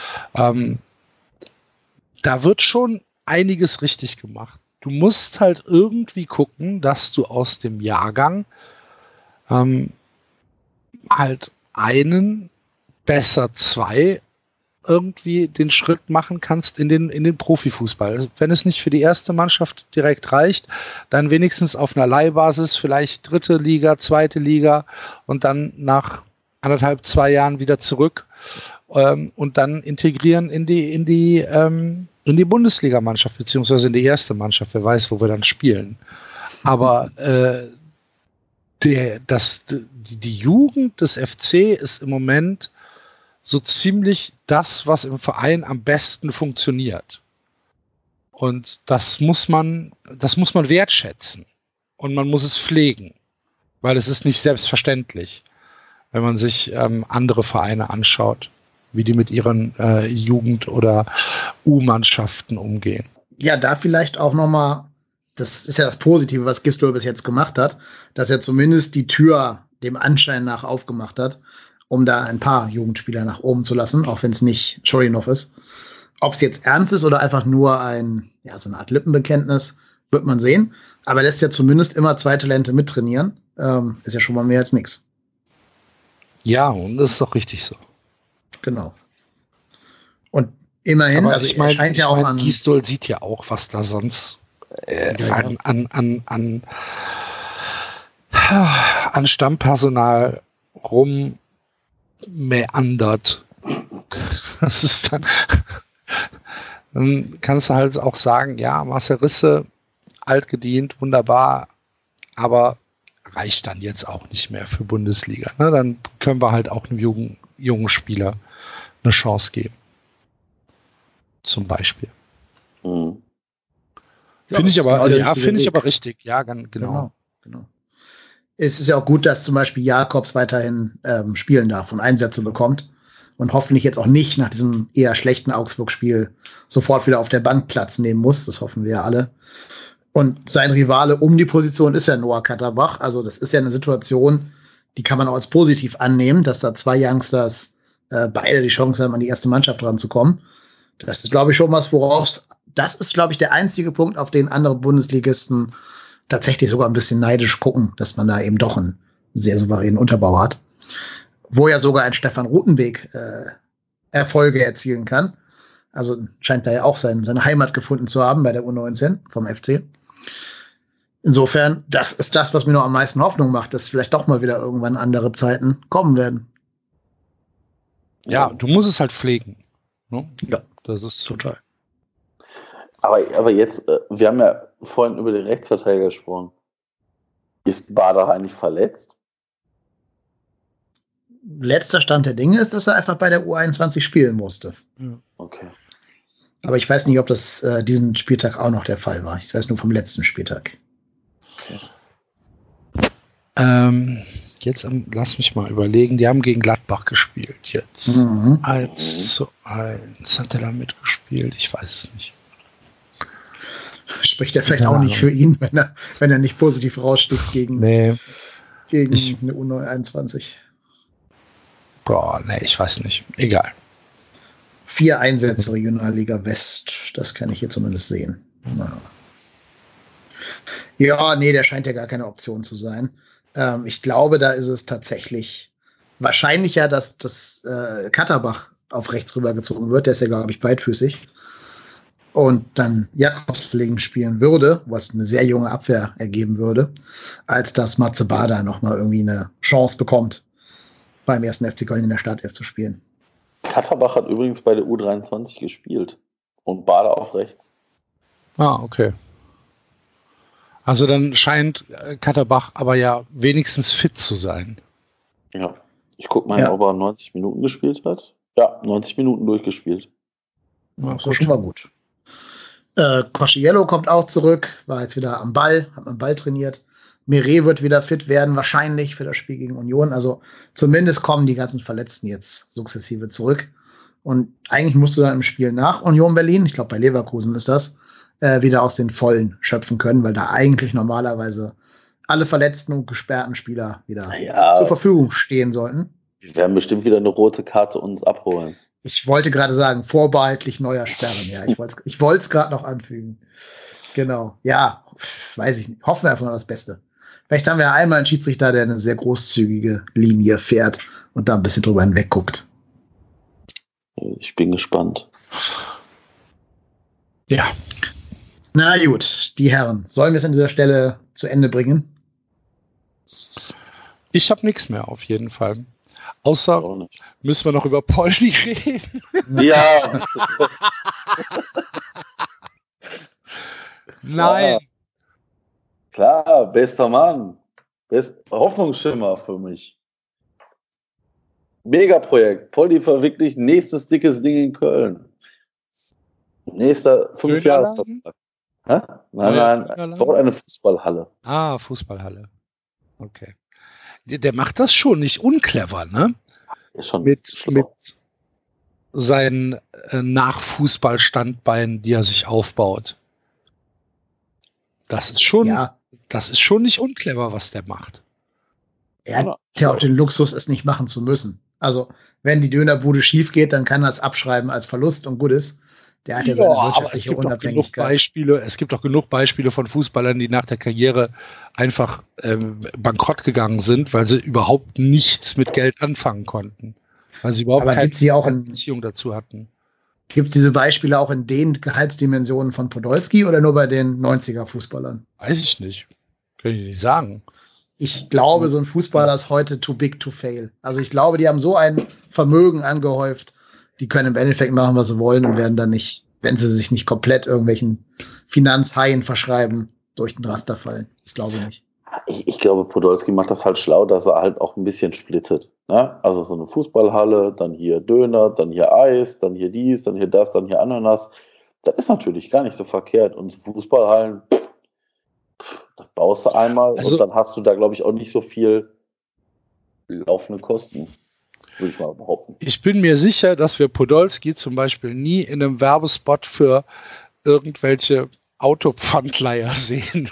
Da wird schon einiges richtig gemacht. Du musst halt irgendwie gucken, dass du aus dem Jahrgang halt einen, besser 2 irgendwie den Schritt machen kannst in den Profifußball. Also wenn es nicht für die erste Mannschaft direkt reicht, dann wenigstens auf einer Leihbasis, vielleicht 3. Liga, 2. Liga und dann nach 1,5-2 Jahren wieder zurück und dann integrieren in die Bundesligamannschaft, beziehungsweise in die erste Mannschaft. Wer weiß, wo wir dann spielen. Aber die Jugend des FC ist im Moment so ziemlich das, was im Verein am besten funktioniert. Und das muss man wertschätzen. Und man muss es pflegen. Weil es ist nicht selbstverständlich, wenn man sich andere Vereine anschaut, wie die mit ihren Jugend- oder U-Mannschaften umgehen.
Ja, da vielleicht auch nochmal, das ist ja das Positive, was Gisdol bis jetzt gemacht hat, dass er zumindest die Tür dem Anschein nach aufgemacht hat, um da ein paar Jugendspieler nach oben zu lassen, auch wenn es nicht Schorinov ist. Ob es jetzt ernst ist oder einfach nur so eine Art Lippenbekenntnis, wird man sehen. Aber er lässt ja zumindest immer 2 Talente mittrainieren. Ist ja schon mal mehr als nichts.
Ja, und das ist doch richtig so.
Genau. Und immerhin,
aber
also er scheint ja auch an...
Gisdol sieht ja auch, was da sonst an Stammpersonal rummeandert. Das ist dann kannst du halt auch sagen, ja, Marcel Risse, altgedient, wunderbar, aber reicht dann jetzt auch nicht mehr für Bundesliga. Ne? Dann können wir halt auch einem jungen Spieler eine Chance geben. Zum Beispiel.
Mhm.
Finde ich aber richtig. Ja, genau.
Es ist ja auch gut, dass zum Beispiel Jakobs weiterhin spielen darf und Einsätze bekommt und hoffentlich jetzt auch nicht nach diesem eher schlechten Augsburg-Spiel sofort wieder auf der Bank Platz nehmen muss. Das hoffen wir ja alle. Und sein Rivale um die Position ist ja Noah Katterbach. Also das ist ja eine Situation, die kann man auch als positiv annehmen, dass da 2 Youngsters beide die Chance haben, an die erste Mannschaft ranzukommen. Das ist, glaube ich, schon was, das ist, glaube ich, der einzige Punkt, auf den andere Bundesligisten tatsächlich sogar ein bisschen neidisch gucken, dass man da eben doch einen sehr souveränen Unterbau hat. Wo ja sogar ein Stefan Rutenbeek Erfolge erzielen kann. Also scheint da ja auch seine Heimat gefunden zu haben bei der U19 vom FC. Insofern, das ist das, was mir noch am meisten Hoffnung macht, dass vielleicht doch mal wieder irgendwann andere Zeiten kommen werden.
Ja, du musst es halt pflegen. Ne?
Ja,
das ist
total.
Aber jetzt, wir haben ja vorhin über den Rechtsverteidiger gesprochen. Ist Bader eigentlich verletzt?
Letzter Stand der Dinge ist, dass er einfach bei der U21 spielen musste.
Okay.
Aber ich weiß nicht, ob das diesen Spieltag auch noch der Fall war. Ich weiß nur vom letzten Spieltag.
Okay.
jetzt, lass mich mal überlegen, die haben gegen Gladbach gespielt jetzt. 1:1. Hat er da mitgespielt? Ich weiß es nicht.
Spricht er vielleicht auch nicht für ihn, wenn er nicht positiv raussticht gegen eine U21.
Boah, nee, ich weiß nicht. Egal.
4 Einsätze Regionalliga West. Das kann ich hier zumindest sehen. Ja, nee, der scheint ja gar keine Option zu sein. Ich glaube, da ist es tatsächlich wahrscheinlicher, dass das Katterbach auf rechts rübergezogen wird. Der ist ja, glaube ich, beidfüßig. Und dann Jakobsling spielen würde, was eine sehr junge Abwehr ergeben würde, als dass Matze Bader nochmal irgendwie eine Chance bekommt, beim ersten FC Köln in der Startelf zu spielen.
Katterbach hat übrigens bei der U23 gespielt und Bader auf rechts.
Ah, okay. Also dann scheint Katterbach aber ja wenigstens fit zu sein.
Ja, ich gucke mal, ob er 90 Minuten gespielt hat. Ja, 90 Minuten durchgespielt.
Ja, das ist schon mal gut. Cosciello kommt auch zurück, war jetzt wieder am Ball, hat am Ball trainiert. Meret wird wieder fit werden, wahrscheinlich für das Spiel gegen Union. Also zumindest kommen die ganzen Verletzten jetzt sukzessive zurück. Und eigentlich musst du dann im Spiel nach Union Berlin, ich glaube bei Leverkusen ist das, wieder aus den Vollen schöpfen können, weil da eigentlich normalerweise alle verletzten und gesperrten Spieler wieder zur Verfügung stehen sollten.
Wir werden bestimmt wieder eine rote Karte uns abholen.
Ich wollte gerade sagen, vorbehaltlich neuer Sperren. Ja, ich wollte es gerade noch anfügen. Genau. Ja, weiß ich nicht. Hoffen wir einfach mal das Beste. Vielleicht haben wir einmal einen Schiedsrichter, der eine sehr großzügige Linie fährt und da ein bisschen drüber hinweg guckt.
Ich bin gespannt.
Ja.
Na gut, die Herren. Sollen wir es an dieser Stelle zu Ende bringen?
Ich habe nichts mehr auf jeden Fall. Außer müssen wir noch über Poldi reden.
Ja.
Nein.
Klar, bester Mann. Hoffnungsschimmer für mich. Megaprojekt. Poldi verwirklicht nächstes dickes Ding in Köln. Nächster 5-Jahres-Vertrag. Nein. Baut eine Fußballhalle.
Ah, Fußballhalle. Okay. Der macht das schon nicht unclever, ne?
Ist schon
mit seinen Nachfußballstandbeinen, die er sich aufbaut. Das ist schon nicht unclever, was der macht.
Er hat ja auch den Luxus, es nicht machen zu müssen. Also, wenn die Dönerbude schief geht, dann kann er es abschreiben als Verlust und gut ist. Der hat ja seine wirtschaftliche Unabhängigkeit.
Es gibt auch genug Beispiele von Fußballern, die nach der Karriere einfach bankrott gegangen sind, weil sie überhaupt nichts mit Geld anfangen konnten. Weil sie überhaupt keine Beziehung dazu hatten.
Gibt es diese Beispiele auch in den Gehaltsdimensionen von Podolski oder nur bei den 90er-Fußballern?
Weiß ich nicht. Kann ich nicht sagen.
Ich glaube, so ein Fußballer ist heute too big to fail. Also ich glaube, die haben so ein Vermögen angehäuft, die können im Endeffekt machen, was sie wollen und werden dann nicht, wenn sie sich nicht komplett irgendwelchen Finanzhaien verschreiben, durch den Raster fallen. Das glaube ich nicht.
Ich glaube, Podolski macht das halt schlau, dass er halt auch ein bisschen splittet. Ne? Also so eine Fußballhalle, dann hier Döner, dann hier Eis, dann hier dies, dann hier das, dann hier Ananas. Das ist natürlich gar nicht so verkehrt. Und so Fußballhallen, das baust du einmal und dann hast du da, glaube ich, auch nicht so viel laufende Kosten. Würde ich mal behaupten.
Ich bin mir sicher, dass wir Podolski zum Beispiel nie in einem Werbespot für irgendwelche Autopfandleiher sehen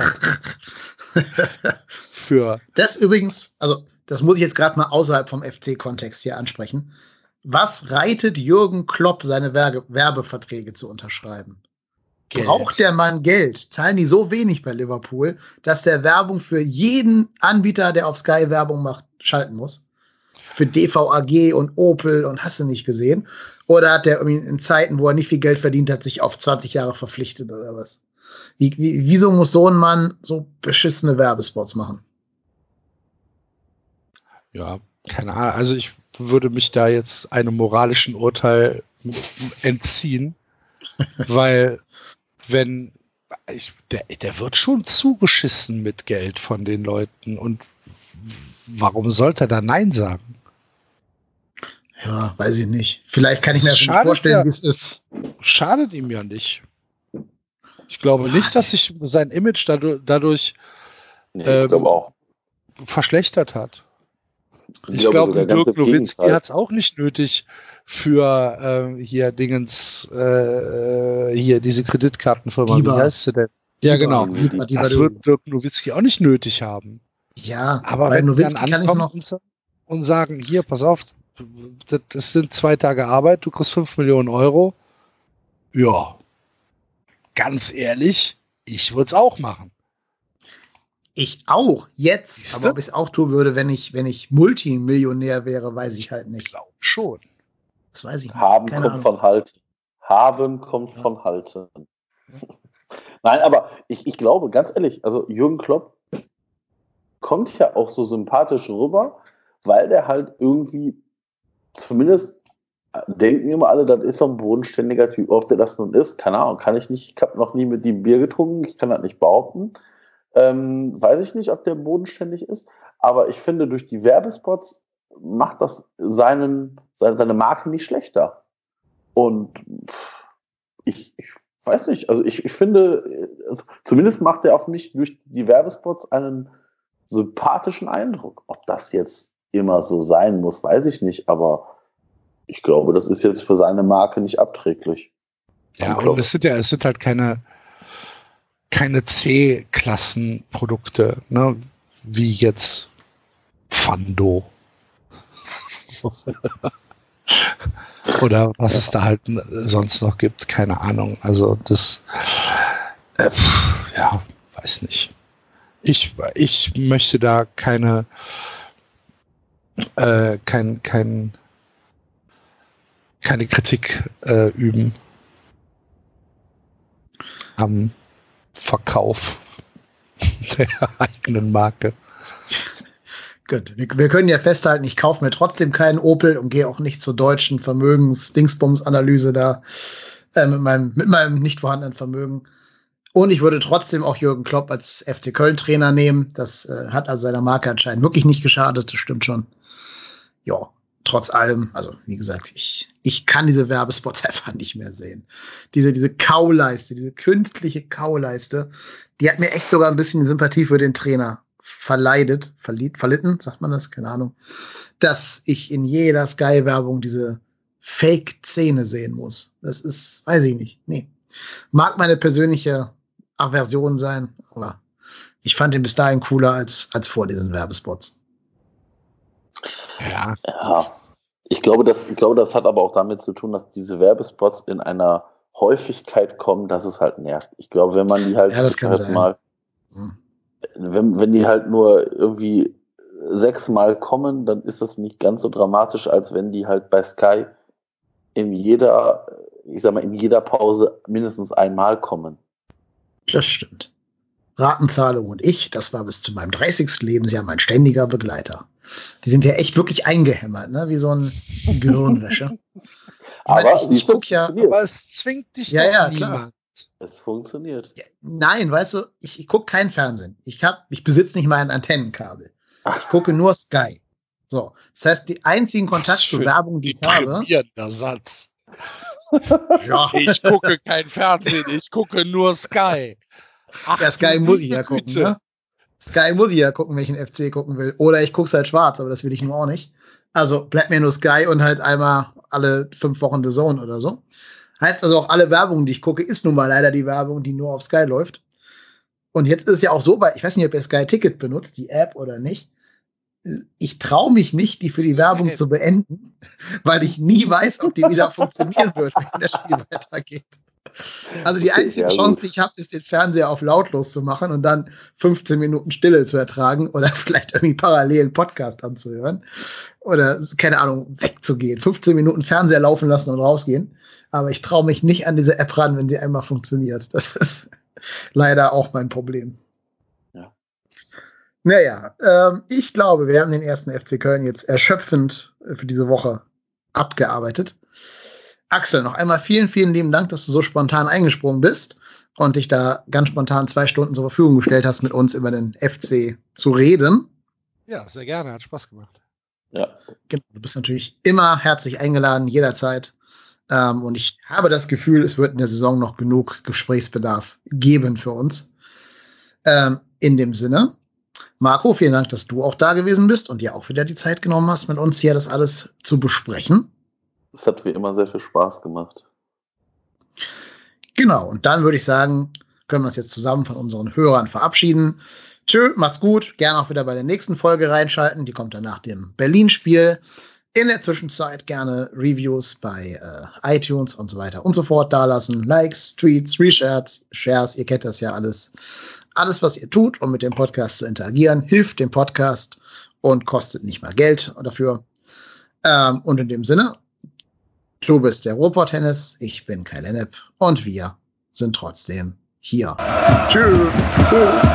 werden. Das
übrigens, also das muss ich jetzt gerade mal außerhalb vom FC-Kontext hier ansprechen. Was reitet Jürgen Klopp, seine Werbeverträge zu unterschreiben? Geld. Braucht der Mann Geld? Zahlen die so wenig bei Liverpool, dass der Werbung für jeden Anbieter, der auf Sky Werbung macht, schalten muss? Für DVAG und Opel und hast du nicht gesehen? Oder hat der in Zeiten, wo er nicht viel Geld verdient hat, sich auf 20 Jahre verpflichtet oder was? Wieso muss so ein Mann so beschissene Werbespots machen?
Ja, keine Ahnung. Also ich würde mich da jetzt einem moralischen Urteil entziehen, weil der wird schon zugeschissen mit Geld von den Leuten und warum sollte er da Nein sagen?
Ja, weiß ich nicht. Vielleicht kann ich mir das nicht vorstellen, wie es ist.
Schadet ihm ja nicht. Ich glaube nicht, dass sich sein Image dadurch
ich glaube auch.
verschlechtert hat. Ich glaube, Dirk Nowitzki hat es auch nicht nötig für hier Dingens, hier diese Kreditkartenfirma.
Wie
heißt sie denn? Ja, genau. Das wird Dirk Nowitzki auch nicht nötig haben.
Ja,
aber wenn die dann ankommen und sagen, hier, pass auf, das sind 2 Tage Arbeit, du kriegst 5 Millionen Euro. Ja, ganz ehrlich, ich würde es auch machen.
Ich auch, jetzt. Aber ob ich es auch tun würde, wenn ich Multimillionär wäre, weiß ich halt nicht. Ich
glaube schon.
Das weiß ich nicht.
Haben kommt von halten. Haben kommt von halten. Nein, aber ich glaube, ganz ehrlich, also Jürgen Klopp kommt ja auch so sympathisch rüber, weil der halt irgendwie, zumindest denken immer alle, das ist so ein bodenständiger Typ. Ob der das nun ist, keine Ahnung, kann ich nicht. Ich habe noch nie mit ihm Bier getrunken, ich kann das nicht behaupten. Weiß ich nicht, ob der bodenständig ist, aber ich finde, durch die Werbespots macht das seine Marke nicht schlechter. Und ich weiß nicht, also ich finde, also zumindest macht er auf mich durch die Werbespots einen sympathischen Eindruck. Ob das jetzt immer so sein muss, weiß ich nicht, aber ich glaube, das ist jetzt für seine Marke nicht abträglich.
Ja, und es sind halt keine C-Klassen-Produkte, ne? Wie jetzt Fando. Oder was es da halt sonst noch gibt, keine Ahnung. Also das, ja, weiß nicht. Ich möchte da keine Kritik üben am Verkauf der eigenen Marke.
Gut, wir können ja festhalten, ich kaufe mir trotzdem keinen Opel und gehe auch nicht zur deutschen Vermögens-Dingsbums-Analyse da mit meinem nicht vorhandenen Vermögen. Und ich würde trotzdem auch Jürgen Klopp als FC Köln-Trainer nehmen. Das hat also seiner Marke anscheinend wirklich nicht geschadet, das stimmt schon. Ja, trotz allem, also wie gesagt, ich kann diese Werbespots einfach nicht mehr sehen. Diese Kauleiste, diese künstliche Kauleiste, die hat mir echt sogar ein bisschen Sympathie für den Trainer verlitten, sagt man das? Keine Ahnung. Dass ich in jeder Sky-Werbung diese Fake-Szene sehen muss. Das ist, weiß ich nicht. Nee. Mag meine persönliche Aversion sein, aber ich fand ihn bis dahin cooler als vor diesen Werbespots.
Ja. Ich glaube, das hat aber auch damit zu tun, dass diese Werbespots in einer Häufigkeit kommen, dass es halt nervt. Ich glaube, wenn man die halt,
das kann sein.
Mal, wenn die halt nur irgendwie 6 Mal kommen, dann ist das nicht ganz so dramatisch, als wenn die halt bei Sky in jeder Pause mindestens einmal kommen.
Das stimmt. Ratenzahlung und ich, das war bis zu meinem 30. Lebensjahr mein ständiger Begleiter. Die sind ja echt wirklich eingehämmert, ne? Wie so ein Gehirnwäsche.
Aber
es zwingt dich doch niemand.
Klar.
Es funktioniert.
Ja, nein, weißt du, ich gucke kein Fernsehen. Ich besitze nicht mal ein Antennenkabel. Ich gucke nur Sky. So, das heißt, die einzigen Kontakt zur Werbung, die ich habe.
Satz. Ja. Ich gucke kein Fernsehen, ich gucke nur Sky.
Ach, ja, Sky muss ich ja gucken, ne? Sky muss ich ja gucken, wenn ich einen FC gucken will. Oder ich gucke es halt schwarz, aber das will ich nur auch nicht. Also bleibt mir nur Sky und halt einmal alle 5 Wochen The Zone oder so. Heißt also auch, alle Werbung, die ich gucke, ist nun mal leider die Werbung, die nur auf Sky läuft. Und jetzt ist es ja auch so, weil ich weiß nicht, ob ihr Sky Ticket benutzt, die App oder nicht. Ich traue mich nicht, die für die Werbung zu beenden, weil ich nie weiß, ob die wieder funktionieren wird, wenn das Spiel weitergeht. Also die einzige Chance, die ich habe, ist, den Fernseher auf lautlos zu machen und dann 15 Minuten Stille zu ertragen oder vielleicht irgendwie parallel einen Podcast anzuhören oder, keine Ahnung, wegzugehen. 15 Minuten Fernseher laufen lassen und rausgehen. Aber ich traue mich nicht an diese App ran, wenn sie einmal funktioniert. Das ist leider auch mein Problem.
Ja.
Naja, ich glaube, wir haben den ersten FC Köln jetzt erschöpfend für diese Woche abgearbeitet. Axel, noch einmal vielen, vielen lieben Dank, dass du so spontan eingesprungen bist und dich da ganz spontan 2 Stunden zur Verfügung gestellt hast, mit uns über den FC zu reden.
Ja, sehr gerne, hat Spaß gemacht.
Ja.
Genau, du bist natürlich immer herzlich eingeladen, jederzeit. Und ich habe das Gefühl, es wird in der Saison noch genug Gesprächsbedarf geben für uns. In dem Sinne Marco, vielen Dank, dass du auch da gewesen bist und dir auch wieder die Zeit genommen hast, mit uns hier das alles zu besprechen.
Es hat wie immer sehr viel Spaß gemacht.
Genau, und dann würde ich sagen, können wir uns jetzt zusammen von unseren Hörern verabschieden. Tschö, macht's gut. Gerne auch wieder bei der nächsten Folge reinschalten. Die kommt dann nach dem Berlin-Spiel. In der Zwischenzeit gerne Reviews bei iTunes und so weiter und so fort dalassen. Likes, Tweets, Reshares, Shares. Ihr kennt das ja alles. Alles, was ihr tut, um mit dem Podcast zu interagieren, hilft dem Podcast und kostet nicht mal Geld dafür. Und in dem Sinne, du bist der Ruhrpott-Hennes, ich bin Kai Lennep und wir sind trotzdem hier. Tschüss.